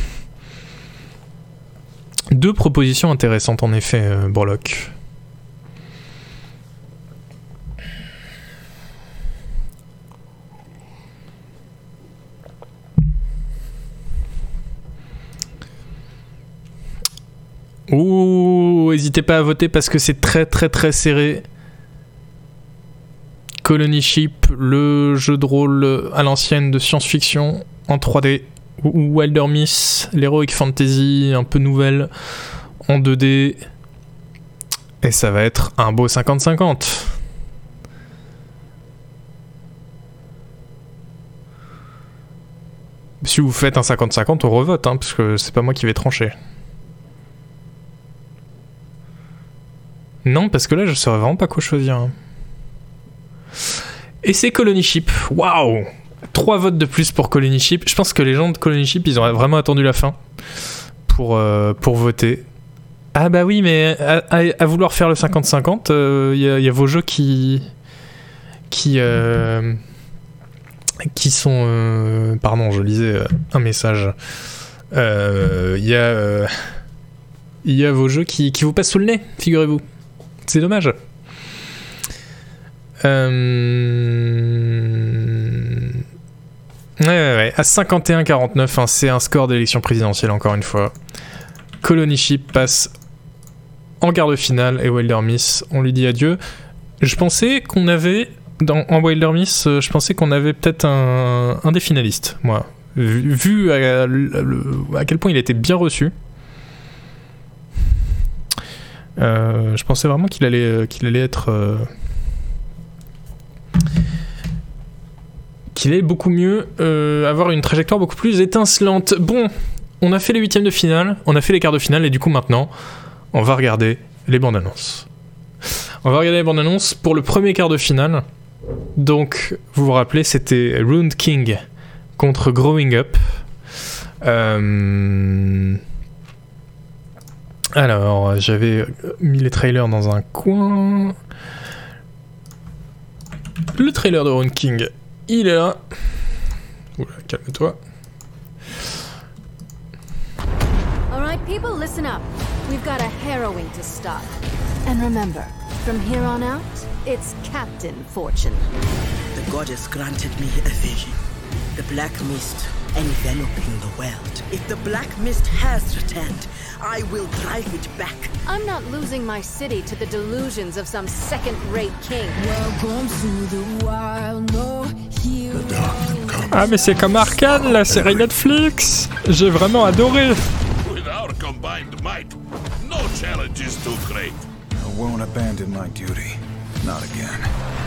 2 propositions intéressantes en effet, Borlock. Ouh, n'hésitez pas à voter parce que c'est très très très serré. Colony Ship, le jeu de rôle à l'ancienne de science-fiction en 3D, ou Wilder Myth, l'heroic fantasy un peu nouvelle en 2D. Et ça va être un beau 50-50. Si vous faites un 50-50, on revote, hein, parce que c'est pas moi qui vais trancher. Non, parce que là, je saurais vraiment pas quoi choisir. Hein. Et c'est Colony Ship. Waouh! 3 votes de plus pour Colony Ship. Je pense que les gens de Colony Ship, ils auraient vraiment attendu la fin pour voter. Ah bah oui, mais à vouloir faire le 50-50, y a vos jeux qui sont... pardon, je lisais un message. Il y a vos jeux qui vous passent sous le nez, figurez-vous. C'est dommage. Ouais. À 51-49, hein, c'est un score d'élection présidentielle, encore une fois. Colony Ship passe en quart de finale et Wilder Myth, on lui dit adieu. Je pensais qu'on avait, en Wilder Myth, je pensais qu'on avait peut-être un des finalistes, moi. Vu à quel point il était bien reçu. Je pensais vraiment qu'il allait être... qu'il allait beaucoup mieux, avoir une trajectoire beaucoup plus étincelante. Bon, on a fait les 8e de finale, on a fait les quarts de finale, et du coup maintenant, on va regarder les bandes annonces. On va regarder les bandes annonces pour le premier quart de finale. Donc, vous vous rappelez, c'était Ruined King contre Growing Up. Alors, j'avais mis les trailers dans un coin. Le trailer de Ruined King, il est là. Oula, calme-toi. Alright, people, listen up. We've got a harrowing to stop. And remember, from here on out, it's Captain Fortune. The goddess granted me a vision. The black mist enveloping the world. If the black mist has returned, I will drive it back. I'm not losing my city to the delusions of some second-rate king. Welcome to the wild, no hero. Ah mais c'est comme Arcane, la série Netflix. J'ai vraiment adoré. With our combined might, no challenge is too great. I won't abandon my duty. Not again.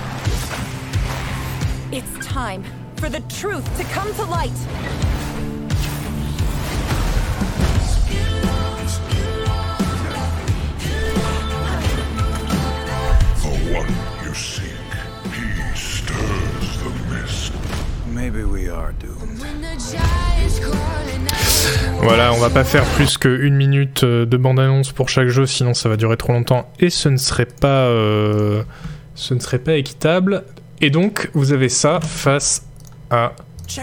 It's time for the truth to come to light. The one you seek, he stirs the mist. Maybe we are doomed. Voilà, on va pas faire plus qu'une minute de bande-annonce pour chaque jeu, sinon ça va durer trop longtemps et ce ne serait pas équitable. Et donc, vous avez ça face à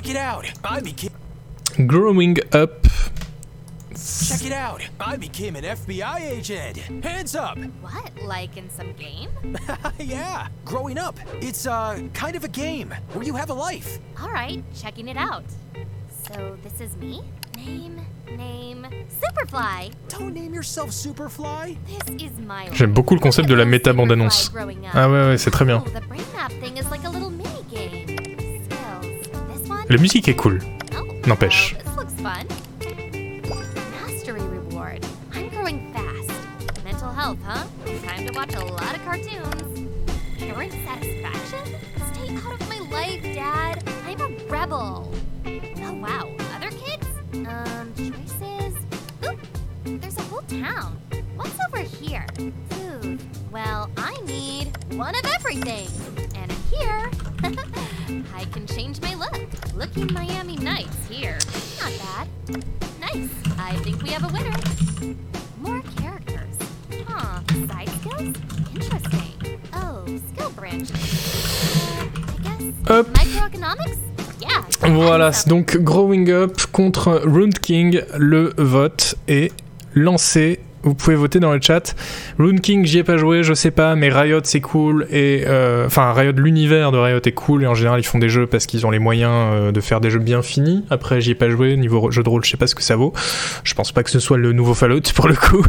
Growing Up. Check it out! I became an FBI agent! Hands up! What, like in some game? Yeah, Growing Up. It's kind of a game where you have a life. Alright, checking it out. So, this is me? Name Superfly. Don't name yourself Superfly. This is my J'aime beaucoup le concept de la méta bande-annonce. Ah ouais, c'est très bien. Oh, the brain map thing is like a little mini game. Skills. This one? La musique est cool. N'empêche. This looks fun. Mastery reward. I'm growing fast. Mental health, huh? Time to watch a lot of cartoons. Parent satisfaction? Stay out of my life, Dad. I'm a rebel. Oh wow, other kids? Choices? Oop, there's a whole town. What's over here? Food. Well, I need one of everything. And in here, I can change my look. Looking Miami nice here. Not bad. Nice. I think we have a winner. More characters. Huh. Side skills? Interesting. Oh, skill branches. I guess. Hop. Microeconomics? Yeah. Voilà, donc Growing Up contre Rune King. Le vote est lancé. Vous pouvez voter dans le chat. Rune King, j'y ai pas joué, je sais pas, mais Riot c'est cool et enfin Riot, l'univers de Riot est cool et en général ils font des jeux parce qu'ils ont les moyens de faire des jeux bien finis. Après j'y ai pas joué, niveau jeu de rôle je sais pas ce que ça vaut. Je pense pas que ce soit le nouveau Fallout pour le coup.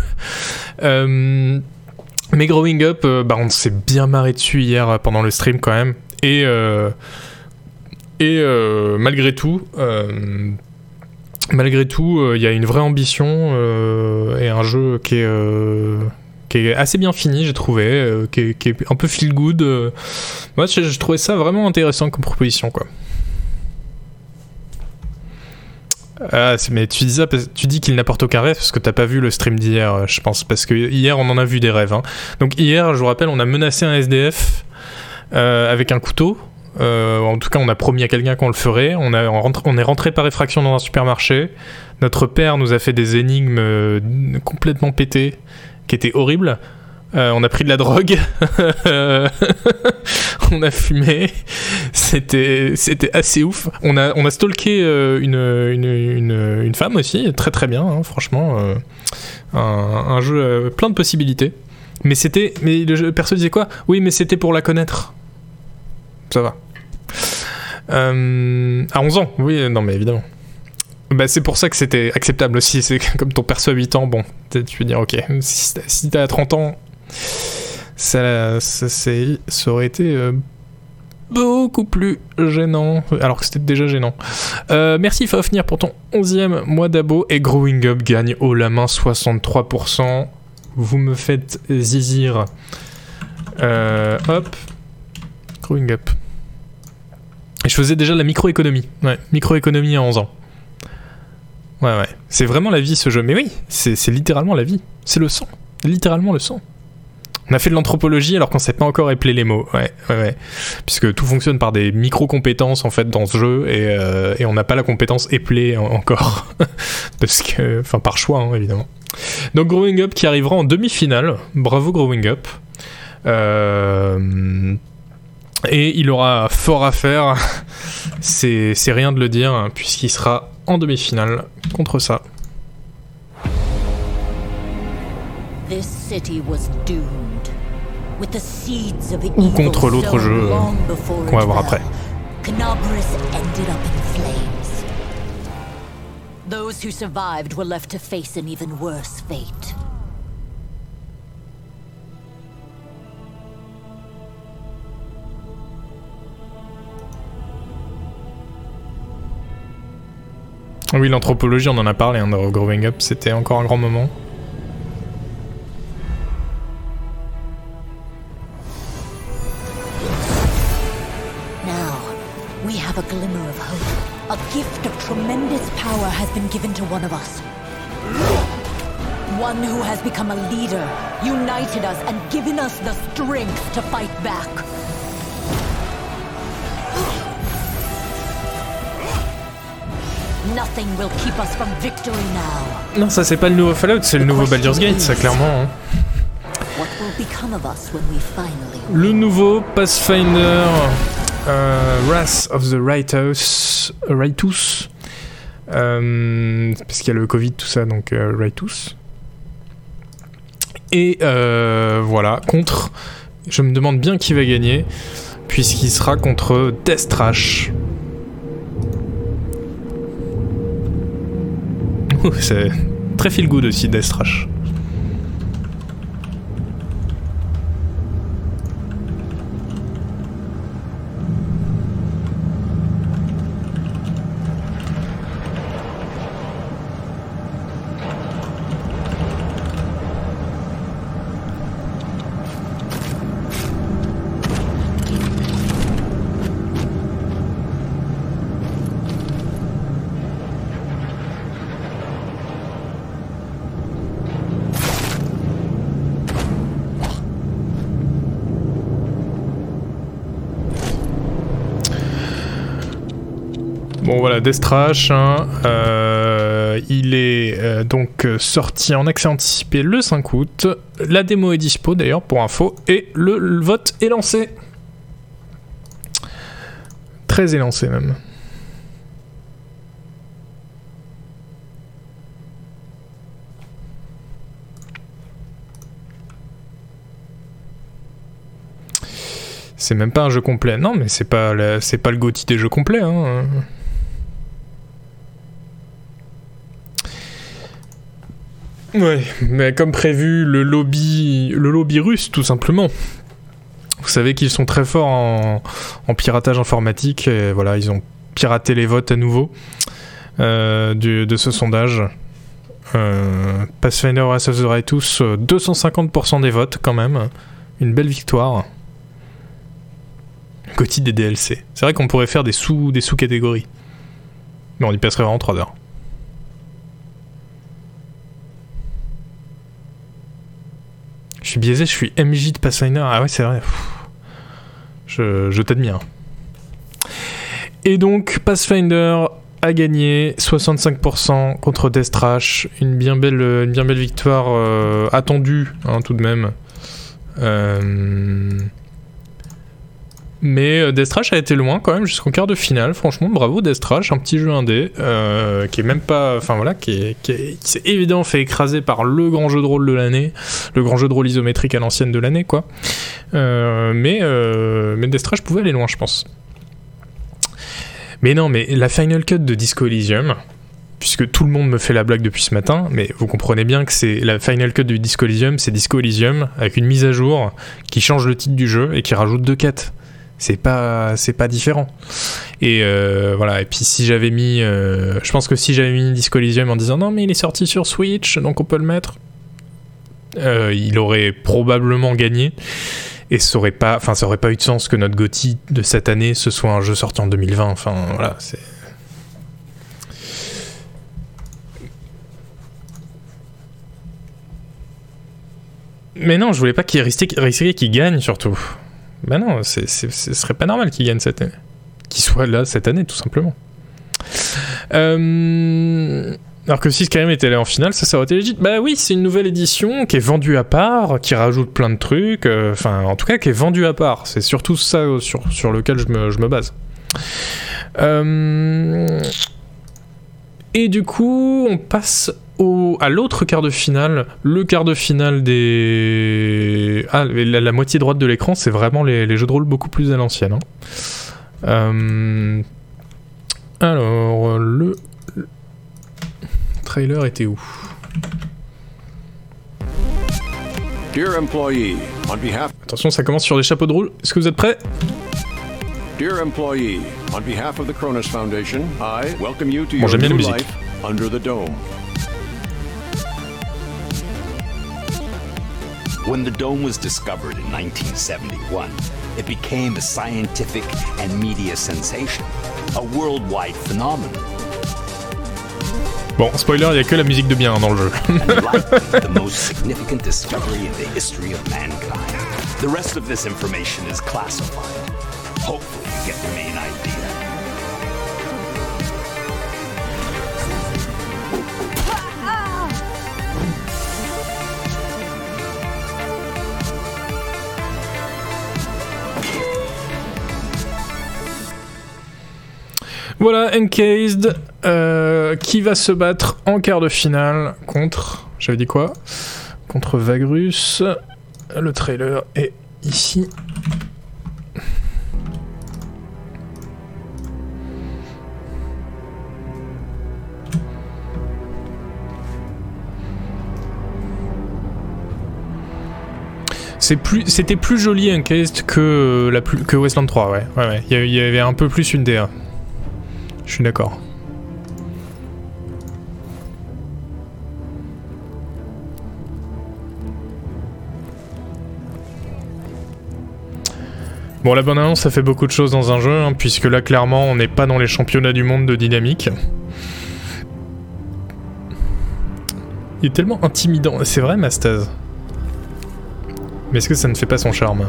Mais Growing Up, on s'est bien marré dessus hier pendant le stream quand même et malgré tout. Malgré tout, il y a une vraie ambition et un jeu qui est assez bien fini, j'ai trouvé, qui est un peu feel good. Moi, je trouvais ça vraiment intéressant comme proposition, quoi. Ah, mais tu dis qu'il n'apporte aucun rêve parce que t'as pas vu le stream d'hier, je pense, parce que hier on en a vu des rêves. Hein. Donc hier, je vous rappelle, on a menacé un SDF avec un couteau. En tout cas on a promis à quelqu'un qu'on le ferait. On est rentré par effraction dans un supermarché. Notre père nous a fait des énigmes complètement pétées qui étaient horribles. On a pris de la drogue. On a fumé. C'était assez ouf. On a stalké une femme aussi, très très bien, hein, franchement. Un jeu plein de possibilités. Mais le perso disait quoi ? Oui, mais c'était pour la connaître. Ça va. À 11 ans, oui, non mais évidemment. Bah, c'est pour ça que c'était acceptable aussi. C'est comme ton perso à 8 ans, bon, tu peux dire ok. Si t'as 30 ans, ça aurait été beaucoup plus gênant. Alors que c'était déjà gênant. Merci Fafnir pour ton 11e mois d'abo. Et Growing Up gagne haut la main 63%. Vous me faites zizir. Hop. Growing Up. Et je faisais déjà la microéconomie. Ouais, microéconomie à 11 ans. Ouais. C'est vraiment la vie ce jeu. Mais oui, c'est littéralement la vie. C'est le sang. Littéralement le sang. On a fait de l'anthropologie alors qu'on sait pas encore épeler les mots. Ouais. Puisque tout fonctionne par des micro-compétences en fait dans ce jeu et on n'a pas la compétence épeler encore. Parce que, enfin par choix hein, évidemment. Donc Growing Up qui arrivera en demi-finale. Bravo Growing Up. Et il aura fort à faire, c'est rien de le dire, puisqu'il sera en demi-finale contre ça. Ou contre l'autre jeu qu'on va voir après. Those who survived were left to face an even worse fate. Oui, l'anthropologie, on en a parlé, hein, dans Growing Up, c'était encore un grand moment. Now, we have a glimmer of hope. A gift of tremendous power has been given to one of us. One who has become a leader, united us and given us the strength to fight back. Nothing will keep us from victory now. Non, ça c'est pas le nouveau Fallout, c'est le nouveau Baldur's Gate, ça clairement. Hein. Le nouveau Pathfinder Wrath of the Righteous. Parce qu'il y a le Covid, tout ça, donc Righteous. Et voilà, contre. Je me demande bien qui va gagner, puisqu'il sera contre Death Trash. Ouh, c'est très feel good aussi, Death Trash. Bon voilà, Death Trash, il est donc sorti en accès anticipé le 5 août. La démo est dispo d'ailleurs pour info et le vote est lancé. Très élancé même. C'est même pas un jeu complet. Non mais c'est pas le GOTY des jeux complets hein. Ouais, mais comme prévu, le lobby russe, tout simplement. Vous savez qu'ils sont très forts en piratage informatique, et voilà, ils ont piraté les votes à nouveau de ce sondage. Pathfinder Wrath of the Righteous, 250% des votes quand même, une belle victoire. GOTY des DLC. C'est vrai qu'on pourrait faire des sous-catégories, mais on y passerait vraiment 3 heures. Je suis biaisé, je suis MJ de Pathfinder. Ah ouais, c'est vrai. Je t'admire. Et donc, Pathfinder a gagné 65% contre Death Trash. Une bien belle victoire attendue, hein, tout de même. Mais Death Trash a été loin quand même jusqu'en quart de finale. Franchement, bravo Death Trash, un petit jeu indé qui est même pas, enfin voilà, qui s'est évidemment fait écraser par le grand jeu de rôle de l'année, le grand jeu de rôle isométrique à l'ancienne de l'année, quoi. Mais Death Trash pouvait aller loin, je pense. Mais non, mais la Final Cut de Disco Elysium, puisque tout le monde me fait la blague depuis ce matin, mais vous comprenez bien que c'est la Final Cut de Disco Elysium, c'est Disco Elysium avec une mise à jour qui change le titre du jeu et qui rajoute 2 quêtes. C'est pas différent. Et voilà, et puis si j'avais mis je pense que si j'avais mis Disco Elysium en disant non mais il est sorti sur Switch donc on peut le mettre, il aurait probablement gagné et ça aurait pas eu de sens que notre GOTY de cette année ce soit un jeu sorti en 2020. Enfin voilà, c'est mais non, je voulais pas qu'il risquait qu'il gagne surtout. Ben non, ce serait pas normal qu'il gagne cette année. Qu'il soit là cette année, tout simplement. Alors que si Skyrim était allé en finale, ça aurait été légit. Bah oui, c'est une nouvelle édition qui est vendue à part, qui rajoute plein de trucs, enfin, en tout cas, qui est vendue à part. C'est surtout ça sur lequel je me base. Et du coup, on passe à l'autre quart de finale. Le quart de finale des... Ah, la moitié droite de l'écran, c'est vraiment les jeux de rôle beaucoup plus à l'ancienne. Hein. Alors, le trailer était où? Dear employee, on behalf... Attention, ça commence sur des chapeaux de roue. Est-ce que vous êtes prêts? Dear employee, on behalf of the Cronus Foundation, I welcome you to your j'aime bien new la musique. life under the dome. When the dome was discovered in 1971, it became a scientific and media sensation, a worldwide phenomenon. Bon, spoiler, il n'y a que la musique de bien dans le jeu. And likely the most significant discovery in the history of mankind. The rest of this information is classified. Hopefully you get the main idea. Voilà, Encased qui va se battre en quart de finale contre... J'avais dit quoi? Contre Vagrus. Le trailer est ici. C'était plus joli Uncased que Wasteland 3, ouais. Il y avait un peu plus une DA. Je suis d'accord. Bon, la bande-annonce, ça fait beaucoup de choses dans un jeu, hein, puisque là, clairement, on n'est pas dans les championnats du monde de dynamique. Il est tellement intimidant. C'est vrai, Mastaz. Mais est-ce que ça ne fait pas son charme?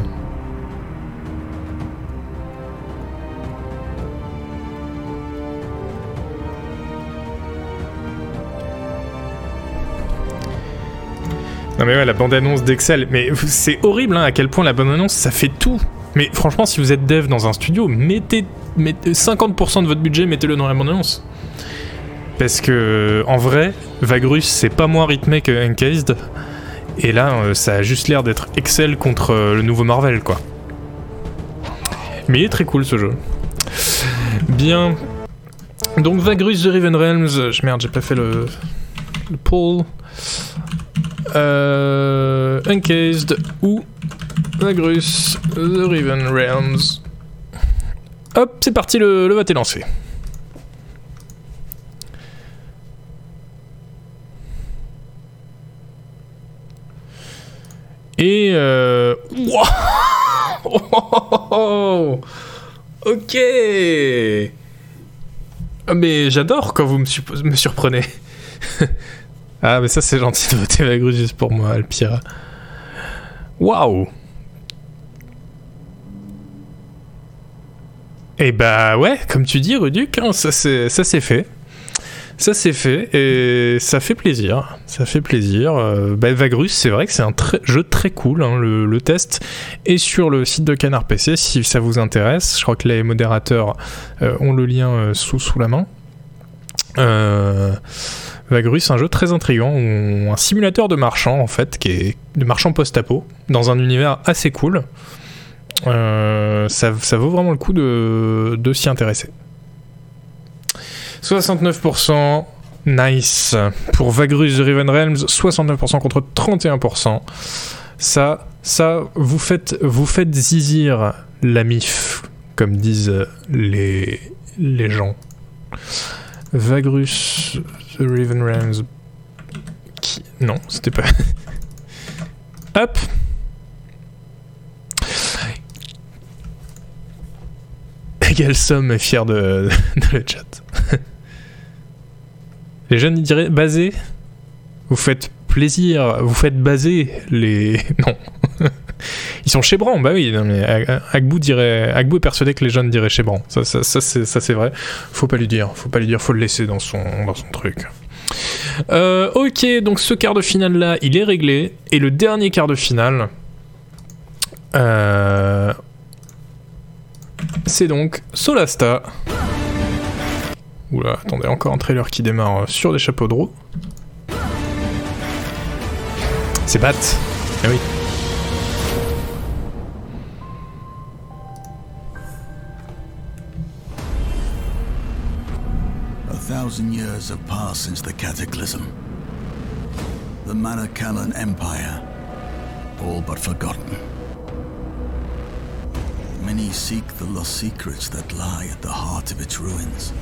Non mais ouais, la bande-annonce d'Excel, mais c'est horrible hein, à quel point la bande-annonce, ça fait tout. Mais franchement, si vous êtes dev dans un studio, mettez 50% de votre budget, mettez-le dans la bande-annonce. Parce que, en vrai, Vagrus, c'est pas moins rythmé que Uncased. Et là, ça a juste l'air d'être Excel contre le nouveau Marvel, quoi. Mais il est très cool, ce jeu. Bien. Donc, Vagrus The Riven Realms. Merde, j'ai pas fait le poll. Uncased ou Vagrus The Riven Realms. Hop, c'est parti, le vote est lancé. Et wow. Ok. Mais j'adore quand vous me surprenez. Ah mais ça c'est gentil de voter Vagrus juste pour moi, Alpira. Waouh. Et bah ouais, comme tu dis Ruduc, hein, ça c'est fait. Ça c'est fait et ça fait plaisir. Ça fait plaisir. Vagrus, c'est vrai que c'est un jeu très cool. Hein. Le test est sur le site de Canard PC si ça vous intéresse. Je crois que les modérateurs ont le lien sous la main. Vagrus, un jeu très intriguant, un simulateur de marchand en fait, qui est de marchand post-apo dans un univers assez cool. Ça vaut vraiment le coup de s'y intéresser. 69%, nice. Pour Vagrus The Riven Realms, 69% contre 31%. Ça, vous faites zizir la MIF, comme disent les gens. Vagrus The Riven Realms. Non, c'était pas. Hop. Égale somme, fier de le chat. Les jeunes ils diraient baser. Vous faites plaisir, vous faites baser les. Non. Ils sont chébran, bah oui, non mais Agbou est persuadé que les jeunes diraient chébran. Ça c'est vrai. Faut pas lui dire, faut le laisser dans son truc. Ok, donc ce quart de finale là, il est réglé. Et le dernier quart de finale, c'est donc Solasta. Oula, attendez, encore un trailer qui démarre sur des chapeaux de roue. C'est Bat. Eh oui. A 1,000 years have passed since the Cataclysm. The Manakalan Empire, all but forgotten. Many seek the lost secrets that lie at the heart of its ruins.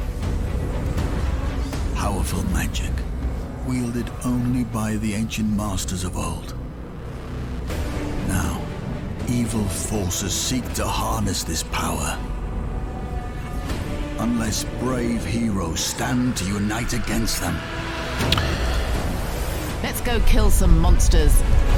Powerful magic, wielded only by the ancient masters of old. Now, evil forces seek to harness this power. Unless brave heroes stand to unite against them. Let's go kill some monsters.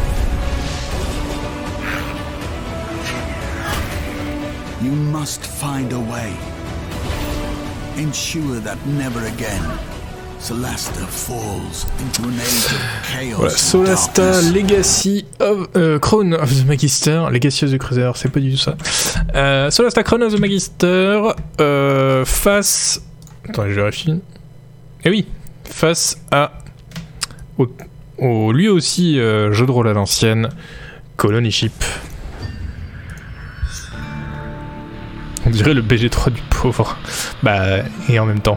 You must find a way. Ensure that never again Solasta falls into an age of chaos. Voilà, Solasta Legacy of Crown of the Magister, Legacy of the Crusader, c'est pas du tout ça. Solasta Crown of the Magister face. Attends, je vérifie. Eh oui, face à au lui aussi jeu de rôle à l'ancienne, Colony Ship. On dirait le BG3 du pauvre. Bah, et en même temps.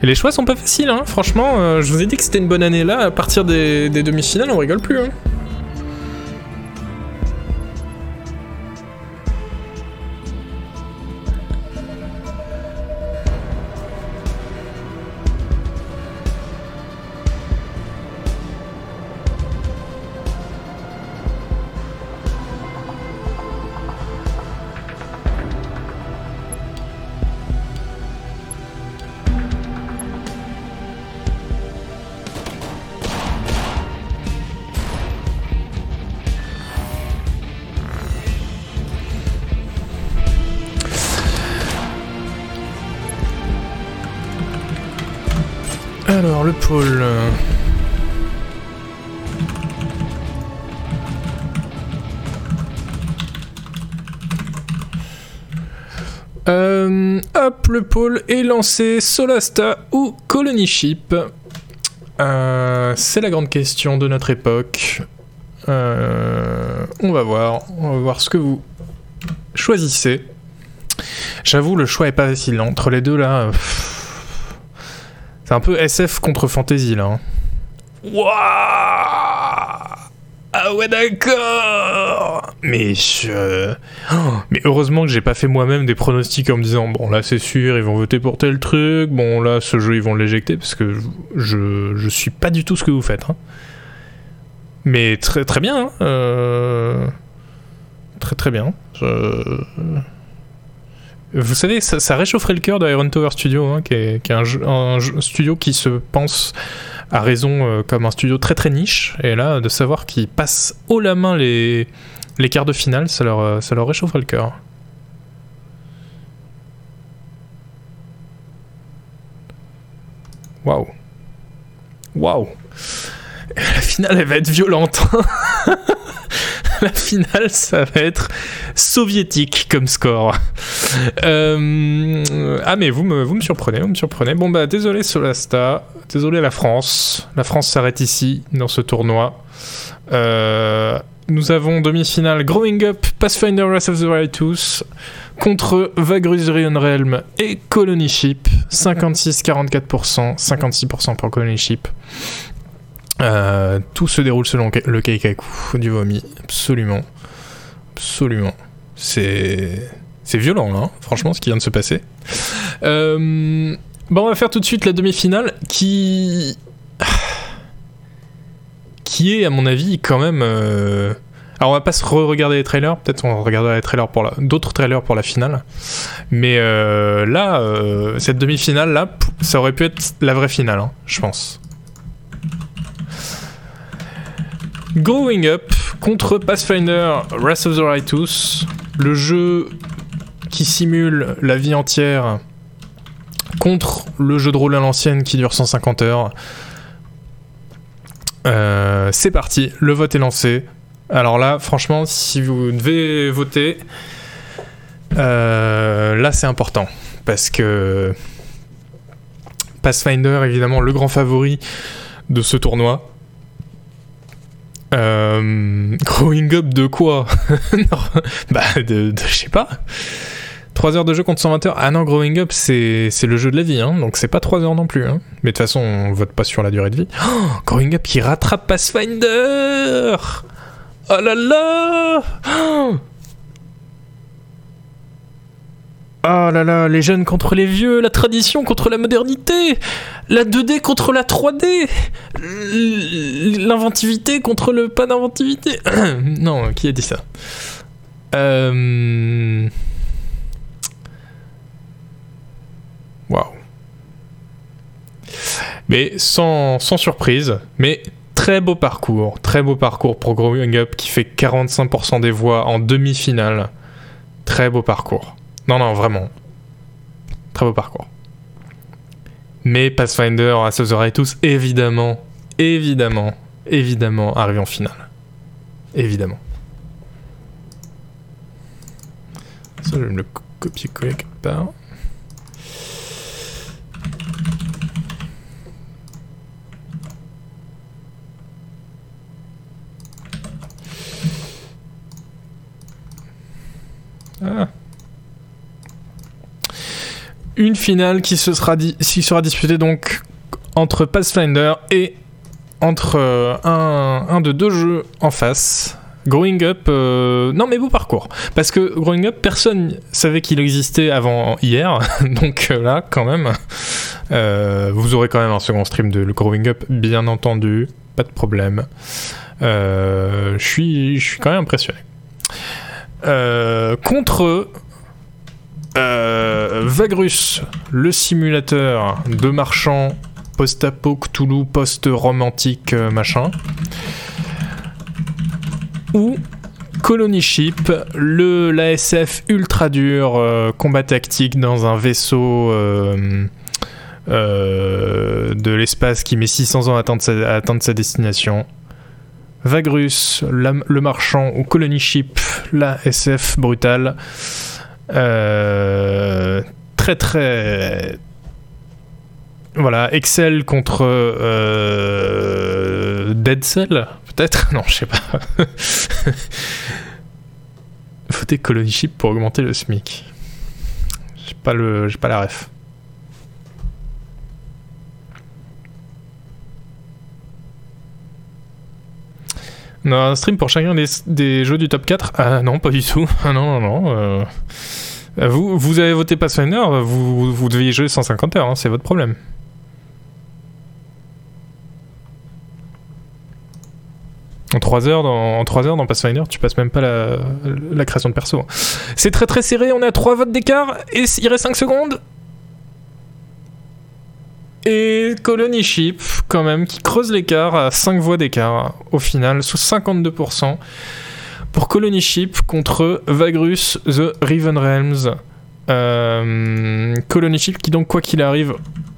Et les choix sont pas faciles, hein. Franchement, je vous ai dit que c'était une bonne année là. À partir des demi-finales, on rigole plus. Hein. Alors, le pôle... hop, le pôle est lancé. Solasta ou Colony Ship. C'est la grande question de notre époque. On va voir ce que vous choisissez. J'avoue, le choix est pas facile. Entre les deux, là... C'est un peu SF contre fantasy, là. Hein. Wouah! Ah ouais, d'accord! Mais mais heureusement que j'ai pas fait moi-même des pronostics en me disant bon, là, c'est sûr, ils vont voter pour tel truc. Bon, là, ce jeu, ils vont l'éjecter parce que je suis pas du tout ce que vous faites. Hein. Mais très, très bien. Hein. Très, très bien. Vous savez, ça réchaufferait le cœur de Iron Tower Studio, hein, qui est un studio qui se pense à raison comme un studio très très niche, et là, de savoir qu'ils passent haut la main les quarts de finale, ça leur réchaufferait le cœur. Waouh. Waouh. La finale, elle va être violente. La finale, ça va être soviétique comme score. Ah, mais vous me surprenez, Bon, bah, désolé Solasta, désolé la France. La France s'arrête ici, dans ce tournoi. Nous avons demi-finale Growing Up, Pathfinder Wrath of the Righteous contre Vagrus Rion Realm et Colony Ship. 56-44%, 56% pour Colony Ship. Tout se déroule selon le Keikaku du vomi, absolument. C'est violent là, hein, franchement, ce qui vient de se passer. Bon, on va faire tout de suite la demi-finale qui est à mon avis quand même. Alors on va pas se re-regarder les trailers, peut-être on regardera les trailers d'autres trailers pour la finale. Mais là, cette demi-finale là, ça aurait pu être la vraie finale, hein, je pense. Growing Up contre Pathfinder Wrath of the Righteous, le jeu qui simule la vie entière contre le jeu de rôle à l'ancienne qui dure 150 heures. C'est parti, le vote est lancé. Alors là, franchement, si vous devez voter, là c'est important parce que Pathfinder, évidemment, le grand favori de ce tournoi. Growing Up de quoi? Non, bah de je sais pas. 3 heures de jeu contre 120 heures. Ah non, Growing Up c'est le jeu de la vie, hein, donc c'est pas 3 heures non plus. Hein. Mais de toute façon, on vote pas sur la durée de vie. Oh, Growing Up qui rattrape Pathfinder. Oh là là. Oh là là, les jeunes contre les vieux, la tradition contre la modernité, la 2D contre la 3D, l'inventivité contre le pas d'inventivité. Non, qui a dit ça? Waouh. Mais sans surprise, mais très beau parcours pour Growing Up qui fait 45% des voix en demi-finale. Très beau parcours. Non, vraiment. Très beau parcours. Mais Pathfinder, Wrath of the Righteous, évidemment, arrive en finale. Évidemment. Ça, je vais me le copier-coller quelque part. Ah. Une finale qui sera disputée donc entre Pathfinder et entre un de deux jeux en face. Growing Up, non mais beau parcours. Parce que Growing Up, personne savait qu'il existait avant hier. Donc là, quand même, vous aurez quand même un second stream de Growing Up, bien entendu. Pas de problème. Je suis quand même impressionné. Contre Vagrus, le simulateur de marchand post-apo, Cthulhu, post-romantique, machin. Ou Colony Ship, l'ASF ultra dur, combat tactique dans un vaisseau de l'espace qui met 600 ans à atteindre sa destination. Vagrus, le marchand, ou Colony Ship, l'ASF brutale. Très très... Voilà, Excel contre Dead Cell, peut-être. Non, je sais pas. Votez Colony Ship pour augmenter le SMIC. J'ai pas la ref. On a un stream pour chacun des jeux du top 4. Ah non, pas du tout. Ah non. Vous avez voté Pathfinder, vous deviez jouer 150 heures, hein, c'est votre problème. En 3 heures dans Pathfinder, tu passes même pas la création de perso. C'est très très serré, on est à 3 votes d'écart, et il reste 5 secondes. Et Colony Ship, quand même, qui creuse l'écart à 5 voix d'écart, au final, sous 52%, pour Colony Ship contre Vagrus The Riven Realms. Colony Ship qui, donc, quoi qu'il arrive,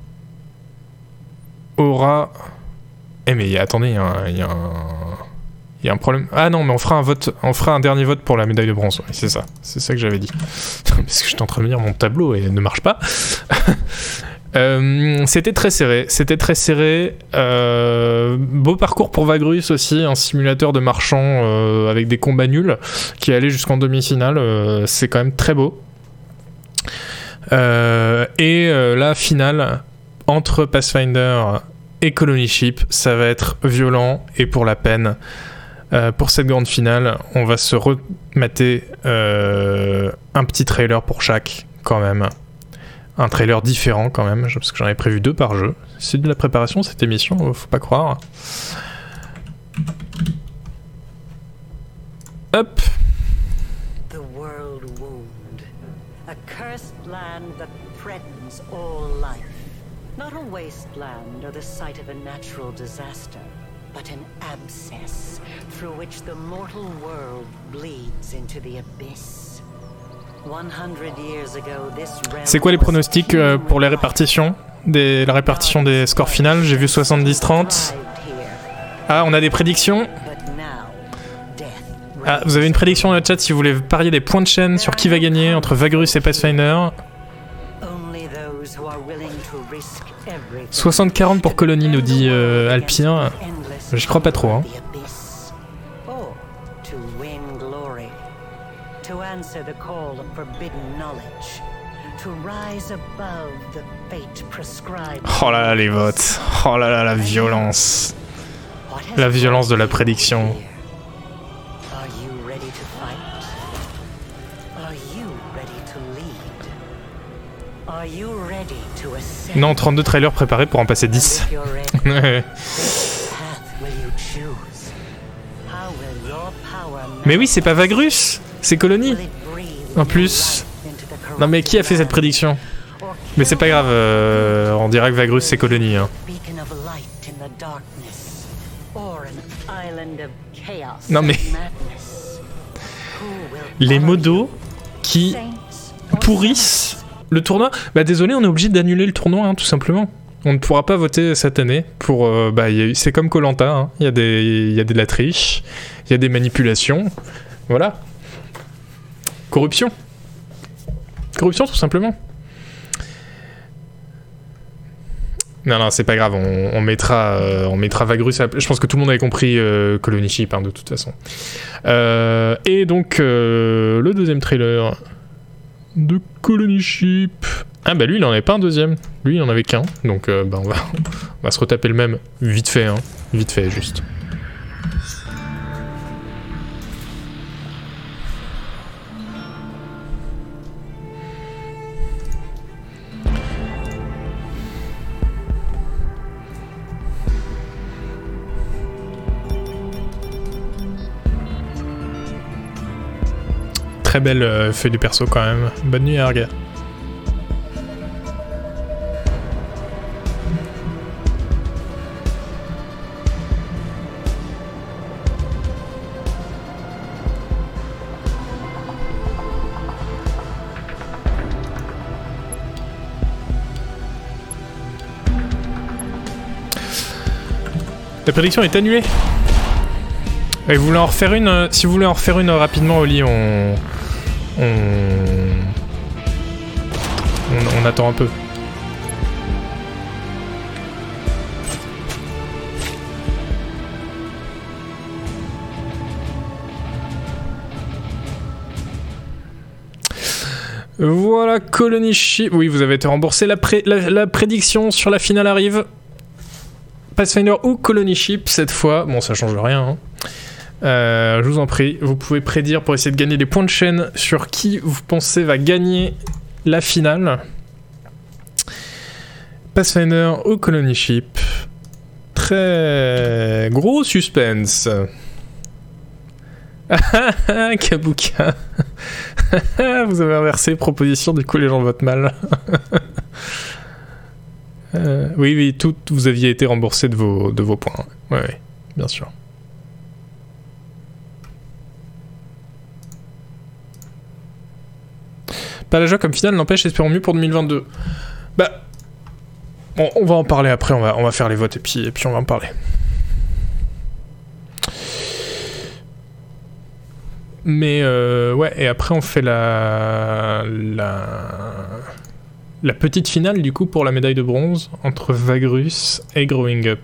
aura... Eh mais attendez, il y a un problème. Ah non, mais on fera un dernier vote pour la médaille de bronze. Oui, c'est ça que j'avais dit. Parce que j'étais en train de me dire mon tableau et ne marche pas. C'était très serré. Beau parcours pour Vagrus aussi, un simulateur de marchand avec des combats nuls qui allait jusqu'en demi-finale. C'est quand même très beau. La finale entre Pathfinder et Colony Ship, ça va être violent et pour la peine. Pour cette grande finale, on va se remater un petit trailer pour chaque, quand même. Un trailer différent, quand même, parce que j'en avais prévu 2 par jeu. C'est de la préparation, cette émission, faut pas croire. Hop. The world wound. A cursed land that threatens all life. Not a wasteland or the site of a natural disaster, but an abscess through which the mortal world bleeds into the abyss. 100 years ago, this realm... C'est quoi les pronostics pour les répartitions la répartition des scores finales? J'ai vu 70-30. Ah, on a des prédictions. Ah, vous avez une prédiction dans le chat si vous voulez parier des points de chaîne sur qui va gagner entre Vagrus et Pathfinder. 60-40 pour Colony, nous dit Alpire. J'y crois pas trop, hein. Oh là là, les votes. Oh là là, la violence. La violence de la prédiction. Non, 32 trailers préparés pour en passer 10. Mais oui, c'est pas Vagrus, c'est Colony. En plus. Non mais qui a fait cette prédiction? Mais c'est pas grave, on dira que Vagrus c'est Colony. Hein. Non mais... Les modos qui pourrissent le tournoi. Bah désolé, on est obligé d'annuler le tournoi, hein, tout simplement. On ne pourra pas voter cette année pour... c'est comme Koh-Lanta, hein. Il y a de la triche, il y a des manipulations. Voilà. Corruption, tout simplement. Non, c'est pas grave, on mettra Vagrus. Je pense que tout le monde avait compris Colony Ship, hein, de toute façon. Et donc, le deuxième trailer de Colony Ship. Ah bah lui il en avait pas un deuxième, lui il en avait qu'un, donc bah on va se retaper le même vite fait, hein. Vite fait juste. Très belle feuille du perso quand même. Bonne nuit Arga. La prédiction est annulée. Et vous voulez en refaire une si vous voulez en refaire une rapidement au lit, on attend un peu. Voilà, Colony Ship. Oui, vous avez été remboursé. La prédiction sur la finale arrive. Pathfinder ou Colony Ship cette fois. Bon, ça change rien. Hein. Je vous en prie, vous pouvez prédire pour essayer de gagner des points de chaîne sur qui vous pensez va gagner la finale. Pathfinder ou Colony Ship. Très gros suspense. Kabuka. Vous avez inversé les propositions, du coup les gens votent mal. Oui, vous aviez été remboursé de vos points. Oui, bien sûr. Pas la joie comme finale, n'empêche, espérons mieux pour 2022. Bah, bon, on va en parler après, on va faire les votes et puis on va en parler. Mais ouais, et après on fait la petite finale du coup pour la médaille de bronze entre Vagrus et Growing Up.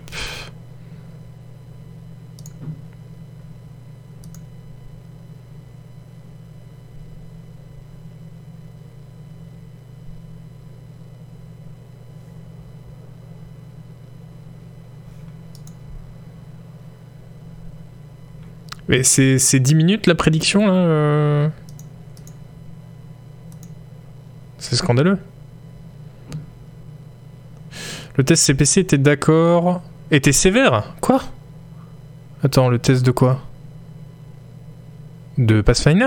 Mais c'est 10 minutes la prédiction là C'est scandaleux. Le test CPC était d'accord. Était sévère? Quoi? Attends, le test de quoi? De Pathfinder?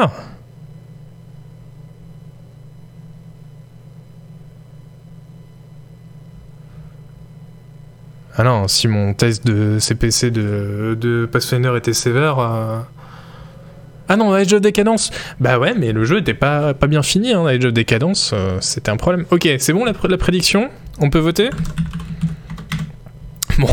Ah non, si mon test de CPC de Pathfinder était sévère... Ah non, Age of Decadence. Bah ouais, mais le jeu était pas bien fini, hein. Age of Decadence, c'était un problème. Ok, c'est bon la prédiction? On peut voter? Bon.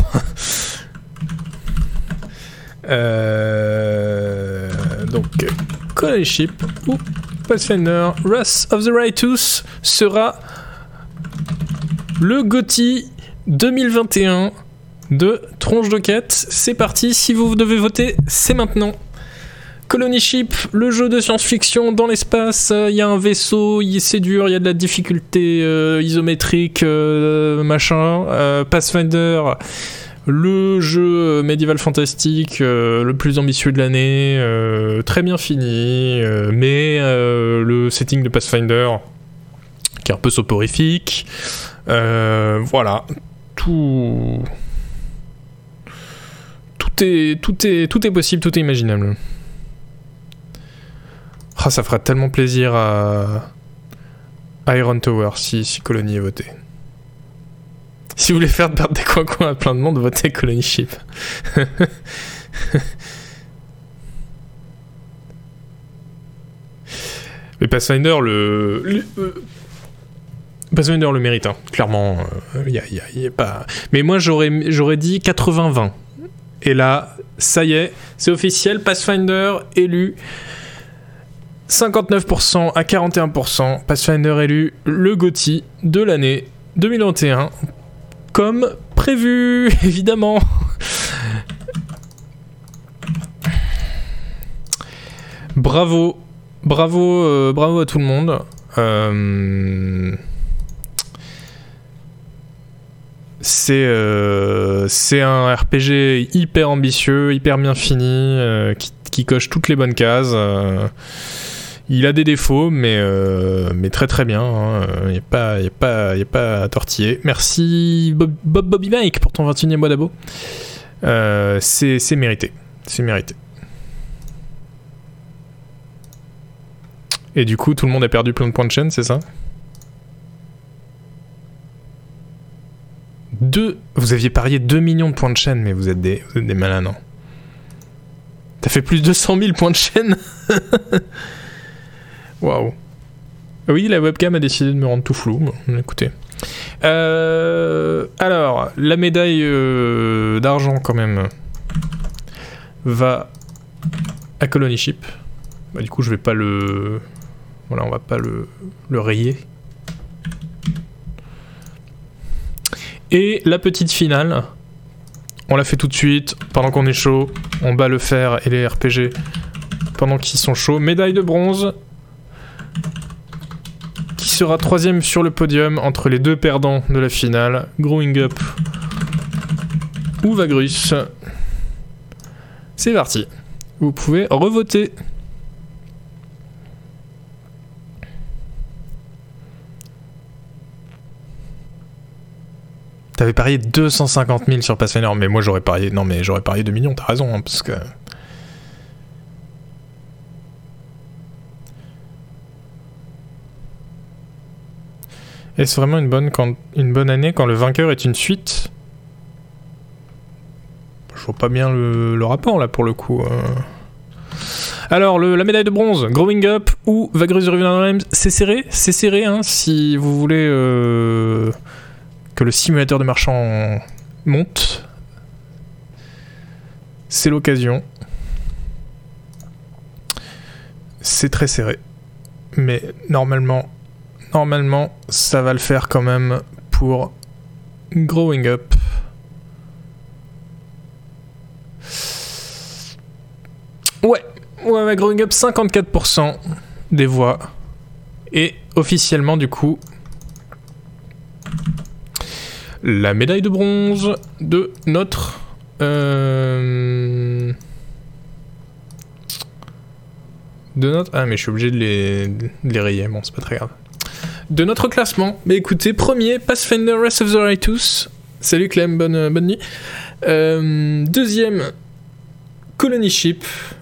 Donc, Colony Ship ou Pathfinder Wrath of the Righteous sera le GOTY 2021 de Tronche de Quête. C'est parti, si vous devez voter, c'est maintenant. Colony Ship, le jeu de science-fiction dans l'espace, il y a un vaisseau, c'est dur, il y a de la difficulté isométrique, machin. Pathfinder, le jeu médiéval fantastique le plus ambitieux de l'année, très bien fini, mais le setting de Pathfinder qui est un peu soporifique. Voilà, tout est possible, tout est imaginable. Ah, ça fera tellement plaisir à Iron Tower si Colony est voté. Si vous voulez faire perdre des coins à plein de monde, votez Colony Ship. Mais Pathfinder Pathfinder le mérite, hein. Clairement, y a pas... Mais moi j'aurais dit 80-20. Et là, ça y est, c'est officiel, Pathfinder élu 59% à 41%, Pathfinder élu le GOTY de l'année 2021, comme prévu, évidemment. Bravo à tout le monde. c'est un RPG hyper ambitieux, hyper bien fini, qui coche toutes les bonnes cases. Il a des défauts, mais très très bien. Il n'y a pas à tortiller. Merci Bobby Mike pour ton 21e mois d'abo. C'est mérité. C'est mérité. Et du coup, tout le monde a perdu plein de points de chaîne, c'est ça ? Vous aviez parié 2 millions de points de chaîne, mais vous êtes des malins, non ? T'as fait plus de 200 000 points de chaîne. Waouh. Oui, la webcam a décidé de me rendre tout flou. Bon, écoutez. Alors, la médaille d'argent, quand même, va à Colony Ship. Bah, du coup, je vais pas le... Voilà, on va pas le rayer. Et la petite finale, on la fait tout de suite, pendant qu'on est chaud. On bat le fer et les RPG pendant qu'ils sont chauds. Médaille de bronze, qui sera 3e sur le podium entre les deux perdants de la finale, Growing Up ou Vagrus. C'est parti. Vous pouvez revoter. T'avais parié 250 000 sur Pathfinder, mais moi j'aurais parié... Non mais j'aurais parié 2 millions, t'as raison, hein, parce que... Est-ce vraiment une bonne année quand le vainqueur est une suite ? Je vois pas bien le rapport là pour le coup. Alors, la médaille de bronze, Growing Up ou Vagrus the Revenant Realms, c'est serré, hein, si vous voulez que le simulateur de marchand monte. C'est l'occasion. C'est très serré. Mais normalement, ça va le faire quand même pour Growing Up. Ouais, Growing Up, 54% des voix. Et officiellement, du coup, la médaille de bronze de notre... Ah, mais je suis obligé de les rayer. Bon, c'est pas très grave. De notre classement, mais écoutez, premier, Pathfinder Wrath of the Righteous. Salut Clem, bonne nuit. Deuxième, Colony Ship,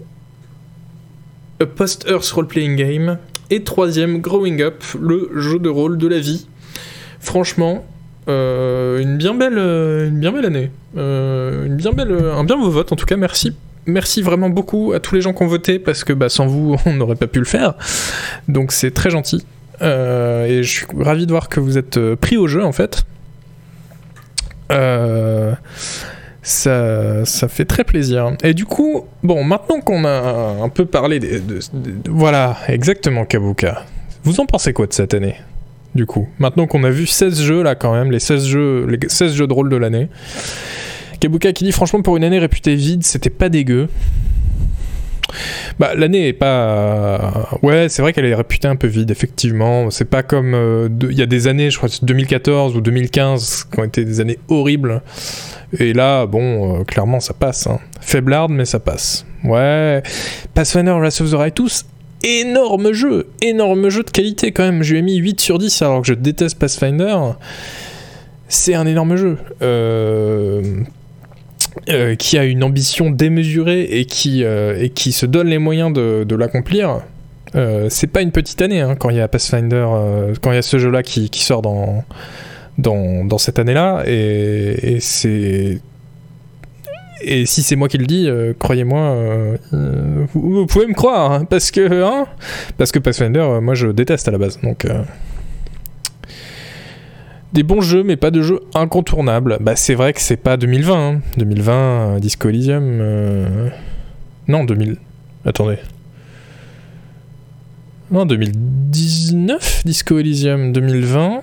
A Post-Earth Role-Playing Game. Et troisième, Growing Up, le jeu de rôle de la vie. Franchement, une bien belle année. Un bien beau vote, en tout cas, merci. Merci vraiment beaucoup à tous les gens qui ont voté, parce que sans vous, on n'aurait pas pu le faire. Donc c'est très gentil. Et je suis ravi de voir que vous êtes pris au jeu, en fait. Ça fait très plaisir. Et du coup, bon, maintenant qu'on a un peu parlé voilà, exactement, Kabuka. Vous en pensez quoi de cette année, du coup ? Maintenant qu'on a vu 16 jeux, là, quand même, les 16 jeux de rôle de l'année. Kabuka qui dit, franchement, pour une année réputée vide, c'était pas dégueu. L'année est pas... Ouais, c'est vrai qu'elle est réputée un peu vide, effectivement. C'est pas comme... Il y a des années, je crois que c'est 2014 ou 2015, qui ont été des années horribles. Et là, bon, clairement, ça passe. Hein. Faiblarde, mais ça passe. Ouais. Pathfinder Wrath of the Righteous, énorme jeu de qualité, quand même. Je lui ai mis 8 sur 10, alors que je déteste Pathfinder. C'est un énorme jeu. Qui a une ambition démesurée et qui se donne les moyens de l'accomplir. C'est pas une petite année, hein, quand il y a Pathfinder, quand il y a ce jeu-là qui sort dans cette année-là, et si c'est moi qui le dis, croyez-moi, vous pouvez me croire, hein, parce que Pathfinder, moi je déteste à la base, donc... Des bons jeux, mais pas de jeux incontournables. C'est vrai que c'est pas 2020. Hein. 2020, Disco Elysium... Non, 2000... Attendez. Non, 2019, Disco Elysium. 2020...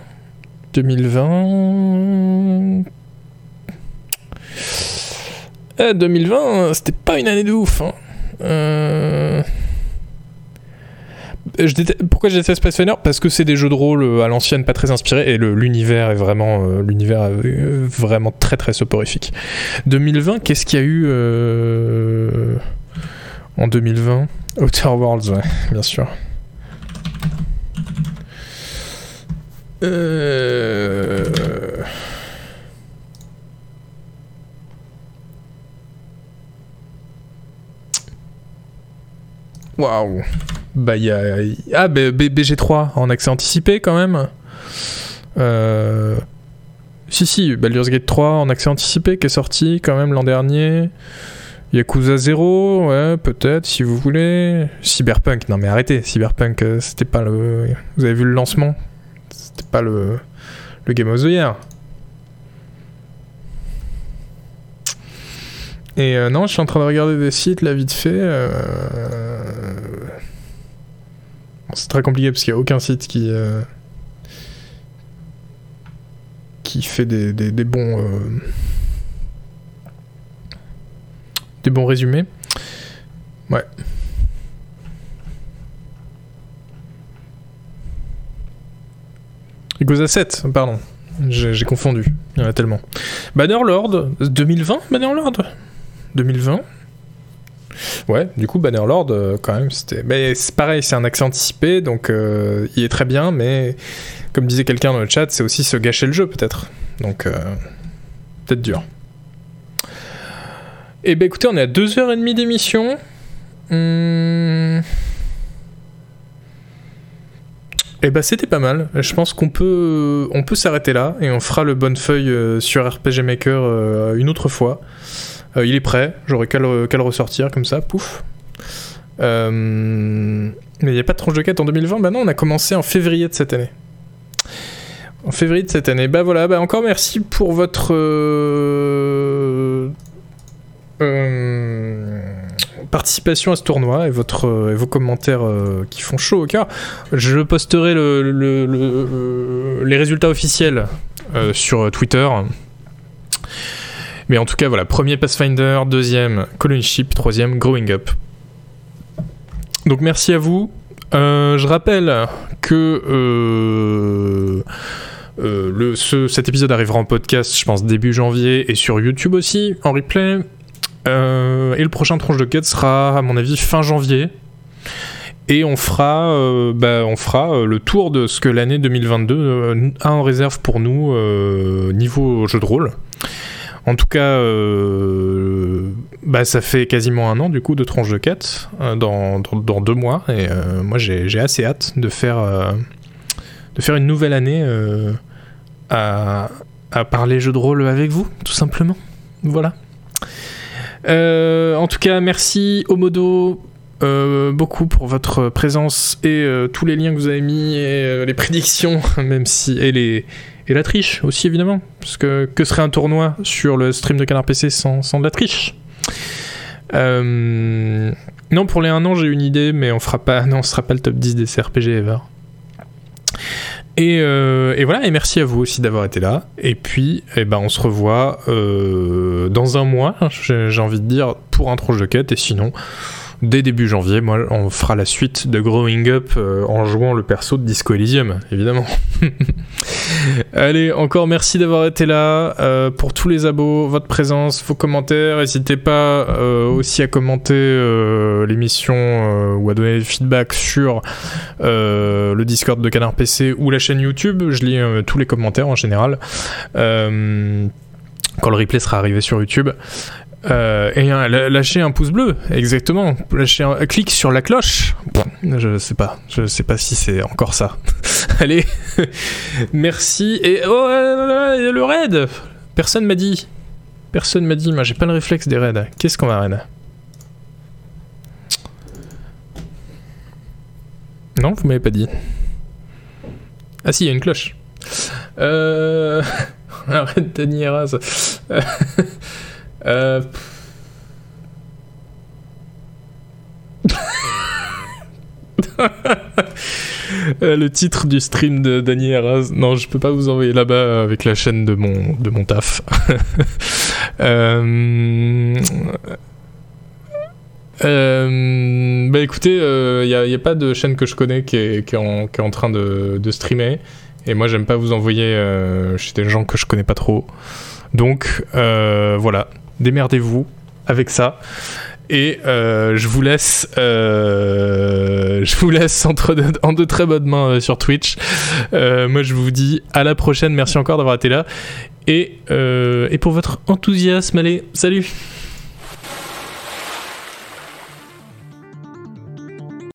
2020, c'était pas une année de ouf. Hein. pourquoi je déteste Pathfinder ? Parce que c'est des jeux de rôle à l'ancienne, pas très inspirés, et l'univers est vraiment, vraiment très très soporifique. 2020, qu'est-ce qu'il y a eu en 2020 ? Outer Worlds, ouais, bien sûr. Waouh. Bah il y a BG3 en accès anticipé quand même. Si, Baldur's Gate 3 en accès anticipé qui est sorti quand même l'an dernier. Yakuza 0, ouais, peut-être si vous voulez. Cyberpunk, non mais arrêtez, Cyberpunk c'était pas le... Vous avez vu le lancement ? C'était pas le Game of the Year. Et non, je suis en train de regarder des sites là vite fait. Bon, c'est très compliqué parce qu'il n'y a aucun site qui fait des bons résumés. Ouais. Yakuza 7, pardon. J'ai confondu. Il y en a tellement. Bannerlord, 2020, Bannerlord 2020. Ouais, du coup, Bannerlord, quand même, c'était... Mais c'est pareil, c'est un accès anticipé, donc il est très bien, mais comme disait quelqu'un dans le chat, c'est aussi se gâcher le jeu, peut-être. Donc, peut-être dur. Et ben écoutez, on est à 2h30 d'émission. Et bah c'était pas mal. Je pense qu'on peut s'arrêter là et on fera le Bonnefeuille sur RPG Maker une autre fois. Il est prêt, j'aurais qu'à le ressortir comme ça, pouf. Mais il n'y a pas de tranche de quête en 2020. Bah non, on a commencé en février de cette année. Bah voilà, bah encore merci pour votre participation à ce tournoi et vos commentaires qui font chaud au cœur. Je posterai les résultats officiels sur Twitter. Mais en tout cas, voilà, premier Pathfinder, deuxième Colony Ship, troisième Growing Up. Donc merci à vous. Je rappelle que cet épisode arrivera en podcast, je pense, début janvier, et sur YouTube aussi, en replay. Et le prochain tranche de quête sera, à mon avis, fin janvier. Et on fera le tour de ce que l'année 2022 a en réserve pour nous niveau jeu de rôle. En tout cas, ça fait quasiment un an du coup de tranche de quête dans 2 mois. Et moi j'ai assez hâte de faire une nouvelle année à parler jeu de rôle avec vous, tout simplement. Voilà. En tout cas, merci Omodo beaucoup pour votre présence et tous les liens que vous avez mis et les prédictions, même si et la triche aussi évidemment, parce que serait un tournoi sur le stream de Canard PC sans de la triche. Non, pour les 1 an j'ai une idée, mais on sera pas le top 10 des CRPG ever. Et voilà, et merci à vous aussi d'avoir été là. Et puis, on se revoit dans 1 mois, j'ai envie de dire, pour un tranche de quête. Et sinon, dès début janvier, moi, on fera la suite de Growing Up en jouant le perso de Disco Elysium, évidemment. Allez, encore merci d'avoir été là. Pour tous les abos, votre présence, vos commentaires. N'hésitez pas aussi à commenter l'émission ou à donner des feedbacks sur le Discord de Canard PC ou la chaîne YouTube. Je lis tous les commentaires en général. Quand le replay sera arrivé sur YouTube. Et lâchez un pouce bleu, exactement. Clique sur la cloche. Je sais pas si c'est encore ça. Allez, merci. Et le raid. Personne m'a dit. Moi j'ai pas le réflexe des raids. Qu'est-ce qu'on va raid? Non, vous m'avez pas dit. Ah si, il y a une cloche. Arrête Dany Eraz. Le titre du stream de Dany Eraz. Non, je peux pas vous envoyer là-bas avec la chaîne de mon taf. Bah écoutez, y a pas de chaîne que je connais qui est en train de streamer. Et moi, j'aime pas vous envoyer chez des gens que je connais pas trop. Donc, voilà. Démerdez-vous avec ça. Et je vous laisse en de très bonnes mains sur Twitch. Moi, je vous dis à la prochaine. Merci encore d'avoir été là. Et pour votre enthousiasme, allez, salut!